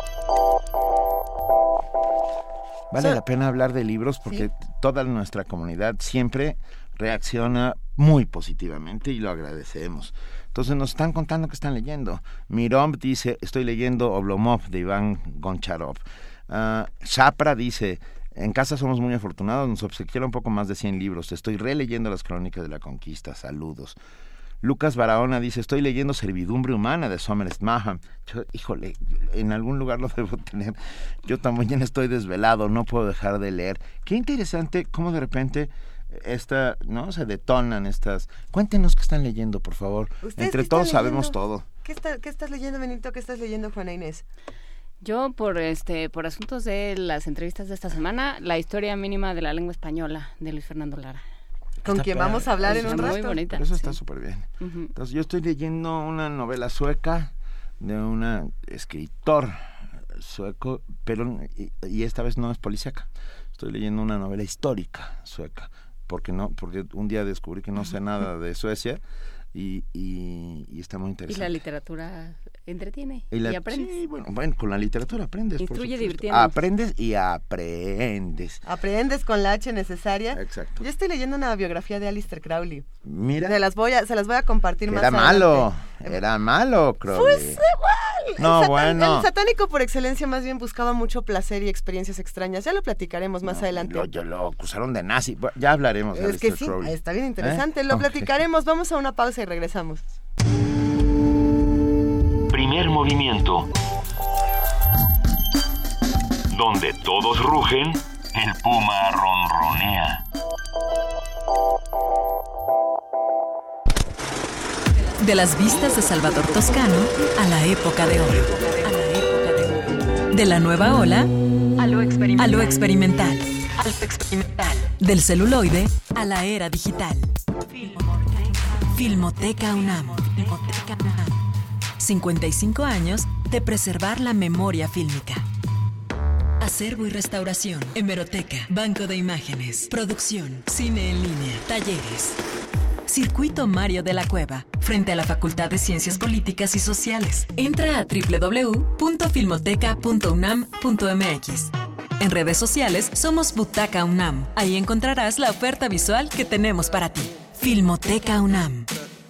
Vale la pena hablar de libros porque Sí. toda nuestra comunidad siempre reacciona muy positivamente y lo agradecemos. Entonces nos están contando que están leyendo. Mirom dice, estoy leyendo Oblomov de Iván Goncharov. Uh, Chapra dice, en casa somos muy afortunados, nos obsequiaron un poco más de cien libros. Estoy releyendo las crónicas de la conquista. Saludos. Lucas Barahona dice, estoy leyendo Servidumbre Humana de Somerset Maugham. Yo, híjole, en algún lugar lo debo tener. Yo también estoy desvelado, no puedo dejar de leer. Qué interesante cómo de repente esta, ¿no? Se detonan estas. Cuéntenos qué están leyendo, por favor. Entre todos sabemos todo. ¿Qué, está, ¿Qué estás leyendo, Benito? ¿Qué estás leyendo, Juana Inés? Yo, por este por asuntos de las entrevistas de esta semana, La historia mínima de la lengua española, de Luis Fernando Lara. Con Está quien padre. vamos a hablar en Está un muy rato. bonita. Pero eso está sí. súper bien. Ujú. Entonces yo estoy leyendo una novela sueca de un escritor sueco, pero y, y esta vez no es policíaca. Estoy leyendo una novela histórica sueca, porque no, porque un día descubrí que no sé nada de Suecia y, y, y está muy Y interesante. la literatura entretiene Y, y, la, aprendes. sí, bueno, bueno, con la literatura aprendes. Instruye por supuesto. divirtiéndonos. Aprendes y aprendes. Aprendes con la H necesaria. Exacto. Yo estoy leyendo una biografía de Aleister Crowley. Mira. Se las voy a, se las voy a compartir más Era adelante. malo, era malo, Crowley. Pues igual. No, el, satan- bueno. el satánico por excelencia más bien buscaba mucho placer y experiencias extrañas. Ya lo platicaremos más adelante. Lo, yo lo acusaron de nazi. Bueno, ya hablaremos de Es que Aleister sí, Crowley. está bien interesante. ¿Eh? Lo Ok. platicaremos. Vamos a una pausa y regresamos. Primer movimiento. Donde todos rugen, el puma ronronea. De las vistas de Salvador Toscano a la época de oro. De la nueva ola a lo experimental. A lo experimental. Del celuloide a la era digital. Filmoteca UNAM. cincuenta y cinco años de preservar la memoria fílmica. Acervo y restauración, hemeroteca, banco de imágenes, producción, cine en línea, talleres. Circuito Mario de la Cueva, frente a la Facultad de Ciencias Políticas y Sociales. Entra a doble u doble u doble u punto filmoteca punto unam punto m x. En redes sociales somos Butaca UNAM. Ahí encontrarás la oferta visual que tenemos para ti. Filmoteca UNAM.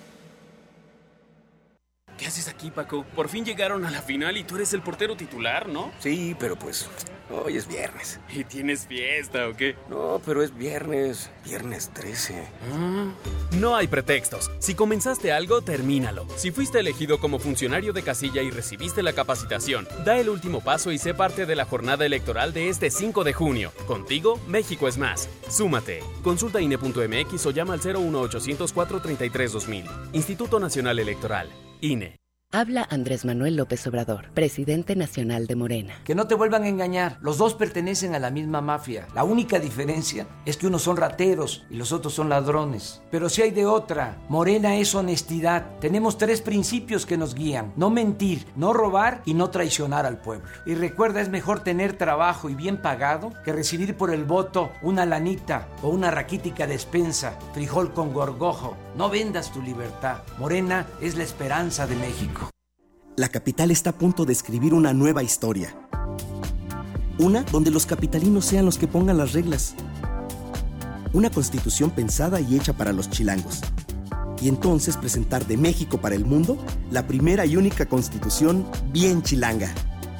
¿Qué haces aquí, Paco? Por fin llegaron a la final y tú eres el portero titular, ¿no? Sí, pero pues hoy es viernes. ¿Y tienes fiesta o qué? No, pero es viernes, viernes trece. Ah, no hay pretextos. Si comenzaste algo, termínalo. Si fuiste elegido como funcionario de casilla y recibiste la capacitación, da el último paso y sé parte de la jornada electoral de este cinco de junio. Contigo, México es más. Súmate. Consulta I N E punto M X o llama al cero uno ochocientos cuatro treinta y tres dos mil. Instituto Nacional Electoral. I N E. Habla Andrés Manuel López Obrador, presidente nacional de Morena. Que no te vuelvan a engañar, los dos pertenecen a la misma mafia. La única diferencia es que unos son rateros y los otros son ladrones. Pero si hay de otra, Morena es honestidad. Tenemos tres principios que nos guían: no mentir, no robar y no traicionar al pueblo. Y recuerda, es mejor tener trabajo y bien pagado que recibir por el voto una lanita o una raquítica despensa, frijol con gorgojo. No vendas tu libertad. Morena es la esperanza de México. La capital está a punto de escribir una nueva historia. Una donde los capitalinos sean los que pongan las reglas. Una constitución pensada y hecha para los chilangos. Y entonces presentar de México para el mundo la primera y única constitución bien chilanga.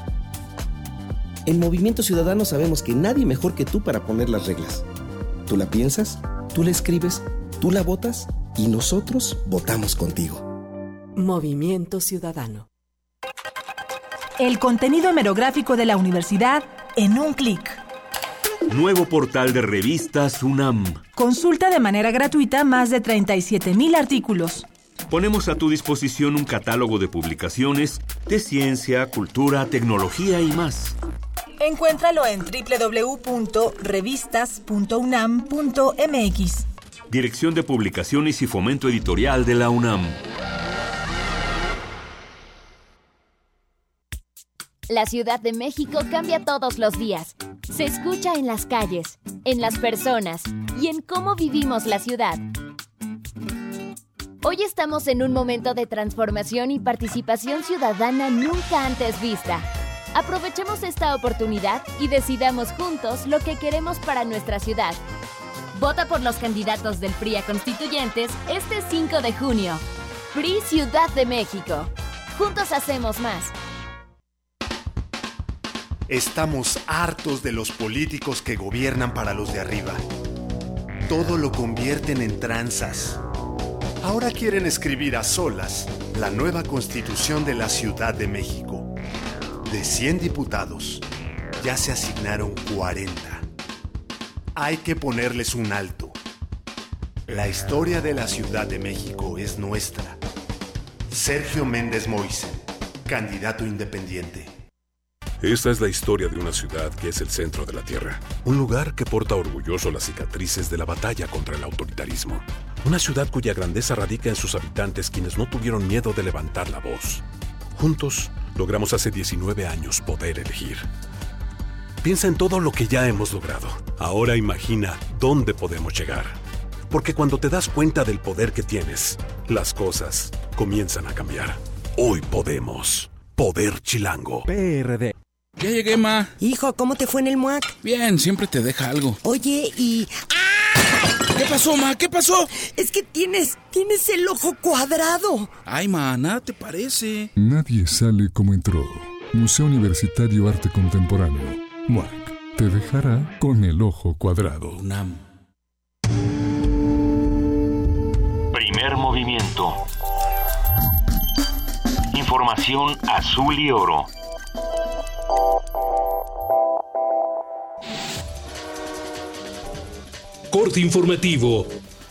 En Movimiento Ciudadano sabemos que nadie mejor que tú para poner las reglas. Tú la piensas, tú la escribes, tú la votas y nosotros votamos contigo. Movimiento Ciudadano. El contenido hemerográfico de la universidad en un clic. Nuevo portal de revistas UNAM. Consulta de manera gratuita más de treinta y siete mil artículos. Ponemos a tu disposición un catálogo de publicaciones de ciencia, cultura, tecnología y más. Encuéntralo en doble u doble u doble u punto revistas punto unam punto m x. Dirección de Publicaciones y Fomento Editorial de la UNAM. La Ciudad de México cambia todos los días. Se escucha en las calles, en las personas y en cómo vivimos la ciudad. Hoy estamos en un momento de transformación y participación ciudadana nunca antes vista. Aprovechemos esta oportunidad y decidamos juntos lo que queremos para nuestra ciudad. Vota por los candidatos del P R I a constituyentes este cinco de junio. P R I Ciudad de México. Juntos hacemos más. Estamos hartos de los políticos que gobiernan para los de arriba. Todo lo convierten en tranzas. Ahora quieren escribir a solas la nueva Constitución de la Ciudad de México. De cien diputados, ya se asignaron cuarenta. Hay que ponerles un alto. La historia de la Ciudad de México es nuestra. Sergio Méndez Moisen, candidato independiente. Esta es la historia de una ciudad que es el centro de la tierra. Un lugar que porta orgulloso las cicatrices de la batalla contra el autoritarismo. Una ciudad cuya grandeza radica en sus habitantes, quienes no tuvieron miedo de levantar la voz. Juntos, logramos hace diecinueve años poder elegir. Piensa en todo lo que ya hemos logrado. Ahora imagina dónde podemos llegar. Porque cuando te das cuenta del poder que tienes, las cosas comienzan a cambiar. Hoy podemos. Poder Chilango. P R D. Ya llegué, ma. Hijo, ¿cómo te fue en el M U A C? Bien, siempre te deja algo. Oye, y... ¡Ah! ¿Qué pasó, ma? ¿Qué pasó? Es que tienes, tienes el ojo cuadrado. Ay, ma, nada te parece. Nadie sale como entró. Museo Universitario Arte Contemporáneo. M U A C. Te dejará con el ojo cuadrado. UNAM. Primer movimiento. Información azul y oro. Corte informativo.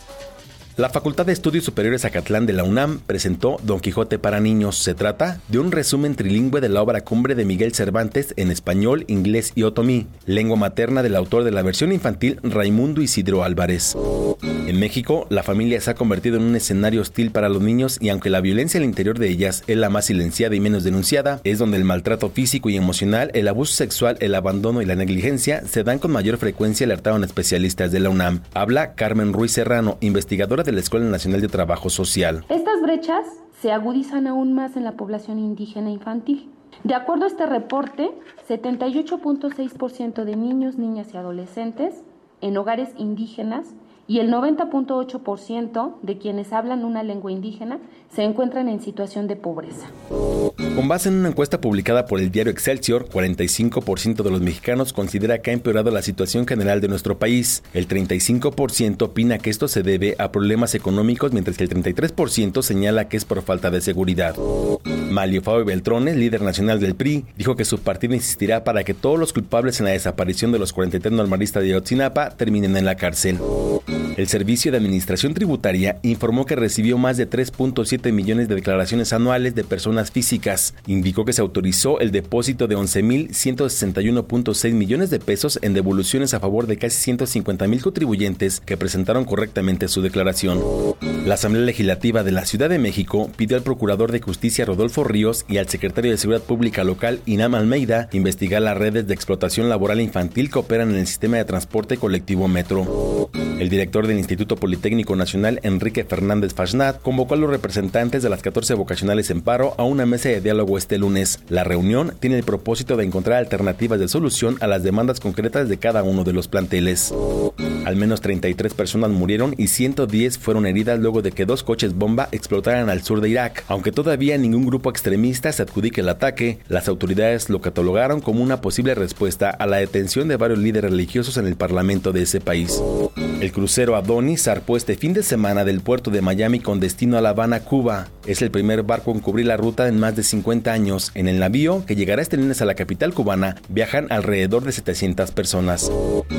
La Facultad de Estudios Superiores Acatlán de la UNAM presentó Don Quijote para niños. Se trata de un resumen trilingüe de la obra cumbre de Miguel Cervantes en español, inglés y otomí, lengua materna del autor de la versión infantil, Raimundo Isidro Álvarez. En México, la familia se ha convertido en un escenario hostil para los niños y aunque la violencia al interior de ellas es la más silenciada y menos denunciada, es donde el maltrato físico y emocional, el abuso sexual, el abandono y la negligencia se dan con mayor frecuencia, alertaron especialistas de la UNAM. Habla Carmen Ruiz Serrano, investigadora de la Escuela Nacional de Trabajo Social. Estas brechas se agudizan aún más en la población indígena infantil. De acuerdo a este reporte, setenta y ocho punto seis por ciento de niños, niñas y adolescentes en hogares indígenas y el noventa punto ocho por ciento de quienes hablan una lengua indígena se encuentran en situación de pobreza. Con base en una encuesta publicada por el diario Excelsior, cuarenta y cinco por ciento de los mexicanos considera que ha empeorado la situación general de nuestro país. El treinta y cinco por ciento opina que esto se debe a problemas económicos, mientras que el treinta y tres por ciento señala que es por falta de seguridad. Malio Fabio Beltrones, líder nacional del P R I, dijo que su partido insistirá para que todos los culpables en la desaparición de los cuarenta y tres normalistas de Ayotzinapa terminen en la cárcel. El Servicio de Administración Tributaria informó que recibió más de tres punto siete millones de declaraciones anuales de personas físicas. Indicó que se autorizó el depósito de once mil ciento sesenta y uno punto seis millones de pesos en devoluciones a favor de casi ciento cincuenta mil contribuyentes que presentaron correctamente su declaración. La Asamblea Legislativa de la Ciudad de México pidió al Procurador de Justicia Rodolfo Ríos y al Secretario de Seguridad Pública Local Inam Almeida investigar las redes de explotación laboral infantil que operan en el sistema de transporte colectivo Metro. El director del Instituto Politécnico Nacional, Enrique Fernández Fashnat, convocó a los representantes de las catorce vocacionales en paro a una mesa de diálogo este lunes. La reunión tiene el propósito de encontrar alternativas de solución a las demandas concretas de cada uno de los planteles. Al menos treinta y tres personas murieron y ciento diez fueron heridas luego de que dos coches bomba explotaran al sur de Irak. Aunque todavía ningún grupo extremista se adjudique el ataque, las autoridades lo catalogaron como una posible respuesta a la detención de varios líderes religiosos en el parlamento de ese país. El crucero Adonis zarpó este fin de semana del puerto de Miami con destino a La Habana, Cuba. Es el primer barco en cubrir la ruta en más de cincuenta años. En el navío, que llegará este lunes a la capital cubana, viajan alrededor de setecientas personas.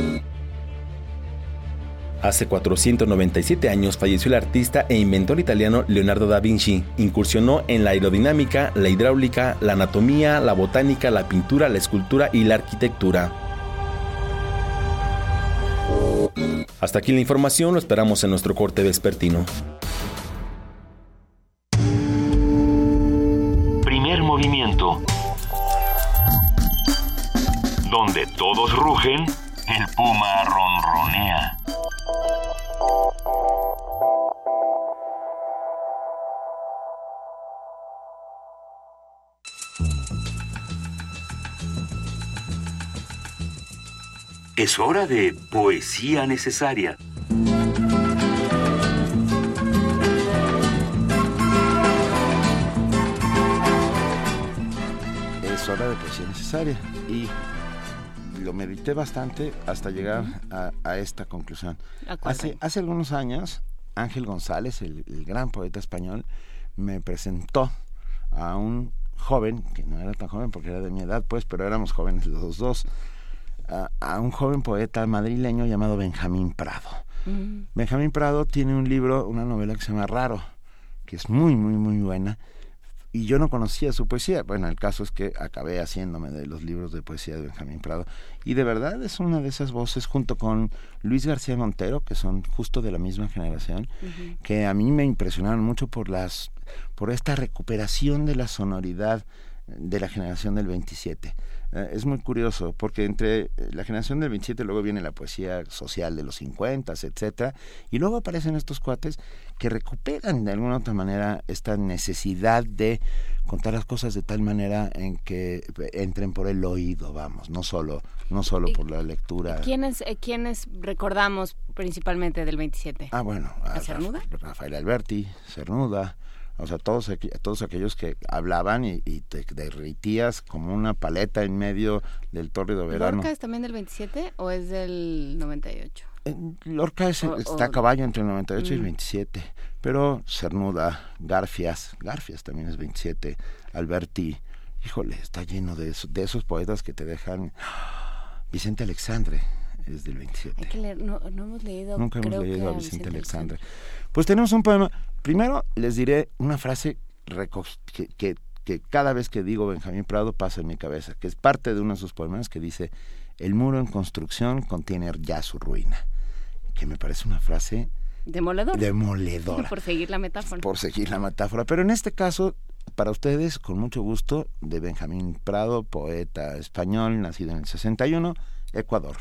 Hace cuatrocientos noventa y siete años falleció el artista e inventor italiano Leonardo da Vinci. Incursionó en la aerodinámica, la hidráulica, la anatomía, la botánica, la pintura, la escultura y la arquitectura. Hasta aquí la información, lo esperamos en nuestro corte vespertino. Primer movimiento. Donde todos rugen, el puma ronronea. Es hora de poesía necesaria. Es hora de poesía necesaria y lo medité bastante hasta llegar a, a esta conclusión. Hace, hace algunos años, Ángel González, el, el gran poeta español, me presentó a un joven, que no era tan joven porque era de mi edad, pues, pero éramos jóvenes los dos, a, a un joven poeta madrileño llamado Benjamín Prado. Mm. Benjamín Prado tiene un libro, una novela que se llama Raro, que es muy, muy, muy buena, y yo no conocía su poesía. Bueno, el caso es que acabé haciéndome de los libros de poesía de Benjamín Prado, y de verdad es una de esas voces, junto con Luis García Montero, que son justo de la misma generación, uh-huh. que a mí me impresionaron mucho por las por esta recuperación de la sonoridad de la generación del veintisiete. Eh, es muy curioso, porque entre la generación del veintisiete luego viene la poesía social de los cincuenta, etcétera, y luego aparecen estos cuates que recuperan de alguna otra manera esta necesidad de contar las cosas de tal manera en que entren por el oído, vamos, no solo no solo por la lectura. ¿Quiénes, eh, ¿Quiénes recordamos principalmente del veintisiete? Ah, bueno, ¿A, ¿A Cernuda? Rafael Alberti, Cernuda, o sea, todos, aqu- todos aquellos que hablaban y, y te derritías como una paleta en medio del tórrido verano. ¿Lorca es también del veintisiete o es del noventa y ocho? Eh, Lorca es, o, está o... a caballo entre el noventa y ocho mm. y el veintisiete, pero Cernuda, Garfias, Garfias también es veintisiete, Alberti, híjole, está lleno de, eso, de esos poetas que te dejan... Vicente Alexandre es del veintisiete. Hay que leer, no, no hemos leído. Nunca hemos creo leído que a Vicente, Vicente Alexandre. Alexandre. Pues tenemos un poema. Primero les diré una frase que, que, que cada vez que digo Benjamín Prado pasa en mi cabeza, que es parte de uno de sus poemas, que dice: el muro en construcción contiene ya su ruina, que me parece una frase demoledora. Demoledora. Por seguir la metáfora. Por seguir la metáfora. Pero en este caso, para ustedes, con mucho gusto, de Benjamín Prado, poeta español, nacido en el sesenta y uno, Ecuador.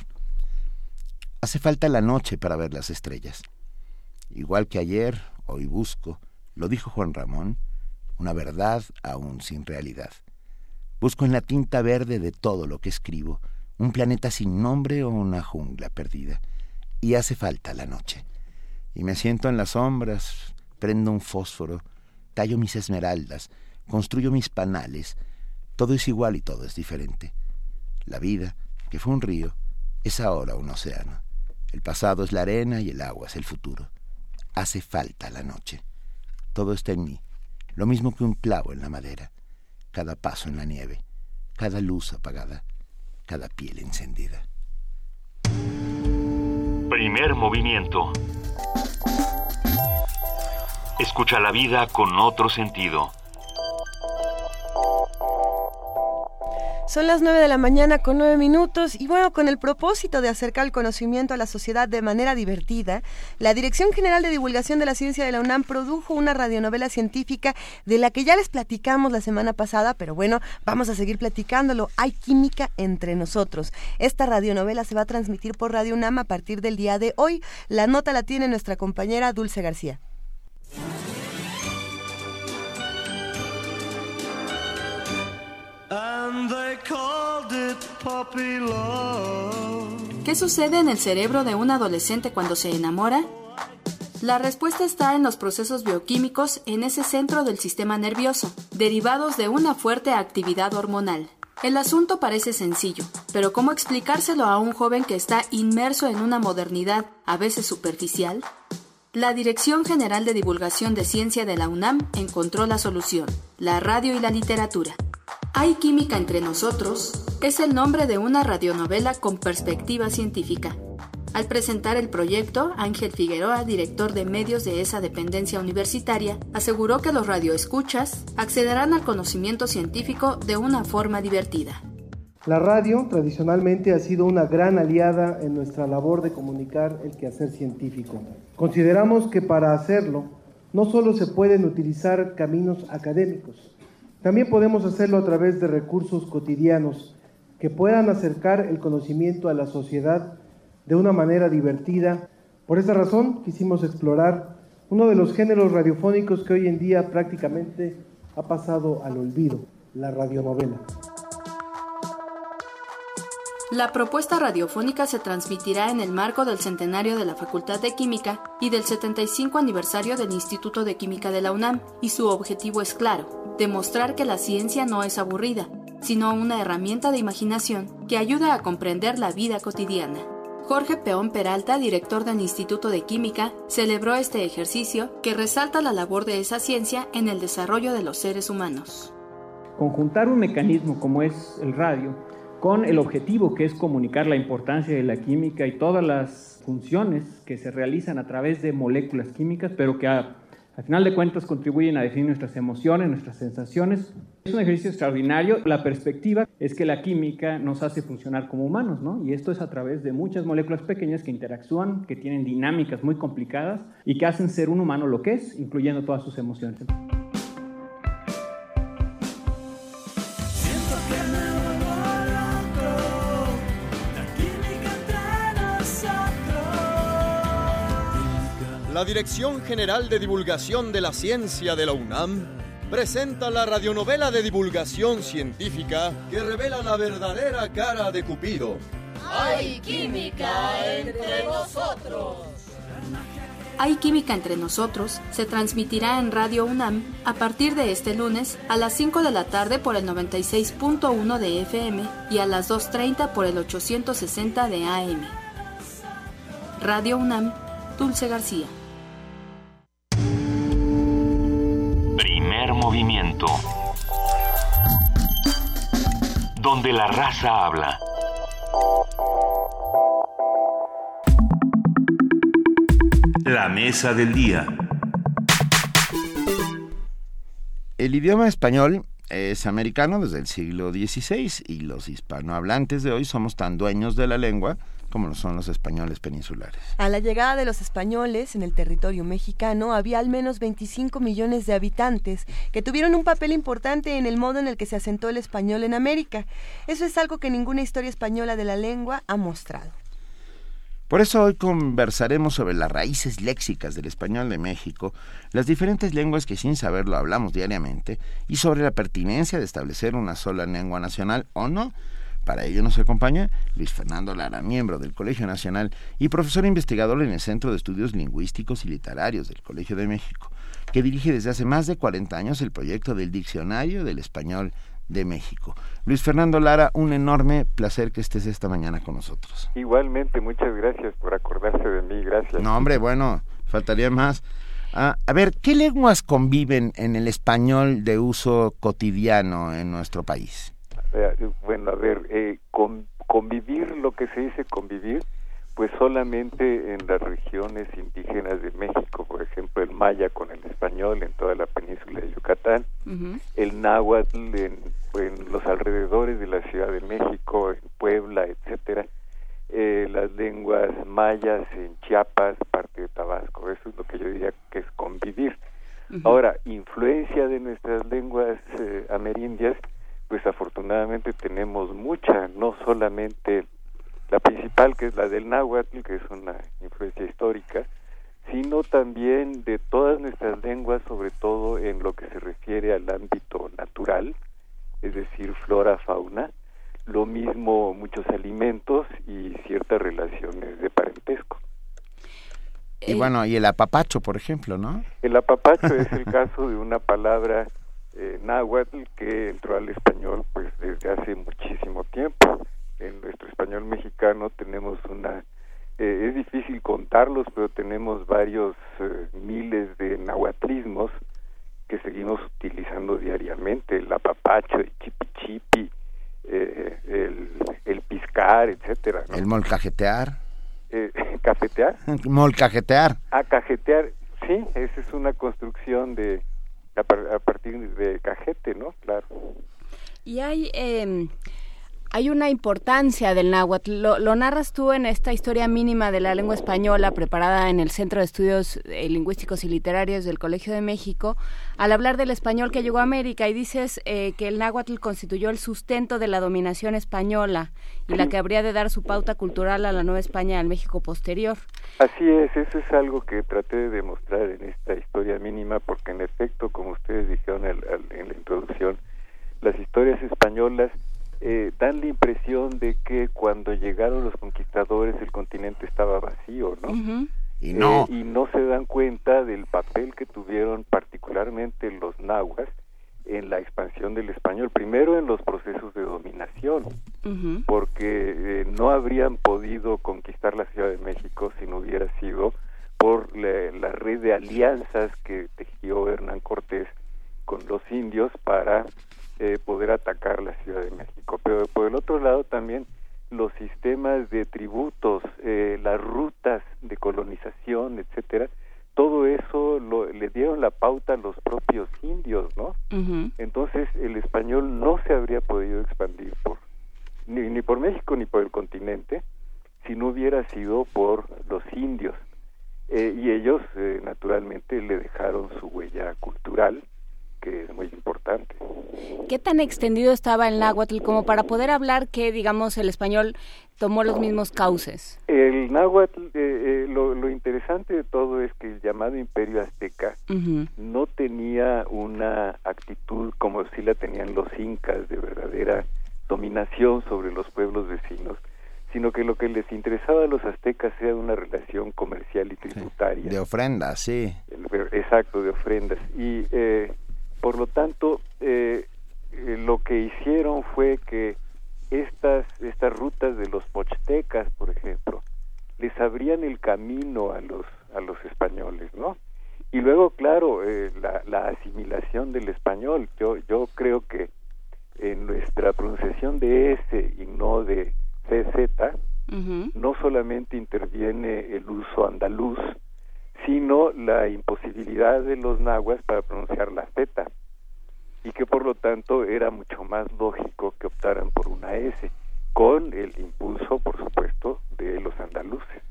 Hace falta la noche para ver las estrellas. Igual que ayer, hoy busco, lo dijo Juan Ramón, una verdad aún sin realidad. Busco en la tinta verde de todo lo que escribo, un planeta sin nombre o una jungla perdida. Y hace falta la noche. Y me siento en las sombras, prendo un fósforo, tallo mis esmeraldas, construyo mis panales. Todo es igual y todo es diferente. La vida, que fue un río, es ahora un océano. El pasado es la arena y el agua es el futuro. Hace falta la noche. Todo está en mí, lo mismo que un clavo en la madera, cada paso en la nieve, cada luz apagada, cada piel encendida. Primer movimiento. Escucha la vida con otro sentido. Son las nueve de la mañana con nueve minutos y bueno, con el propósito de acercar el conocimiento a la sociedad de manera divertida, la Dirección General de Divulgación de la Ciencia de la UNAM produjo una radionovela científica de la que ya les platicamos la semana pasada, pero bueno, vamos a seguir platicándolo. Hay química entre nosotros. Esta radionovela se va a transmitir por Radio UNAM a partir del día de hoy. La nota la tiene nuestra compañera Dulce García. ¿Qué sucede en el cerebro de un adolescente cuando se enamora? La respuesta está en los procesos bioquímicos en ese centro del sistema nervioso, derivados de una fuerte actividad hormonal. El asunto parece sencillo, pero ¿cómo explicárselo a un joven que está inmerso en una modernidad a veces superficial? La Dirección General de Divulgación de Ciencia de la UNAM encontró la solución: la radio y la literatura. Hay química entre nosotros es el nombre de una radionovela con perspectiva científica. Al presentar el proyecto, Ángel Figueroa, director de medios de esa dependencia universitaria, aseguró que los radioescuchas accederán al conocimiento científico de una forma divertida. La radio tradicionalmente ha sido una gran aliada en nuestra labor de comunicar el quehacer científico. Consideramos que para hacerlo no solo se pueden utilizar caminos académicos, también podemos hacerlo a través de recursos cotidianos que puedan acercar el conocimiento a la sociedad de una manera divertida. Por esa razón quisimos explorar uno de los géneros radiofónicos que hoy en día prácticamente ha pasado al olvido, la radionovela. La propuesta radiofónica se transmitirá en el marco del centenario de la Facultad de Química y del setenta y cinco aniversario del Instituto de Química de la UNAM, y su objetivo es claro: demostrar que la ciencia no es aburrida, sino una herramienta de imaginación que ayuda a comprender la vida cotidiana. Jorge Peón Peralta, director del Instituto de Química, celebró este ejercicio que resalta la labor de esa ciencia en el desarrollo de los seres humanos. Conjuntar un mecanismo como es el radio con el objetivo que es comunicar la importancia de la química y todas las funciones que se realizan a través de moléculas químicas, pero que a, al final de cuentas contribuyen a definir nuestras emociones, nuestras sensaciones. Es un ejercicio extraordinario. La perspectiva es que la química nos hace funcionar como humanos, ¿no? Y esto es a través de muchas moléculas pequeñas que interactúan, que tienen dinámicas muy complicadas y que hacen ser un humano lo que es, incluyendo todas sus emociones. La Dirección General de Divulgación de la Ciencia de la UNAM presenta la radionovela de divulgación científica que revela la verdadera cara de Cupido. ¡Hay química entre nosotros! Hay química entre nosotros se transmitirá en Radio UNAM a partir de este lunes a las cinco de la tarde por el noventa y seis punto uno de F M y a las dos treinta por el ochocientos sesenta de A M. Radio UNAM, Dulce García. Primer movimiento. Donde la raza habla. La mesa del día. El idioma español es americano desde el siglo dieciséis y los hispanohablantes de hoy somos tan dueños de la lengua como lo son los españoles peninsulares. A la llegada de los españoles en el territorio mexicano había al menos veinticinco millones de habitantes que tuvieron un papel importante en el modo en el que se asentó el español en América. Eso es algo que ninguna historia española de la lengua ha mostrado. Por eso hoy conversaremos sobre las raíces léxicas del español de México, las diferentes lenguas que sin saberlo hablamos diariamente, y sobre la pertinencia de establecer una sola lengua nacional o no. Para ello nos acompaña Luis Fernando Lara, miembro del Colegio Nacional y profesor investigador en el Centro de Estudios Lingüísticos y Literarios del Colegio de México, que dirige desde hace más de cuarenta años el proyecto del Diccionario del Español de México. Luis Fernando Lara, un enorme placer que estés esta mañana con nosotros. Igualmente, muchas gracias por acordarse de mí, gracias. No, hombre, bueno, faltaría más. Ah, a ver, ¿qué lenguas conviven en el español de uso cotidiano en nuestro país? Bueno, a ver, eh, con, convivir, lo que se dice convivir, pues solamente en las regiones indígenas de México, por ejemplo, el maya con el español en toda la península de Yucatán, uh-huh. el náhuatl en, en los alrededores de la Ciudad de México, en Puebla, etcétera, eh, las lenguas mayas en Chiapas, parte de Tabasco, eso es lo que yo diría que es convivir. Uh-huh. Ahora, influencia de nuestras lenguas eh, amerindias, pues afortunadamente tenemos mucha, no solamente la principal, que es la del náhuatl, que es una influencia histórica, sino también de todas nuestras lenguas, sobre todo en lo que se refiere al ámbito natural, es decir, flora, fauna, lo mismo muchos alimentos y ciertas relaciones de parentesco. Y bueno, y el apapacho, por ejemplo, ¿no? El apapacho es el caso de una palabra eh, náhuatl que entró al español pues desde hace muchísimo tiempo. En nuestro español mexicano tenemos una, eh, es difícil contarlos, pero tenemos varios eh, miles de nahuatlismos que seguimos utilizando diariamente, el apapacho, el chipichipi, eh, el, el piscar, etcétera, ¿no? El molcajetear. Eh, ¿Cafetear? Molcajetear. Ah, cajetear, sí, esa es una construcción de a, par, a partir de cajete, ¿no? Claro. Y hay... Eh... hay una importancia del náhuatl. Lo, lo narras tú en esta historia mínima de la lengua española preparada en el Centro de Estudios eh, Lingüísticos y Literarios del Colegio de México, al hablar del español que llegó a América, y dices eh, que el náhuatl constituyó el sustento de la dominación española y la que habría de dar su pauta cultural a la Nueva España al México posterior. Así es, eso es algo que traté de demostrar en esta historia mínima, porque en efecto, como ustedes dijeron al, al, en la introducción, las historias españolas Eh, dan la impresión de que cuando llegaron los conquistadores el continente estaba vacío, ¿no? Uh-huh. Y no. Eh, y no se dan cuenta del papel que tuvieron particularmente los nahuas en la expansión del español, primero en los procesos de dominación, uh-huh. porque eh, no habrían podido conquistar la Ciudad de México si no hubiera sido por la, la red de alianzas que tejió Hernán Cortés con los indios para Eh, poder atacar la Ciudad de México. Pero por el otro lado también los sistemas de tributos, eh, las rutas de colonización, etcétera, todo eso lo, le dieron la pauta a los propios indios, ¿no? Uh-huh. Entonces el español no se habría podido expandir por ni, ni por México ni por el continente si no hubiera sido por los indios. Eh, y ellos eh, naturalmente le dejaron su huella cultural, que es muy importante. ¿Qué tan extendido estaba el náhuatl como para poder hablar que, digamos, el español tomó los mismos cauces? El náhuatl, eh, eh, lo, lo interesante de todo es que el llamado Imperio Azteca uh-huh. no tenía una actitud como sí la tenían los incas, de verdadera dominación sobre los pueblos vecinos, sino que lo que les interesaba a los aztecas era una relación comercial y tributaria. Sí, de ofrendas, sí. Exacto, de ofrendas. Y eh, por lo tanto, eh, eh, lo que hicieron fue que estas estas rutas de los pochtecas, por ejemplo, les abrían el camino a los a los españoles, ¿no? Y luego, claro, eh, la, la asimilación del español. Yo yo creo que en nuestra pronunciación de S y no de C Z, uh-huh. no solamente interviene el uso andaluz, sino la imposibilidad de los nahuas para pronunciar la Z, y que por lo tanto era mucho más lógico que optaran por una S, con el impulso, por supuesto, de los andaluces.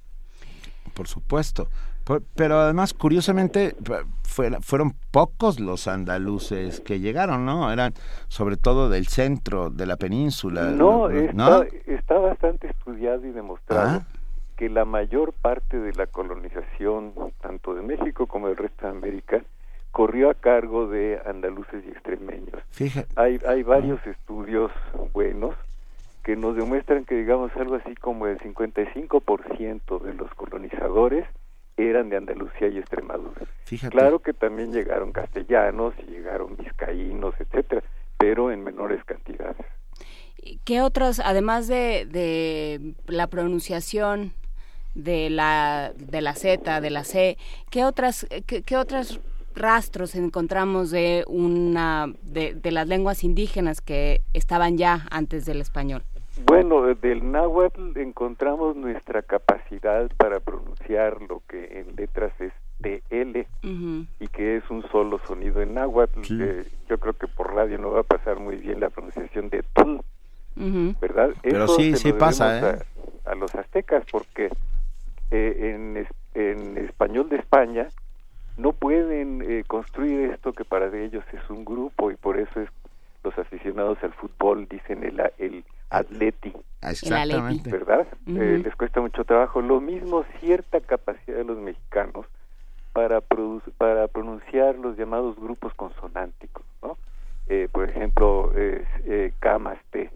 Por supuesto, pero además, curiosamente, fueron pocos los andaluces que llegaron, ¿no? Eran sobre todo del centro, de la península. No, está, ¿no? está bastante estudiado y demostrado. ¿Ah? Que la mayor parte de la colonización, tanto de México como del resto de América, corrió a cargo de andaluces y extremeños. Fíjate. Hay, hay varios ah. estudios buenos que nos demuestran que, digamos, algo así como el cincuenta y cinco por ciento de los colonizadores eran de Andalucía y Extremadura. Fíjate. Claro que también llegaron castellanos y llegaron vizcaínos, etcétera, pero en menores cantidades. ¿Qué otros, además de, de la pronunciación de la de la Z, de la C, qué otras qué, qué otros rastros encontramos de una de, de las lenguas indígenas que estaban ya antes del español? Bueno, del náhuatl encontramos nuestra capacidad para pronunciar lo que en letras es T L, uh-huh. y que es un solo sonido en náhuatl. Sí. Eh, yo creo que por radio no va a pasar muy bien la pronunciación de Tl, uh-huh. ¿verdad? Pero Eso sí, sí pasa, ¿eh? A, a los aztecas, porque eh, en, en español de España no pueden eh, construir esto que para ellos es un grupo, y por eso es los aficionados al fútbol dicen el, el atleti, exactamente, ¿verdad? Uh-huh. Eh, les cuesta mucho trabajo. Lo mismo cierta capacidad de los mexicanos para produ- para pronunciar los llamados grupos consonánticos, ¿no? Eh, por ejemplo, eh, eh, camaste,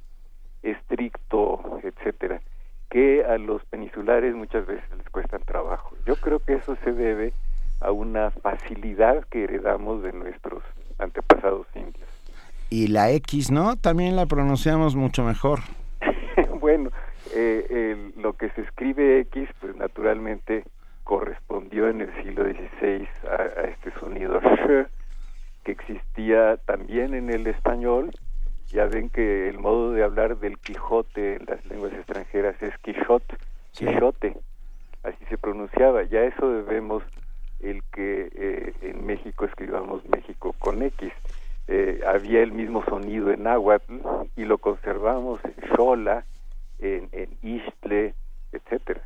estricto, etcétera, que a los peninsulares muchas veces les cuestan trabajo. Yo creo que eso se debe a una facilidad que heredamos de nuestros antepasados indios. Y la X, ¿no? También la pronunciamos mucho mejor. Bueno, eh, el, lo que se escribe X, pues naturalmente correspondió en el siglo dieciséis a, a este sonido sh, que existía también en el español. Ya ven que el modo de hablar del Quijote en las lenguas extranjeras es Quijote, sí. Quijote, así se pronunciaba. Ya eso debemos el que eh, en México escribamos México con X. eh, había el mismo sonido en náhuatl y lo conservamos en xola, en, en ixtle, etcétera.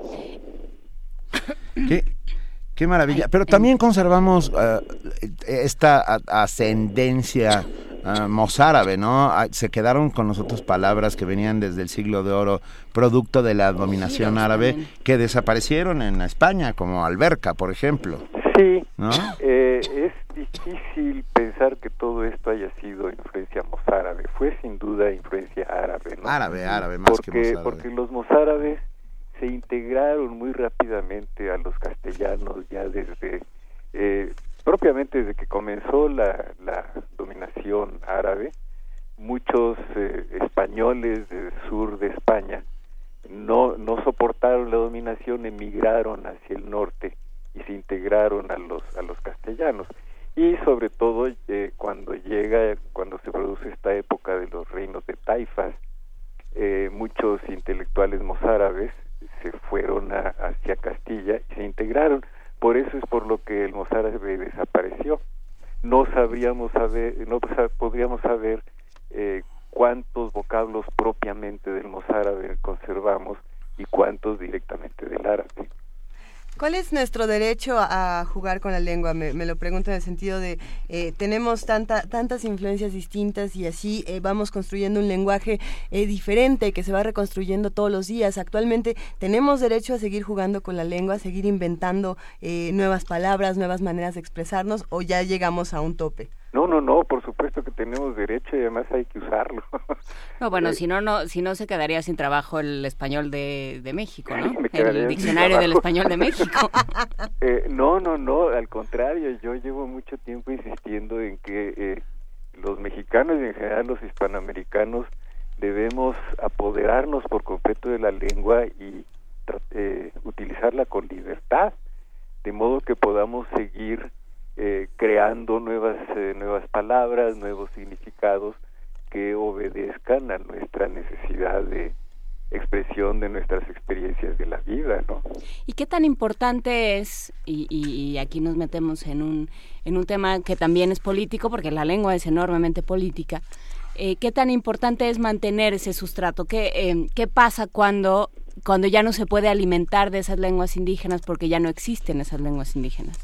¿Qué? Qué maravilla. Pero también conservamos uh, esta ascendencia uh, mozárabe, ¿no? Se quedaron con nosotros palabras que venían desde el siglo de oro, producto de la dominación árabe, que desaparecieron en España, como alberca, por ejemplo. Sí, ¿no? eh, es difícil pensar que todo esto haya sido influencia mozárabe. Fue sin duda influencia árabe, ¿no? Árabe, árabe, más porque, que mozárabe. Porque los mozárabes se integraron muy rápidamente a los castellanos ya desde, eh, propiamente desde que comenzó la, la dominación árabe. Muchos eh, españoles del sur de España no, no soportaron la dominación, emigraron hacia el norte y se integraron a los, a los castellanos. Y sobre todo eh, cuando llega, cuando se produce esta época de los reinos de taifas, eh, muchos intelectuales mozárabes se fueron a, hacia Castilla y se integraron. Por eso es por lo que el mozárabe desapareció. No sabríamos saber, no podríamos saber eh, cuántos vocablos propiamente del mozárabe conservamos y cuántos directamente del árabe. ¿Cuál es nuestro derecho a jugar con la lengua? Me, me lo pregunto en el sentido de, eh, tenemos tanta, tantas influencias distintas y así eh, vamos construyendo un lenguaje eh, diferente que se va reconstruyendo todos los días. Actualmente, ¿tenemos derecho a seguir jugando con la lengua, a seguir inventando eh, nuevas palabras, nuevas maneras de expresarnos, o ya llegamos a un tope? No, no, no, por supuesto que tenemos derecho y además hay que usarlo. No, bueno, eh, si no, no, si no se quedaría sin trabajo el español de, de México, ¿no? El diccionario del español de México. eh, no, no, no, al contrario, yo llevo mucho tiempo insistiendo en que eh, los mexicanos y en general los hispanoamericanos debemos apoderarnos por completo de la lengua y eh, utilizarla con libertad, de modo que podamos seguir Eh, creando nuevas eh, nuevas palabras, nuevos significados que obedezcan a nuestra necesidad de expresión de nuestras experiencias de la vida, ¿no? ¿Y qué tan importante es, y, y, y aquí nos metemos en un en un tema que también es político, porque la lengua es enormemente política, eh, qué tan importante es mantener ese sustrato? ¿Qué, eh, qué pasa cuando, cuando ya no se puede alimentar de esas lenguas indígenas porque ya no existen esas lenguas indígenas?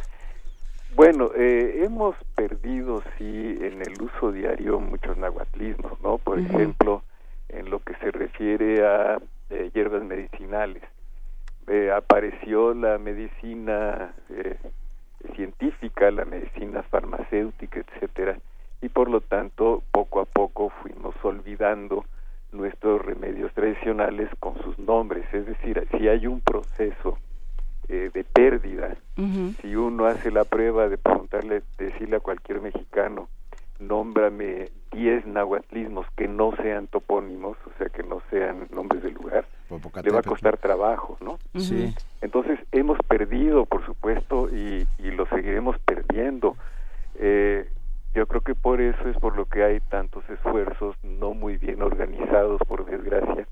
Bueno, eh, hemos perdido, sí, en el uso diario muchos nahuatlismos, ¿no? Por uh-huh. ejemplo, en lo que se refiere a eh, hierbas medicinales. Eh, apareció la medicina eh, científica, la medicina farmacéutica, etcétera, y por lo tanto, poco a poco fuimos olvidando nuestros remedios tradicionales con sus nombres. Es decir, si hay un proceso Eh, de pérdida, uh-huh. si uno hace la prueba de preguntarle, decirle a cualquier mexicano, nómbrame diez nahuatlismos que no sean topónimos, o sea, que no sean nombres de lugar, le va a costar trabajo, ¿no? Uh-huh. Sí. Entonces, hemos perdido, por supuesto, y, y lo seguiremos perdiendo. Eh, yo creo que por eso es por lo que hay tantos esfuerzos no muy bien organizados, por desgracia,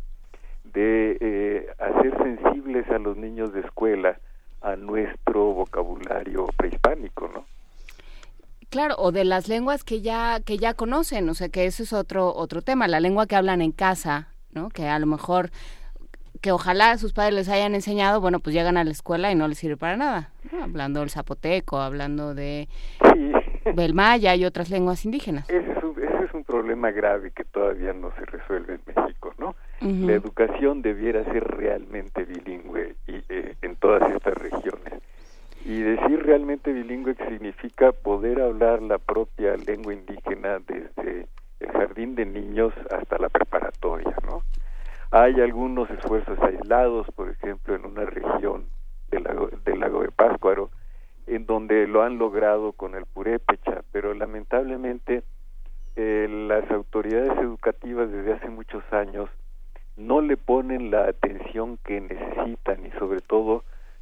de eh, hacer sensibles a los niños de escuela a nuestro vocabulario prehispánico, ¿no? Claro, o de las lenguas que ya que ya conocen, o sea, que eso es otro otro tema, la lengua que hablan en casa, ¿no? Que a lo mejor, que ojalá sus padres les hayan enseñado, bueno, pues llegan a la escuela y no les sirve para nada, ¿no? Hablando del zapoteco, hablando de sí. del maya y otras lenguas indígenas. Ese es un, ese es un problema grave que todavía no se resuelve en México, ¿no? Uh-huh. La educación debiera ser realmente bilingüe y, eh, en todas estas regiones. Y decir realmente bilingüe significa poder hablar la propia lengua indígena desde el jardín de niños hasta la preparatoria, ¿no? Hay algunos esfuerzos aislados, por ejemplo, en una región del lago, del lago de Pátzcuaro, en donde lo han logrado con el purépecha, pero lamentablemente eh, las autoridades educativas desde hace muchos años no le ponen la atención que necesitan y sobre todo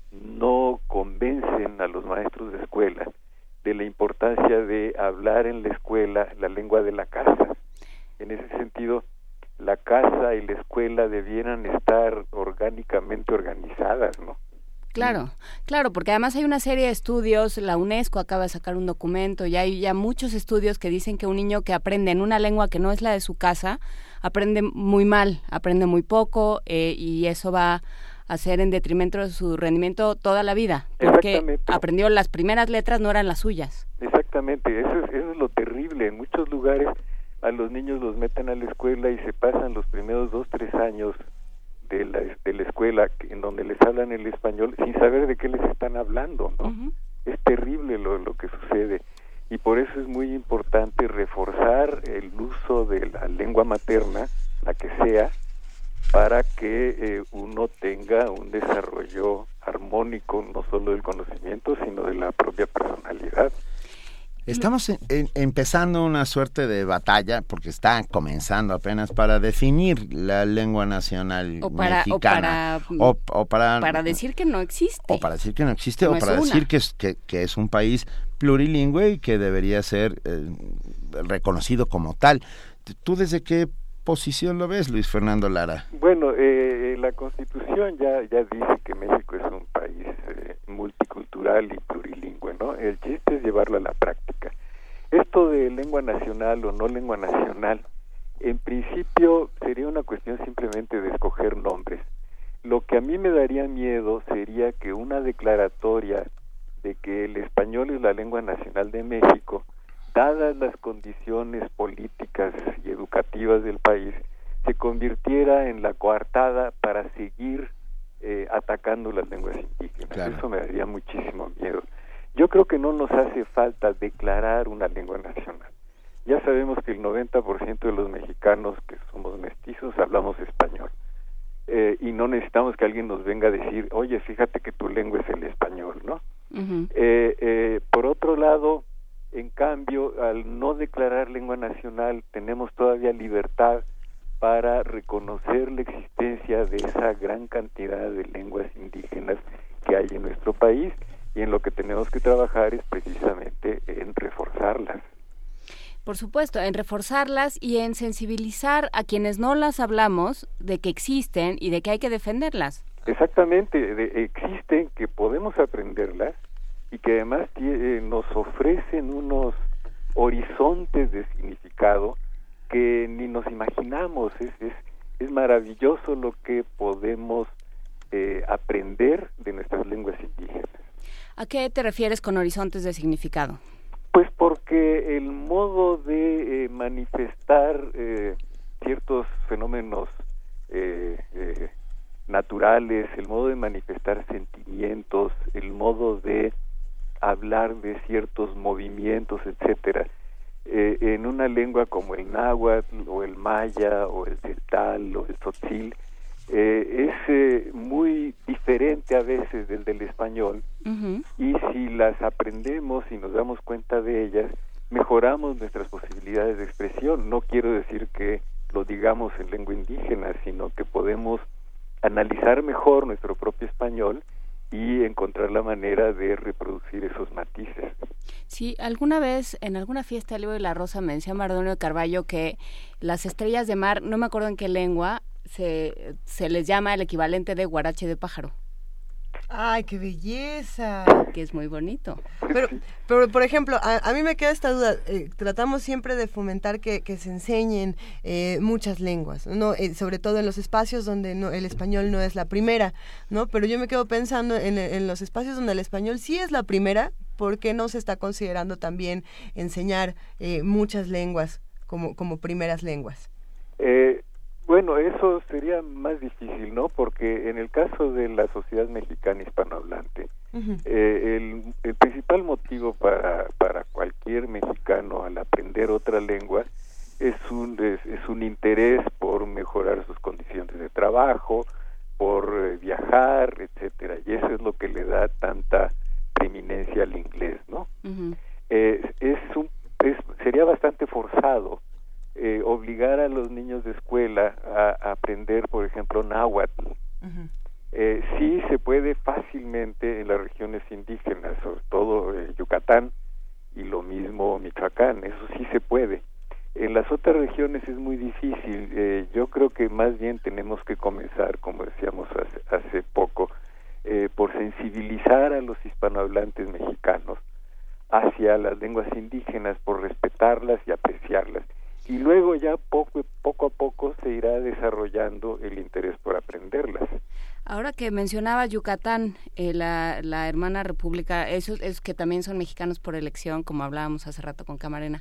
no convencen a los maestros de escuela de la importancia de hablar en la escuela la lengua de la casa. En ese sentido, la casa y la escuela debieran estar orgánicamente organizadas, ¿no? Claro, claro, porque además hay una serie de estudios, la UNESCO acaba de sacar un documento, y hay ya muchos estudios que dicen que un niño que aprende en una lengua que no es la de su casa, aprende muy mal, aprende muy poco, eh, y eso va a ser en detrimento de su rendimiento toda la vida, porque aprendió las primeras letras, no eran las suyas. Exactamente, eso es, eso es lo terrible. En muchos lugares a los niños los meten a la escuela y se pasan los primeros dos, tres años de la, de la escuela en donde les hablan el español sin saber de qué les están hablando, ¿no? Uh-huh. Es terrible lo, lo que sucede, y por eso es muy importante reforzar el uso de la lengua materna, la que sea, para que eh, uno tenga un desarrollo armónico, no solo del conocimiento, sino de la propia personalidad. Estamos en, en, empezando una suerte de batalla, porque está comenzando apenas, para definir la lengua nacional o para, mexicana. O para, o, o para, para decir que no existe. O para decir que no existe, no o para decir que es, que, que es un país plurilingüe y que debería ser eh, reconocido como tal. ¿Tú desde qué posición lo ves, Luis Fernando Lara? Bueno, eh, la Constitución ya, ya dice que México es un país eh, multicultural y plurilingüe, ¿no? El chiste es llevarlo a la práctica. Esto de lengua nacional o no lengua nacional, en principio sería una cuestión simplemente de escoger nombres. Lo que a mí me daría miedo sería que una declaratoria de que el español es la lengua nacional de México, dadas las condiciones políticas y educativas del país, se convirtiera en la coartada para seguir eh, atacando las lenguas indígenas. Claro. Eso me daría muchísimo miedo. Yo creo que no nos hace falta declarar una lengua nacional. Ya sabemos que el noventa por ciento de los mexicanos que somos mestizos hablamos español. Eh, y no necesitamos que alguien nos venga a decir, oye, fíjate que tu lengua es el español, ¿no? Uh-huh. eh, eh, por otro lado, en cambio, al no declarar lengua nacional, tenemos todavía libertad para reconocer la existencia de esa gran cantidad de lenguas indígenas que hay en nuestro país, y en lo que tenemos que trabajar es precisamente en reforzarlas. Por supuesto, en reforzarlas y en sensibilizar a quienes no las hablamos de que existen y de que hay que defenderlas. Exactamente, de, existen, que podemos aprenderlas y que además eh, nos ofrecen unos horizontes de significado que ni nos imaginamos. Es, es, es maravilloso lo que podemos eh, aprender de nuestras lenguas indígenas. ¿A qué te refieres con horizontes de significado? Pues porque el modo de eh, manifestar eh, ciertos fenómenos eh, eh, naturales, el modo de manifestar sentimientos, el modo de hablar de ciertos movimientos, etcétera, eh, en una lengua como el náhuatl o el maya o el celtal o el tzotzil, eh, es eh, muy diferente a veces del del español. Uh-huh. Y si las aprendemos y nos damos cuenta de ellas, mejoramos nuestras posibilidades de expresión. No quiero decir que lo digamos en lengua indígena, sino que podemos analizar mejor nuestro propio español y encontrar la manera de reproducir esos matices. Sí, alguna vez en alguna fiesta del Libro de la Rosa me decía Mardonio de Carballo que las estrellas de mar, no me acuerdo en qué lengua, se, se les llama el equivalente de guarache de pájaro. ¡Ay, qué belleza! Que es muy bonito. Pero, pero por ejemplo, a, a mí me queda esta duda. Eh, tratamos siempre de fomentar que, que se enseñen eh, muchas lenguas, ¿no? Eh, sobre todo en los espacios donde no, el español no es la primera, ¿no? Pero yo me quedo pensando en, en los espacios donde el español sí es la primera, ¿por qué no se está considerando también enseñar eh, muchas lenguas como, como primeras lenguas? Eh... Bueno, eso sería más difícil, ¿no? Porque en el caso de la sociedad mexicana hispanohablante, uh-huh. eh, el, el principal motivo para, para cualquier mexicano al aprender otra lengua es un, es, es un interés por mejorar sus condiciones de trabajo, por eh, viajar, etcétera. Y eso es lo que le da tanta preeminencia al inglés, ¿no? Uh-huh. Eh, es un, es, sería bastante forzado Eh, obligar a los niños de escuela a, a aprender, por ejemplo, náhuatl. Uh-huh. Eh, sí se puede fácilmente en las regiones indígenas, sobre todo eh, Yucatán y lo mismo Michoacán, eso sí se puede. En las otras regiones es muy difícil. Eh, yo creo que más bien tenemos que comenzar, como decíamos hace, hace poco, eh, eh, por sensibilizar a los hispanohablantes mexicanos hacia las lenguas indígenas, por respetarlas y apreciarlas. Y luego ya poco, poco a poco se irá desarrollando el interés por aprenderlas. Ahora que mencionaba Yucatán, eh, la, la hermana república, esos es que también son mexicanos por elección, como hablábamos hace rato con Camarena.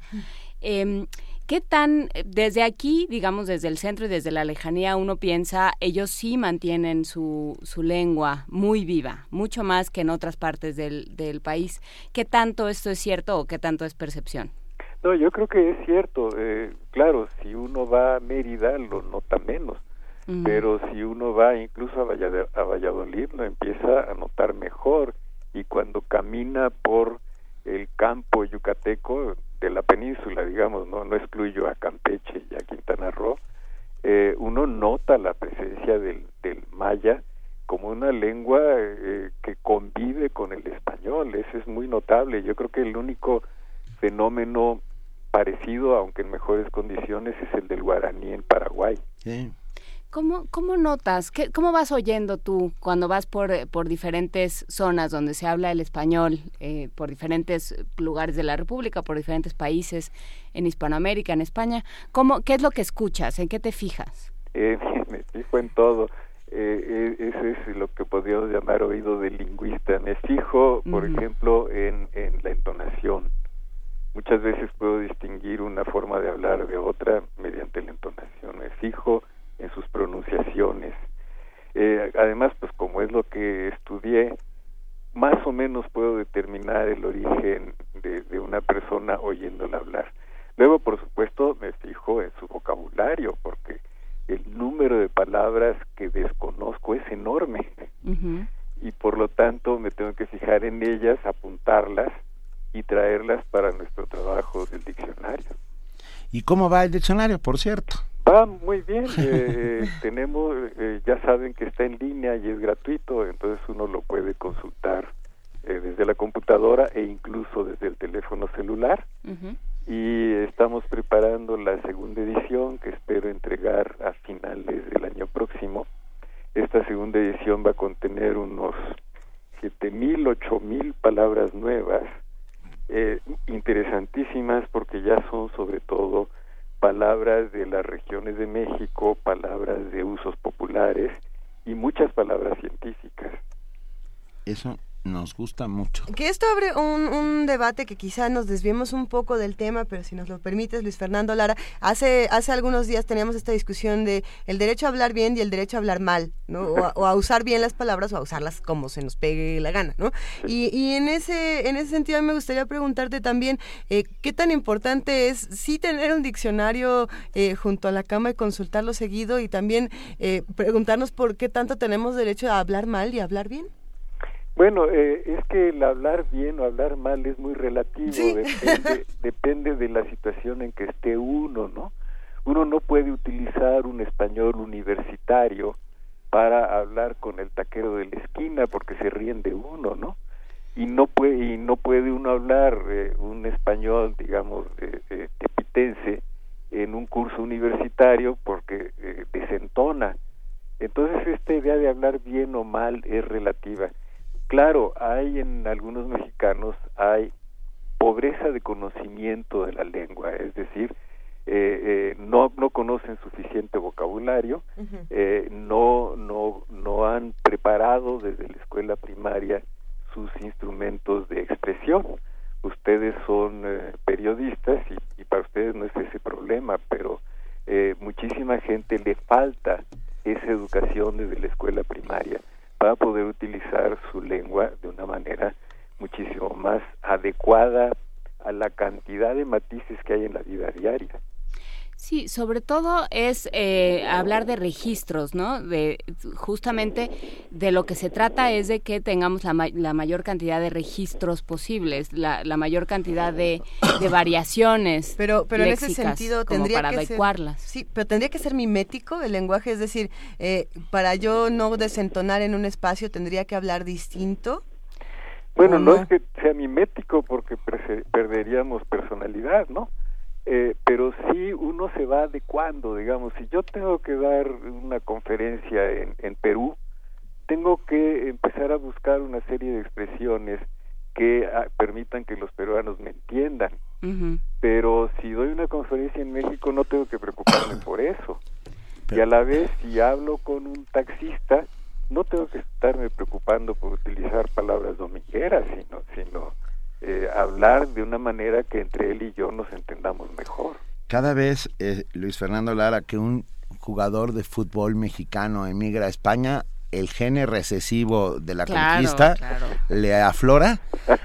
Eh, ¿Qué tan, desde aquí, digamos, desde el centro y desde la lejanía, uno piensa, ellos sí mantienen su, su lengua muy viva, mucho más que en otras partes del, del país? ¿Qué tanto esto es cierto o qué tanto es percepción? No, yo creo que es cierto. Eh, claro, si uno va a Mérida lo nota menos, uh-huh. pero si uno va incluso a, Vallad- a Valladolid lo empieza a notar mejor, y cuando camina por el campo yucateco de la península, digamos, no, no excluyo a Campeche y a Quintana Roo, eh, uno nota la presencia del, del maya como una lengua eh, que convive con el español. Eso es muy notable. Yo creo que el único fenómeno parecido, aunque en mejores condiciones, es el del guaraní en Paraguay. Sí. ¿Cómo, cómo notas, qué, cómo vas oyendo tú cuando vas por, por diferentes zonas donde se habla el español, eh, por diferentes lugares de la República, por diferentes países, en Hispanoamérica, en España? ¿Cómo, ¿Qué es lo que escuchas? ¿En qué te fijas? Eh, me fijo en todo. Eh, eh, ese es lo que podríamos llamar oído de lingüista. Me fijo, por uh-huh. ejemplo, en, en la entonación. Muchas veces puedo distinguir una forma de hablar de otra mediante la entonación. Me fijo en sus pronunciaciones. Eh, además, pues como es lo que estudié, más o menos puedo determinar el origen de, de una persona oyéndola hablar. Luego, por supuesto, me fijo en su vocabulario, porque el número de palabras que desconozco es enorme. Uh-huh. Y por lo tanto me tengo que fijar en ellas, apuntarlas y traerlas para nuestro trabajo del diccionario. ¿Y cómo va el diccionario, por cierto? Va muy bien. eh, tenemos, eh, ya saben que está en línea y es gratuito, entonces uno lo puede consultar eh, desde la computadora e incluso desde el teléfono celular. Uh-huh. Y estamos preparando la segunda edición, que espero entregar a finales del año próximo. Esta segunda edición va a contener unos siete mil, ocho mil palabras nuevas, eh, interesantísimas, porque ya son sobre todo palabras de las regiones de México, palabras de usos populares y muchas palabras científicas. Eso nos gusta mucho. Que esto abre un, un debate que quizá nos desviemos un poco del tema, pero si nos lo permites, Luis Fernando Lara, hace hace algunos días teníamos esta discusión de el derecho a hablar bien y el derecho a hablar mal, ¿no? O a, o a usar bien las palabras o a usarlas como se nos pegue la gana, ¿no? Y, y en ese en ese sentido me gustaría preguntarte también eh, qué tan importante es sí tener un diccionario eh, junto a la cama y consultarlo seguido, y también eh, preguntarnos por qué tanto tenemos derecho a hablar mal y a hablar bien. Bueno, eh, es que el hablar bien o hablar mal es muy relativo, ¿sí? depende, depende de la situación en que esté uno, ¿no? Uno no puede utilizar un español universitario para hablar con el taquero de la esquina porque se ríen de uno, ¿no? Y no puede, y no puede uno hablar eh, un español, digamos, eh, eh, tepitense en un curso universitario porque eh, desentona. Entonces esta idea de hablar bien o mal es relativa. Claro, hay en algunos mexicanos, hay pobreza de conocimiento de la lengua, es decir, eh, eh, no no conocen suficiente vocabulario, uh-huh. eh, no no no han preparado desde la escuela primaria sus instrumentos de expresión. Ustedes son eh, periodistas y, y para ustedes no es ese problema, pero eh, muchísima gente le falta esa educación desde la escuela primaria para poder utilizar su lengua de una manera muchísimo más adecuada a la cantidad de matices que hay en la vida diaria. Sí, sobre todo es eh, hablar de registros, ¿no? De justamente de lo que se trata es de que tengamos la, ma- la mayor cantidad de registros posibles, la, la mayor cantidad de, de variaciones. Pero, pero léxicas, en ese sentido tendría para que adecuarlas. ser, sí, pero tendría que ser mimético el lenguaje, es decir, eh, para yo no desentonar en un espacio tendría que hablar distinto. Bueno, no? no es que sea mimético porque pre- perderíamos personalidad, ¿no? Eh, pero sí uno se va adecuando, digamos, si yo tengo que dar una conferencia en, en Perú, tengo que empezar a buscar una serie de expresiones que ah, permitan que los peruanos me entiendan. Uh-huh. Pero si doy una conferencia en México no tengo que preocuparme por eso. Pero... Y a la vez, si hablo con un taxista, no tengo que estarme preocupando por utilizar palabras domingueras, sino, sino eh, hablar de una manera que entre él y yo nos entendamos mejor. Cada vez, eh, Luis Fernando Lara, que un jugador de fútbol mexicano emigra a España, el gene recesivo de la claro, conquista claro. le aflora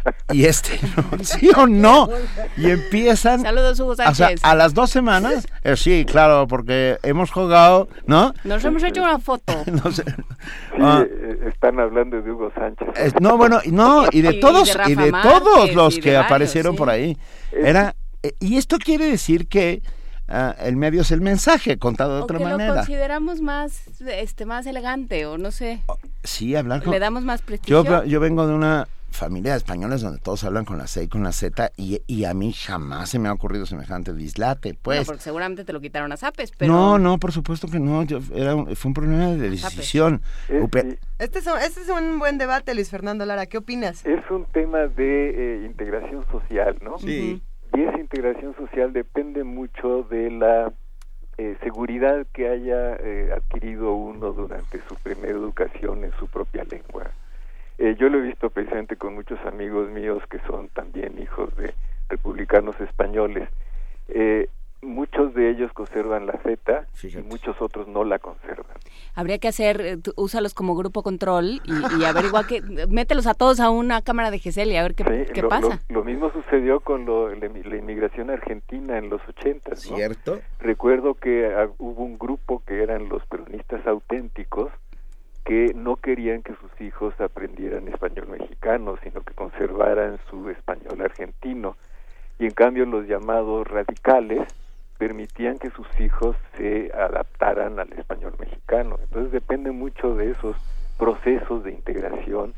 y este no, sí o no, y empiezan saludos Hugo Sánchez. O sea, a las dos semanas eh, sí, claro, porque hemos jugado, ¿no? Nos hemos hecho una foto. No sé. Sí, uh, están hablando de Hugo Sánchez. Eh, no, bueno, no, y de todos y de, y de todos los que varios, aparecieron sí. por ahí. Era eh, y esto quiere decir que Uh, el medio es el mensaje contado de o otra que manera. Lo consideramos más, este, más elegante o no sé. Sí, hablar con. Le damos más prestigio. Yo, yo vengo de una familia de españoles donde todos hablan con la C y con la Z y, y a mí jamás se me ha ocurrido semejante dislate, pues. Bueno, porque seguramente te lo quitaron a zapes, pero. No, no, por supuesto que no. Yo, era un, fue un problema de decisión. Este, este, es un, este es un buen debate, Luis Fernando Lara. ¿Qué opinas? Es un tema de eh, integración social, ¿no? Sí. Uh-huh. Y esa integración social depende mucho de la eh, seguridad que haya eh, adquirido uno durante su primera educación en su propia lengua. Eh, yo lo he visto precisamente con muchos amigos míos que son también hijos de republicanos españoles. Eh, muchos de ellos conservan la Z Fíjate. y muchos otros no la conservan. Habría que hacer, úsalos como grupo control y, y averiguar que, mételos a todos a una cámara de Gesell y a ver qué, sí, qué lo, pasa. Lo, lo mismo sucedió con lo, la, la inmigración argentina en los ochentas, ¿no? ¿Cierto? Recuerdo que uh, hubo un grupo que eran los peronistas auténticos que no querían que sus hijos aprendieran español mexicano, sino que conservaran su español argentino. Y en cambio los llamados radicales permitían que sus hijos se adaptaran al español mexicano. Entonces depende mucho de esos procesos de integración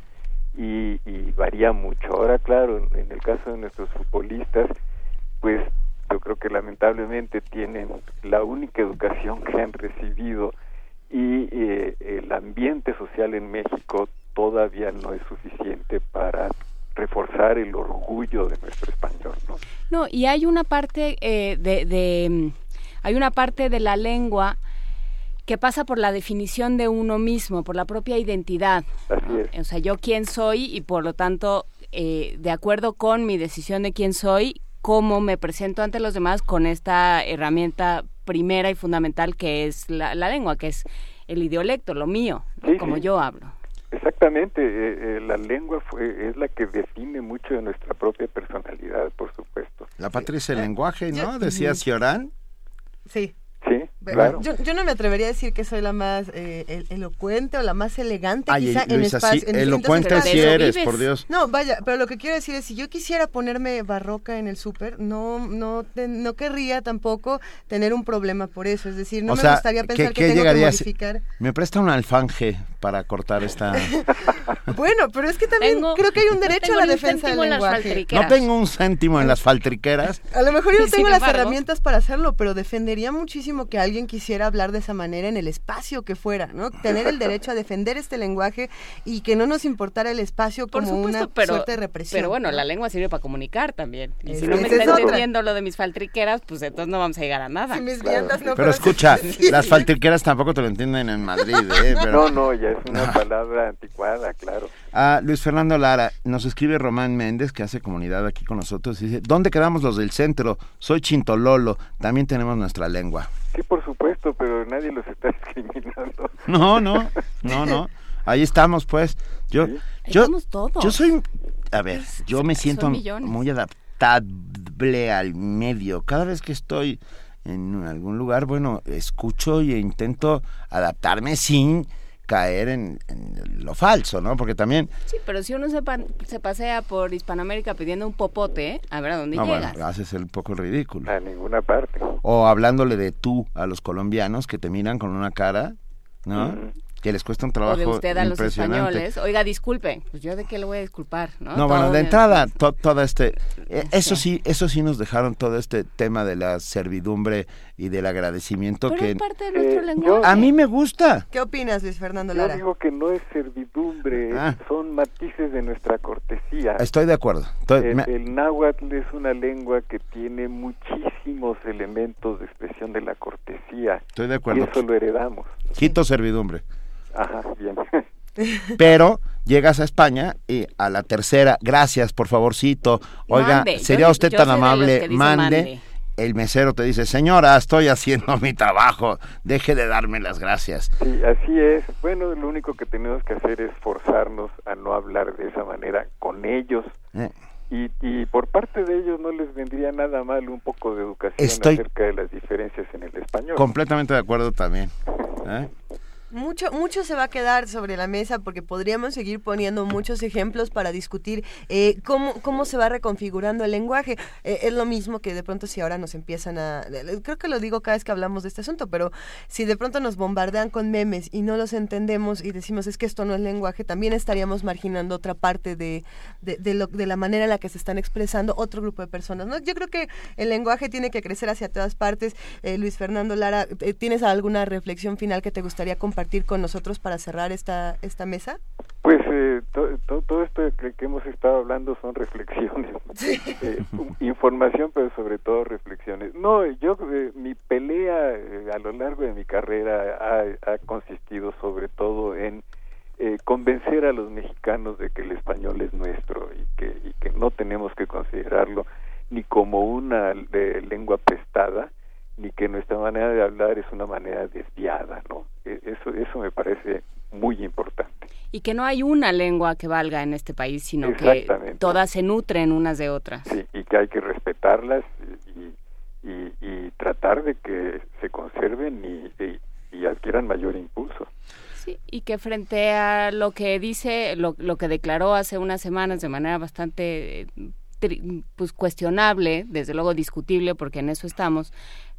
y, y varía mucho. Ahora, claro, en, en el caso de nuestros futbolistas, pues yo creo que lamentablemente tienen la única educación que han recibido y eh, el ambiente social en México todavía no es suficiente para reforzar el orgullo de nuestro español, ¿no? No, y hay una parte eh, de, de hay una parte de la lengua que pasa por la definición de uno mismo, por la propia identidad. Así es. O sea, yo quién soy y por lo tanto, eh, de acuerdo con mi decisión de quién soy, cómo me presento ante los demás con esta herramienta primera y fundamental que es la, la lengua, que es el idiolecto, lo mío, ¿no? Sí, como sí. yo hablo. Exactamente, eh, eh, la lengua fue, es la que define mucho de nuestra propia personalidad, por supuesto. La patria es el eh, lenguaje, ¿no? Yo, Decía Cioran. Sí. Sí, claro. Yo, yo no me atrevería a decir que soy la más eh, el, elocuente o la más elegante, Ay, quizá Luisa, en espacio. Sí, en elocuente sí eres, por Dios. No, vaya, pero lo que quiero decir es, si yo quisiera ponerme barroca en el súper, no no te, no querría tampoco tener un problema por eso. Es decir, no o me sea, gustaría pensar ¿qué, que qué tengo que a modificar. Me presta un alfanje para cortar esta... Bueno, pero es que también tengo, creo que hay un derecho a la defensa del lenguaje. No tengo un céntimo en las faltriqueras. A lo mejor yo no tengo las herramientas para hacerlo, pero defendería muchísimo que alguien quisiera hablar de esa manera en el espacio que fuera, ¿no? Tener el derecho a defender este lenguaje y que no nos importara el espacio como supuesto, una pero, suerte de represión. Pero bueno, ¿no? La lengua sirve para comunicar también. Y es, si no me está entendiendo otra. Lo de mis faltriqueras, pues entonces no vamos a llegar a nada. Si mis claro. no pero escucha, sí. Las faltriqueras tampoco te lo entienden en Madrid, ¿eh? Pero... No, no, ya es una no. palabra anticuada, claro. Ah, Luis Fernando Lara, nos escribe Román Méndez, que hace comunidad aquí con nosotros, y dice, ¿dónde quedamos los del centro? Soy Chintololo, también tenemos nuestra lengua. Sí, por supuesto, pero nadie los está discriminando. No, no, no, no. Ahí estamos, pues. Yo, ¿Sí? yo, estamos todos. Yo soy, a ver, yo me siento muy adaptable al medio. Cada vez que estoy en algún lugar, bueno, escucho e intento adaptarme sin caer en, en lo falso, ¿no? Porque también... Sí, pero si uno se, pa- se pasea por Hispanoamérica pidiendo un popote, a ver a dónde no, llegas. Bueno, haces el poco ridículo. A ninguna parte. O hablándole de tú a los colombianos que te miran con una cara, ¿no? Mm. que les cuesta un trabajo o de usted a los impresionante. españoles. Oiga, disculpe, pues yo de qué le voy a disculpar, ¿no? No, Todo bueno, de el... entrada, to, todo este, eh, eso sí, eso sí nos dejaron todo este tema de la servidumbre y del agradecimiento. Pero que es parte de nuestro Eh, lenguaje. a mí me gusta. ¿Qué opinas, Luis Fernando Yo Lara? digo que no es servidumbre, Ah. son matices de nuestra cortesía. Estoy de acuerdo. Estoy- el, me- el náhuatl es una lengua que tiene muchísimos elementos de expresión de la cortesía. Estoy de acuerdo. Y eso lo heredamos. Quito servidumbre. Ajá, bien. Pero llegas a España y a la tercera, gracias, por favorcito, oiga, Mande. sería Yo- usted yo tan soy de los amable, que dice mande. mande. El mesero te dice, señora, estoy haciendo mi trabajo, deje de darme las gracias. Sí, así es. Bueno, lo único que tenemos que hacer es forzarnos a no hablar de esa manera con ellos. Eh. Y, y por parte de ellos no les vendría nada mal un poco de educación Estoy- acerca de las diferencias en el español. Completamente de acuerdo también. ¿Eh? Mucho, mucho se va a quedar sobre la mesa porque podríamos seguir poniendo muchos ejemplos para discutir eh, cómo, cómo se va reconfigurando el lenguaje. Eh, es lo mismo que de pronto si ahora nos empiezan a... Creo que lo digo cada vez que hablamos de este asunto, pero si de pronto nos bombardean con memes y no los entendemos y decimos es que esto no es lenguaje, también estaríamos marginando otra parte de, de, de, lo, de la manera en la que se están expresando otro grupo de personas, ¿no? Yo creo que el lenguaje tiene que crecer hacia todas partes. Eh, Luis Fernando Lara, eh, ¿tienes alguna reflexión final que te gustaría compartir con nosotros para cerrar esta esta mesa? Pues eh, to, to, todo esto que, que hemos estado hablando son reflexiones, eh, información, pero sobre todo reflexiones. No, yo eh, mi pelea eh, a lo largo de mi carrera ha, ha consistido sobre todo en eh, convencer a los mexicanos de que el español es nuestro y que, y que no tenemos que considerarlo ni como una de, lengua prestada, ni que nuestra manera de hablar es una manera desviada, ¿no? Eso, eso me parece muy importante. Y que no hay una lengua que valga en este país, sino que todas se nutren unas de otras. Sí, y que hay que respetarlas y, y, y tratar de que se conserven y, y, y adquieran mayor impulso. Sí, y que frente a lo que dice, lo, lo que declaró hace unas semanas de manera bastante... pues cuestionable, desde luego discutible, porque en eso estamos,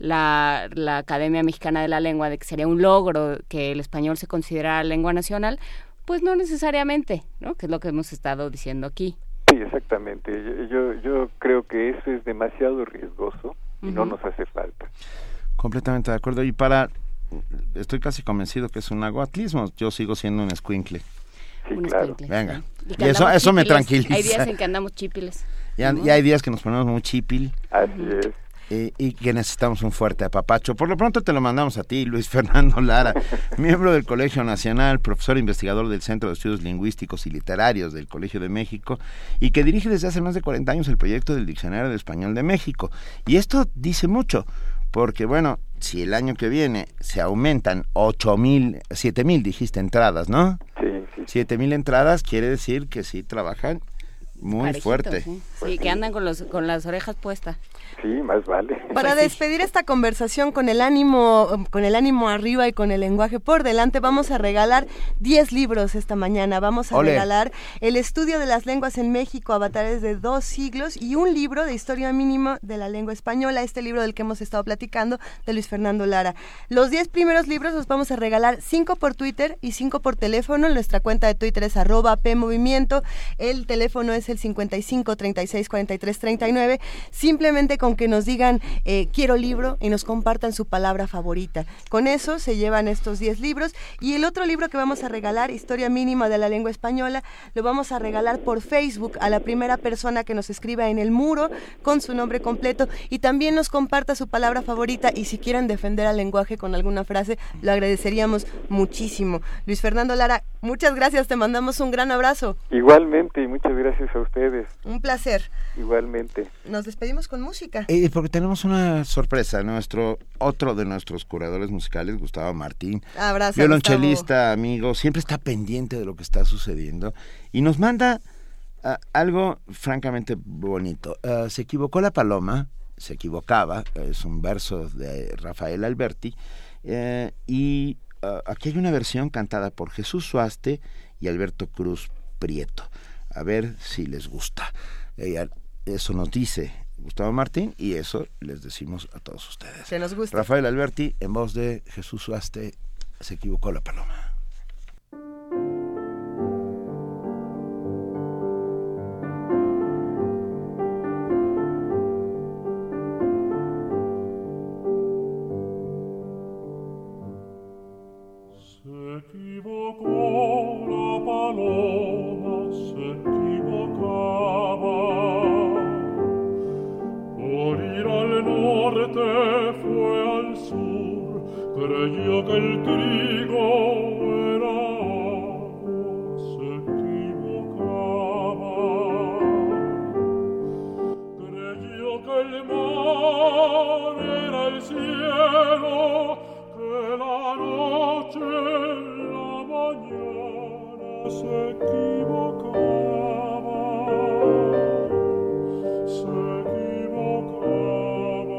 la, la Academia Mexicana de la Lengua, de que sería un logro que el español se considerara lengua nacional, pues no necesariamente, ¿no? Que es lo que hemos estado diciendo aquí. Sí, exactamente. Yo, yo creo que eso es demasiado riesgoso y uh-huh. no nos hace falta. Completamente de acuerdo. Y para, estoy casi convencido que es un aguatlismo. Yo sigo siendo un escuincle. Sí, un claro. escuincle, Venga. ¿sí? Y, y eso, eso me tranquiliza. Hay días en que andamos chípiles. Ya, ¿no? Ya hay días que nos ponemos muy chipil. Así es. Y, y que necesitamos un fuerte apapacho. Por lo pronto te lo mandamos a ti, Luis Fernando Lara, miembro del Colegio Nacional, profesor investigador del Centro de Estudios Lingüísticos y Literarios del Colegio de México, y que dirige desde hace más de cuarenta años el proyecto del Diccionario de Español de México. Y esto dice mucho, porque bueno, si el año que viene se aumentan ocho mil, siete mil, dijiste, entradas, ¿no? Sí, sí. siete mil entradas quiere decir que sí trabajan muy Parejitos, fuerte. Sí, sí, que andan con los con las orejas puestas. Sí, más vale. Para pues despedir sí. esta conversación con el ánimo con el ánimo arriba y con el lenguaje por delante, vamos a regalar diez libros esta mañana. Vamos a Olé. regalar El estudio de las lenguas en México, avatares de dos siglos, y un libro de historia mínima de la lengua española, este libro del que hemos estado platicando, de Luis Fernando Lara. Los diez primeros libros los vamos a regalar, cinco por Twitter y cinco por teléfono. Nuestra cuenta de Twitter es arroba PMovimiento. El teléfono es el cincuenta y cinco, treinta y seis, cuarenta y tres, treinta y nueve. Simplemente con que nos digan eh, quiero libro y nos compartan su palabra favorita. Con eso se llevan estos diez libros. Y el otro libro que vamos a regalar, Historia Mínima de la Lengua Española, lo vamos a regalar por Facebook a la primera persona que nos escriba en el muro con su nombre completo y también nos comparta su palabra favorita, y si quieren defender al lenguaje con alguna frase, lo agradeceríamos muchísimo. Luis Fernando Lara, muchas gracias, te mandamos un gran abrazo. Igualmente, y muchas gracias a ustedes. Un placer. Igualmente. Nos despedimos con música. Eh, porque tenemos una sorpresa. Nuestro otro de nuestros curadores musicales, Gustavo Martín, abrazo, violonchelista, Gustavo. amigo, siempre está pendiente de lo que está sucediendo y nos manda uh, algo francamente bonito. Uh, se equivocó la paloma, se equivocaba, es un verso de Rafael Alberti, uh, y uh, aquí hay una versión cantada por Jesús Suaste y Alberto Cruz Prieto. A ver si les gusta. Eh, eso nos dice Gustavo Martín y eso les decimos a todos ustedes. Que nos gusta. Rafael Alberti en voz de Jesús Suaste, Se equivocó la paloma. equivocó la paloma, se equivocaba. Por ir al norte fue al sur, creyó que el trigo era agua, se equivocaba. Creyó que el mar era el cielo, que la noche, la mañana, se equivocaba, se equivocaba.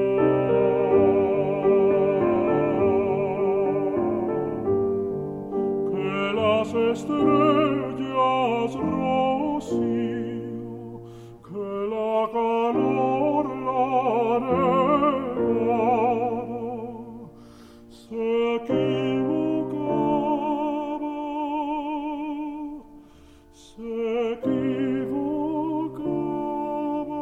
Que las estrellas rocío, que la calor, la nevada, se equivocaba, se equivocaba.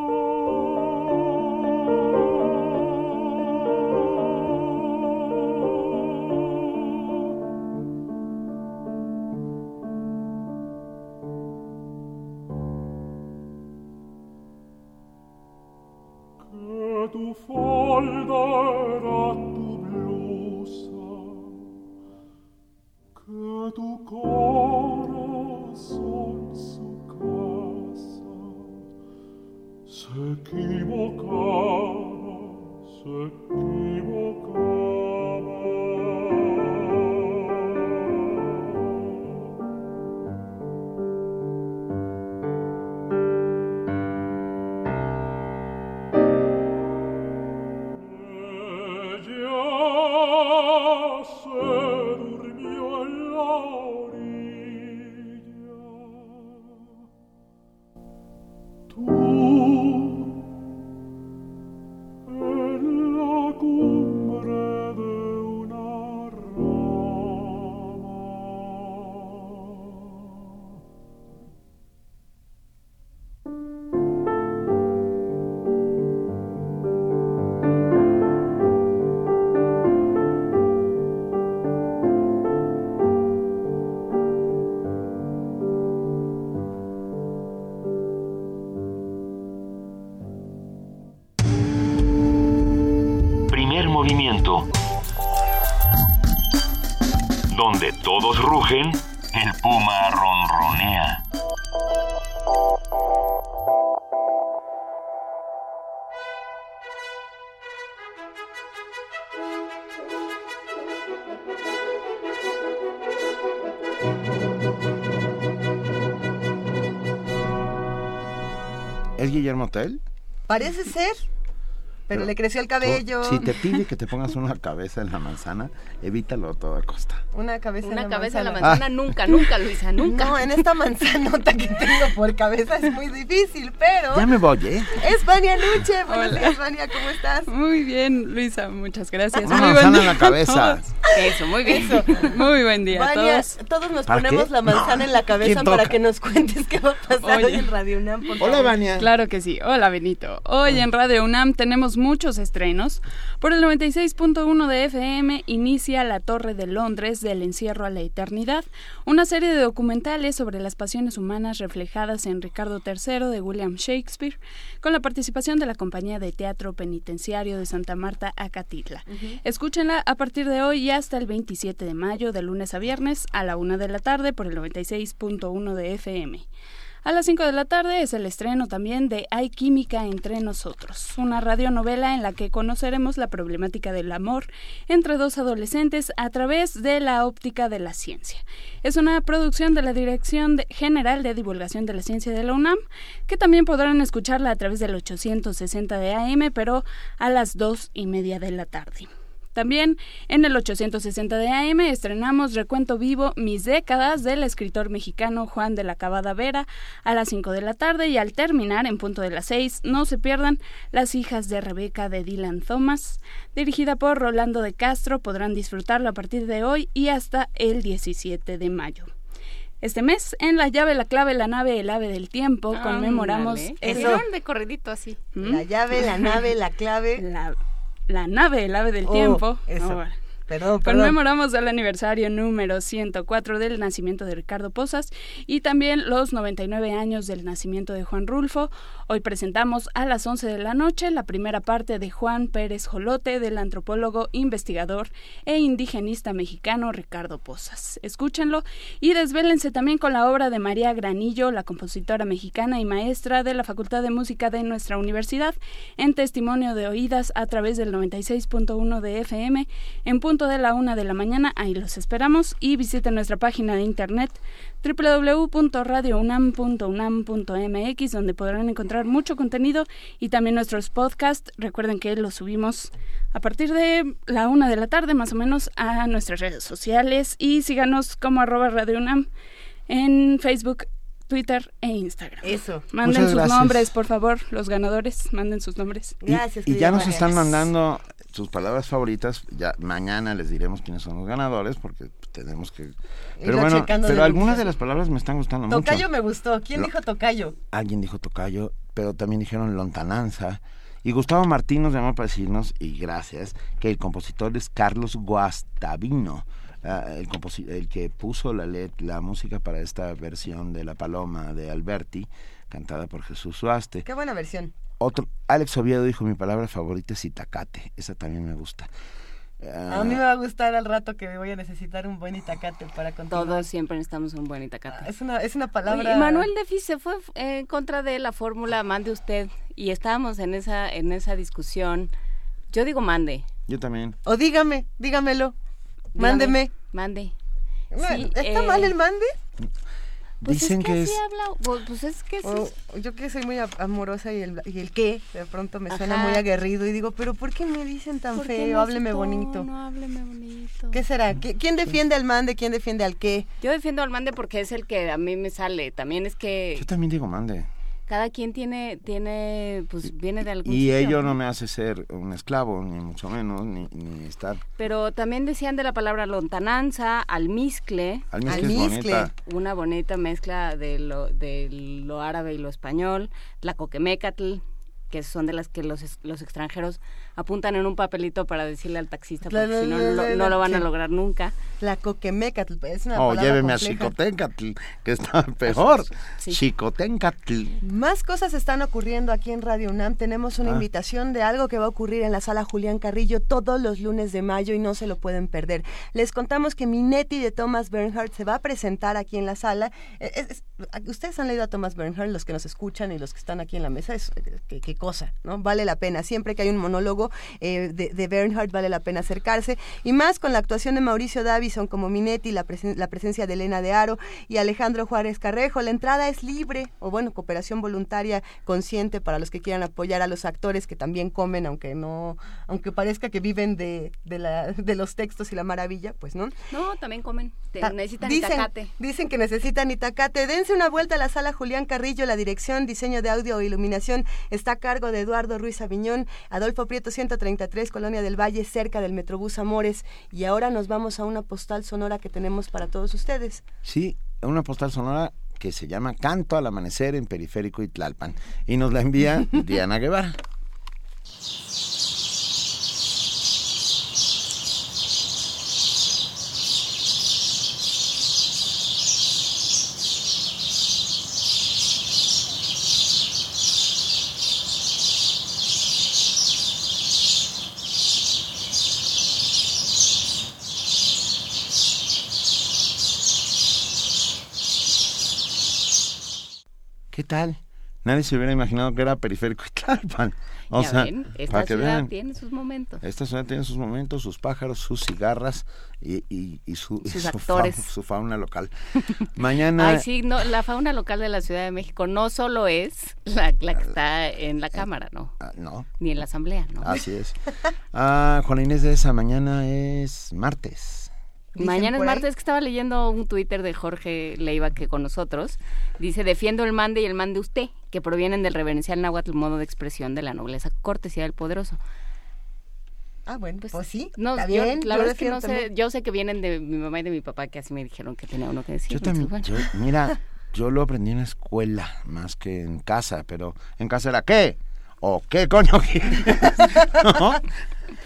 Que tu falda era tu blusa, que tu corazón su casa, se equivocaba, se equivocaba. Se durmió en la orilla. Tú en la cumbre de una rama. Movimiento. Donde todos rugen, el puma ronronea. ¿Es Guillermo Tell? Parece ser. Pero, pero le creció el cabello. Si te pide que te pongas una cabeza en la manzana, evítalo a toda costa. Una cabeza una en la cabeza manzana. en la manzana, ah. nunca, nunca, Luisa, nunca. No, en esta manzanota que tengo por cabeza es muy difícil, pero... Ya me voy, ¿eh? Es Vania Nuche. Buenos días, Vania, ¿cómo estás? Muy bien, Luisa, muchas gracias. Una muy manzana buen en la cabeza. Eso, muy bien. Eso. Muy buen día Vania, a todos. todos nos ponemos qué? la manzana en la cabeza para que nos cuentes qué va a pasar Oye. hoy en Radio UNAM. Por Hola, favor. Vania. Claro que sí. Hola, Benito. Hoy en Radio UNAM tenemos muchos estrenos. Por el noventa y seis punto uno de F M inicia La Torre de Londres, del encierro a la eternidad, una serie de documentales sobre las pasiones humanas reflejadas en Ricardo tercero de William Shakespeare, con la participación de la Compañía de Teatro Penitenciario de Santa Marta, Acatitla. Uh-huh. Escúchenla a partir de hoy y hasta el veintisiete de mayo, de lunes a viernes, a la una de la tarde, por el noventa y seis punto uno de F M. A las cinco de la tarde es el estreno también de Hay Química entre nosotros, una radionovela en la que conoceremos la problemática del amor entre dos adolescentes a través de la óptica de la ciencia. Es una producción de la Dirección General de Divulgación de la Ciencia de la UNAM, que también podrán escucharla a través del ochocientos sesenta de A M, pero a las dos y media de la tarde. También en el ochocientos sesenta de A M estrenamos Recuento Vivo, Mis Décadas, del escritor mexicano Juan de la Cabada Vera, a las cinco de la tarde, y al terminar, en punto de las seis, no se pierdan Las Hijas de Rebeca, de Dylan Thomas, dirigida por Rolando de Castro. Podrán disfrutarlo a partir de hoy y hasta el diecisiete de mayo. Este mes, en La Llave, la Clave, la Nave, el Ave del Tiempo, ah, conmemoramos... Eso de corridito así. ¿Mm? La llave, la nave, la clave... La... La nave, el ave del oh, tiempo. Eso. Oh, Perdón, perdón. Conmemoramos el aniversario número ciento cuatro del nacimiento de Ricardo Posas y también los noventa y nueve años del nacimiento de Juan Rulfo. Hoy presentamos a las once de la noche la primera parte de Juan Pérez Jolote, del antropólogo, investigador e indigenista mexicano Ricardo Posas. Escúchenlo y desvélense también con la obra de María Granillo, la compositora mexicana y maestra de la Facultad de Música de nuestra universidad, en Testimonio de Oídas a través del noventa y seis punto uno de F M en punto de la una de la mañana. Ahí los esperamos y visiten nuestra página de internet doble u doble u doble u punto radio unam punto unam punto m x, donde podrán encontrar mucho contenido y también nuestros podcasts. Recuerden que los subimos a partir de la una de la tarde más o menos a nuestras redes sociales y síganos como arroba Radio UNAM en Facebook, Twitter e Instagram. Eso. Manden Muchas sus gracias. nombres, por favor, los ganadores, manden sus nombres. Gracias. Y, y ya nos María. están mandando sus palabras favoritas. Ya mañana les diremos quiénes son los ganadores porque tenemos que. Pero Irlo bueno, checando pero de algunas noticias. de las palabras me están gustando mucho. Tocayo me gustó. ¿Quién Lo- dijo tocayo? Alguien dijo tocayo, pero también dijeron lontananza. Y Gustavo Martín nos llamó para decirnos, y gracias, que el compositor es Carlos Guastavino, uh, el, composi- el que puso la, let- la música para esta versión de La Paloma de Alberti, cantada por Jesús Suaste. Qué buena versión. Otro, Alex Oviedo dijo, mi palabra favorita es itacate, esa también me gusta. Uh, A mí me va a gustar al rato que voy a necesitar un buen itacate para continuar. Todos siempre necesitamos un buen itacate. Es una, es una palabra... Oye, Manuel Defi se fue eh, en contra de la fórmula mande usted y estábamos en esa en esa discusión. Yo digo mande. Yo también. O dígame, dígamelo. Dígame, Mándeme. Mande. Sí, ¿Está eh, mal el mande? Pues Dicen es que, que así es- habla, pues pues es que es- O- yo que soy muy a- amorosa y el, y el qué, de pronto me suena Ajá. muy aguerrido y digo, pero ¿por qué me dicen tan ¿por qué feo? no Hábleme ese bonito. tono? Hábleme bonito. ¿Qué será? ¿Qui- ¿Quién defiende al mande? ¿Quién defiende al qué? Yo defiendo al mande porque es el que a mí me sale. También es que Yo también digo mande. cada quien tiene, tiene, pues viene de algún Y sitio, ello no me hace ser un esclavo, ni mucho menos, ni, ni estar... Pero también decían de la palabra lontananza, almizcle. Almizcle es bonita. Una bonita mezcla de lo, de lo árabe y lo español. La coquemécatl, que son de las que los, es- los extranjeros apuntan en un papelito para decirle al taxista, porque La, si no, la, no, la, no lo van a sí. lograr nunca. La coquemécatl, es una Oh, palabra lléveme a compleja. Xicoténcatl, que está peor. Sí. Xicoténcatl. Más cosas están ocurriendo aquí en Radio UNAM. Tenemos una Ah. invitación de algo que va a ocurrir en la sala Julián Carrillo todos los lunes de mayo y no se lo pueden perder. Les contamos que Minetti de Thomas Bernhard se va a presentar aquí en la sala. Eh, es- es- Ustedes han leído a Thomas Bernhard, los que nos escuchan y los que están aquí en la mesa. Es, eh, qué, qué cosa, ¿no? Vale la pena. Siempre que hay un monólogo eh, de, de Bernhard vale la pena acercarse. Y más con la actuación de Mauricio Davison como Minetti, la, presen- la presencia de Elena de Haro y Alejandro Juárez Carrejo. La entrada es libre, o bueno, cooperación voluntaria consciente para los que quieran apoyar a los actores que también comen, aunque no, aunque parezca que viven de, de, la, de los textos y la maravilla, pues no. No, también comen. Te- Ta- necesitan dicen, itacate. Dicen que necesitan itacate. Dense una vuelta a la sala Julián Carrillo. La dirección, diseño de audio e iluminación está a cargo de Eduardo Ruiz Aviñón, Adolfo Prieto ciento treinta y tres, Colonia del Valle, cerca del Metrobús Amores. Y ahora nos vamos a una postal sonora que tenemos para todos ustedes. Sí, una postal sonora que se llama Canto al Amanecer en Periférico y Tlalpan. Y nos la envía Diana Guevara. ¿Qué tal? Nadie se hubiera imaginado que era Periférico y Tlalpan. O Ya sea, ven, esta para que ciudad vean. tiene sus momentos. Esta ciudad tiene sus momentos, sus pájaros, sus cigarras y, y, y su, y Sus su, actores. fa- su fauna local. Mañana... Ay, sí, no, la fauna local de la Ciudad de México no solo es la, la que está en la Cámara, ¿no? Ah, no. Ni en la Asamblea, ¿no? Así es. Ah, Juana Inés de esa, mañana es martes. Mañana es martes, que estaba leyendo un Twitter de Jorge Leiva, que con nosotros dice: defiendo el mande y el mande usted, que provienen del reverencial náhuatl, modo de expresión de la nobleza, cortesía del poderoso. Ah, bueno, pues, pues sí, No, está yo- bien. la yo verdad es que no defiendo sé, también. yo sé que vienen de mi mamá y de mi papá, que así me dijeron que tenía uno que decir. Yo también, entonces, yo, bueno. mira, yo lo aprendí en la escuela más que en casa, pero ¿en casa era qué? ¿O qué coño quieres? ¿No?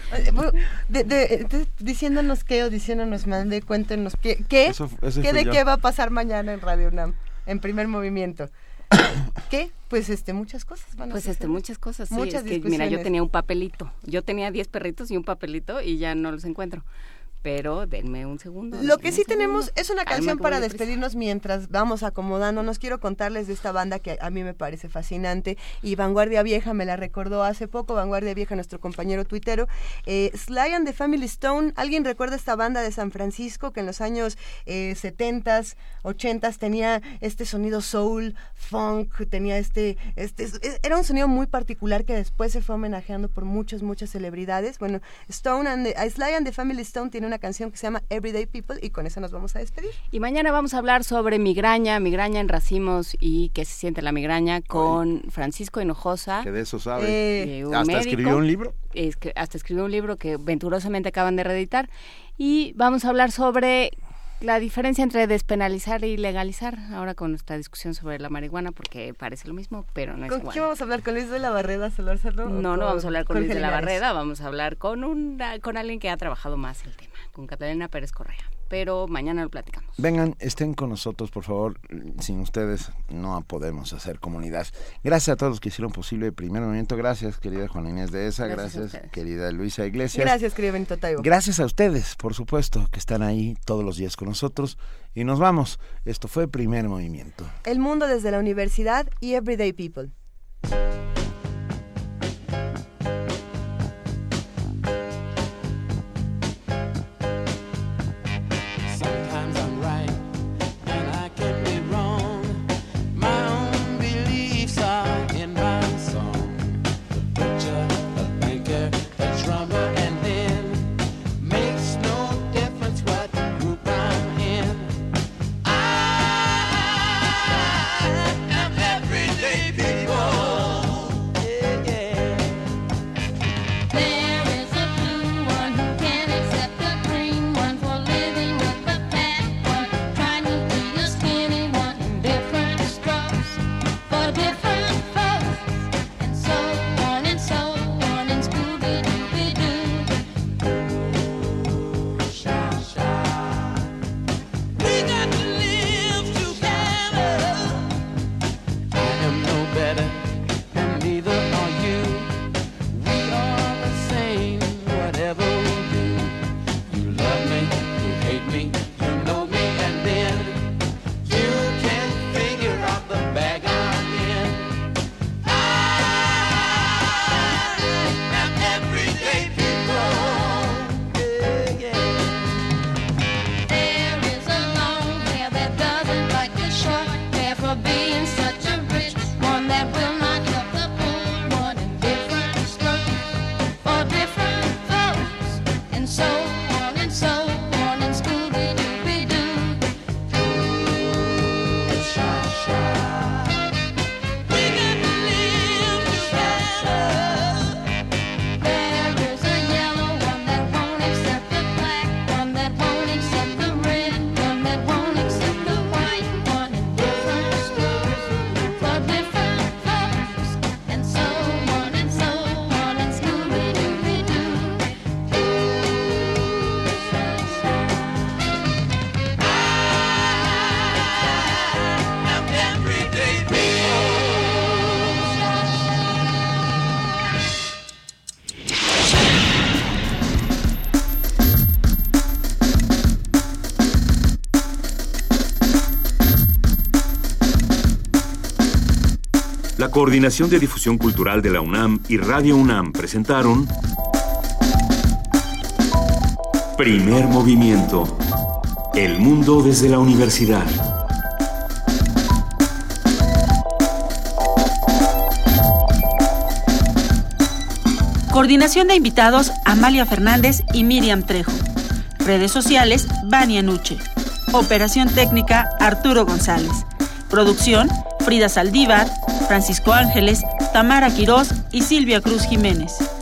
De, de, de, diciéndonos qué o diciéndonos mande, cuéntenos qué, qué, eso, eso qué de yo. qué va a pasar mañana en Radio UNAM, en Primer Movimiento. ¿Qué? Pues este muchas cosas van a Pues suceder. este muchas cosas, sí, muchas es que, mira, yo tenía un papelito. Yo tenía diez perritos y un papelito y ya no los encuentro. Pero denme un segundo. Lo que sí tenemos segundo. es una Calma, canción que para voy deprisa. despedirnos mientras vamos acomodándonos. Quiero contarles de esta banda que a mí me parece fascinante y Vanguardia Vieja me la recordó hace poco. Vanguardia Vieja, nuestro compañero tuitero. Eh, Sly and the Family Stone. ¿Alguien recuerda esta banda de San Francisco que en los años eh, setentas, ochentas tenía este sonido soul, funk, tenía este, este... Era un sonido muy particular que después se fue homenajeando por muchas, muchas celebridades. Bueno, Stone and the, uh, Sly and the Family Stone tiene una canción que se llama Everyday People y con esa nos vamos a despedir. Y mañana vamos a hablar sobre migraña, migraña en racimos y qué se siente la migraña con Ay. Francisco Hinojosa. Que de eso sabe. Eh, ¿Hasta médico. escribió un libro? Es que hasta escribió un libro que venturosamente acaban de reeditar. Y vamos a hablar sobre la diferencia entre despenalizar y legalizar, ahora con nuestra discusión sobre la marihuana, porque parece lo mismo, pero no es ¿Con igual. quién vamos a hablar? ¿Con Luis de la Barreda, Solórzano? No, no vamos a hablar con, con Luis de la Linares? Barreda, vamos a hablar con, una, con alguien que ha trabajado más el tema, con Catalina Pérez Correa. Pero mañana lo platicamos. Vengan, estén con nosotros, por favor. Sin ustedes no podemos hacer comunidad. Gracias a todos los que hicieron posible el Primer Movimiento. Gracias, querida Juana Inés de Esa. Gracias, gracias querida Luisa Iglesias. Gracias, querido Benito Taibo. Gracias a ustedes, por supuesto, que están ahí todos los días con nosotros. Y nos vamos. Esto fue Primer Movimiento. El mundo desde la universidad y Everyday People. La Coordinación de Difusión Cultural de la UNAM y Radio UNAM presentaron Primer Movimiento. El mundo desde la universidad. Coordinación de invitados, Amalia Fernández y Miriam Trejo. Redes sociales, Vania Nuche. Operación técnica, Arturo González. Producción, Frida Saldívar, Francisco Ángeles, Tamara Quirós y Silvia Cruz Jiménez.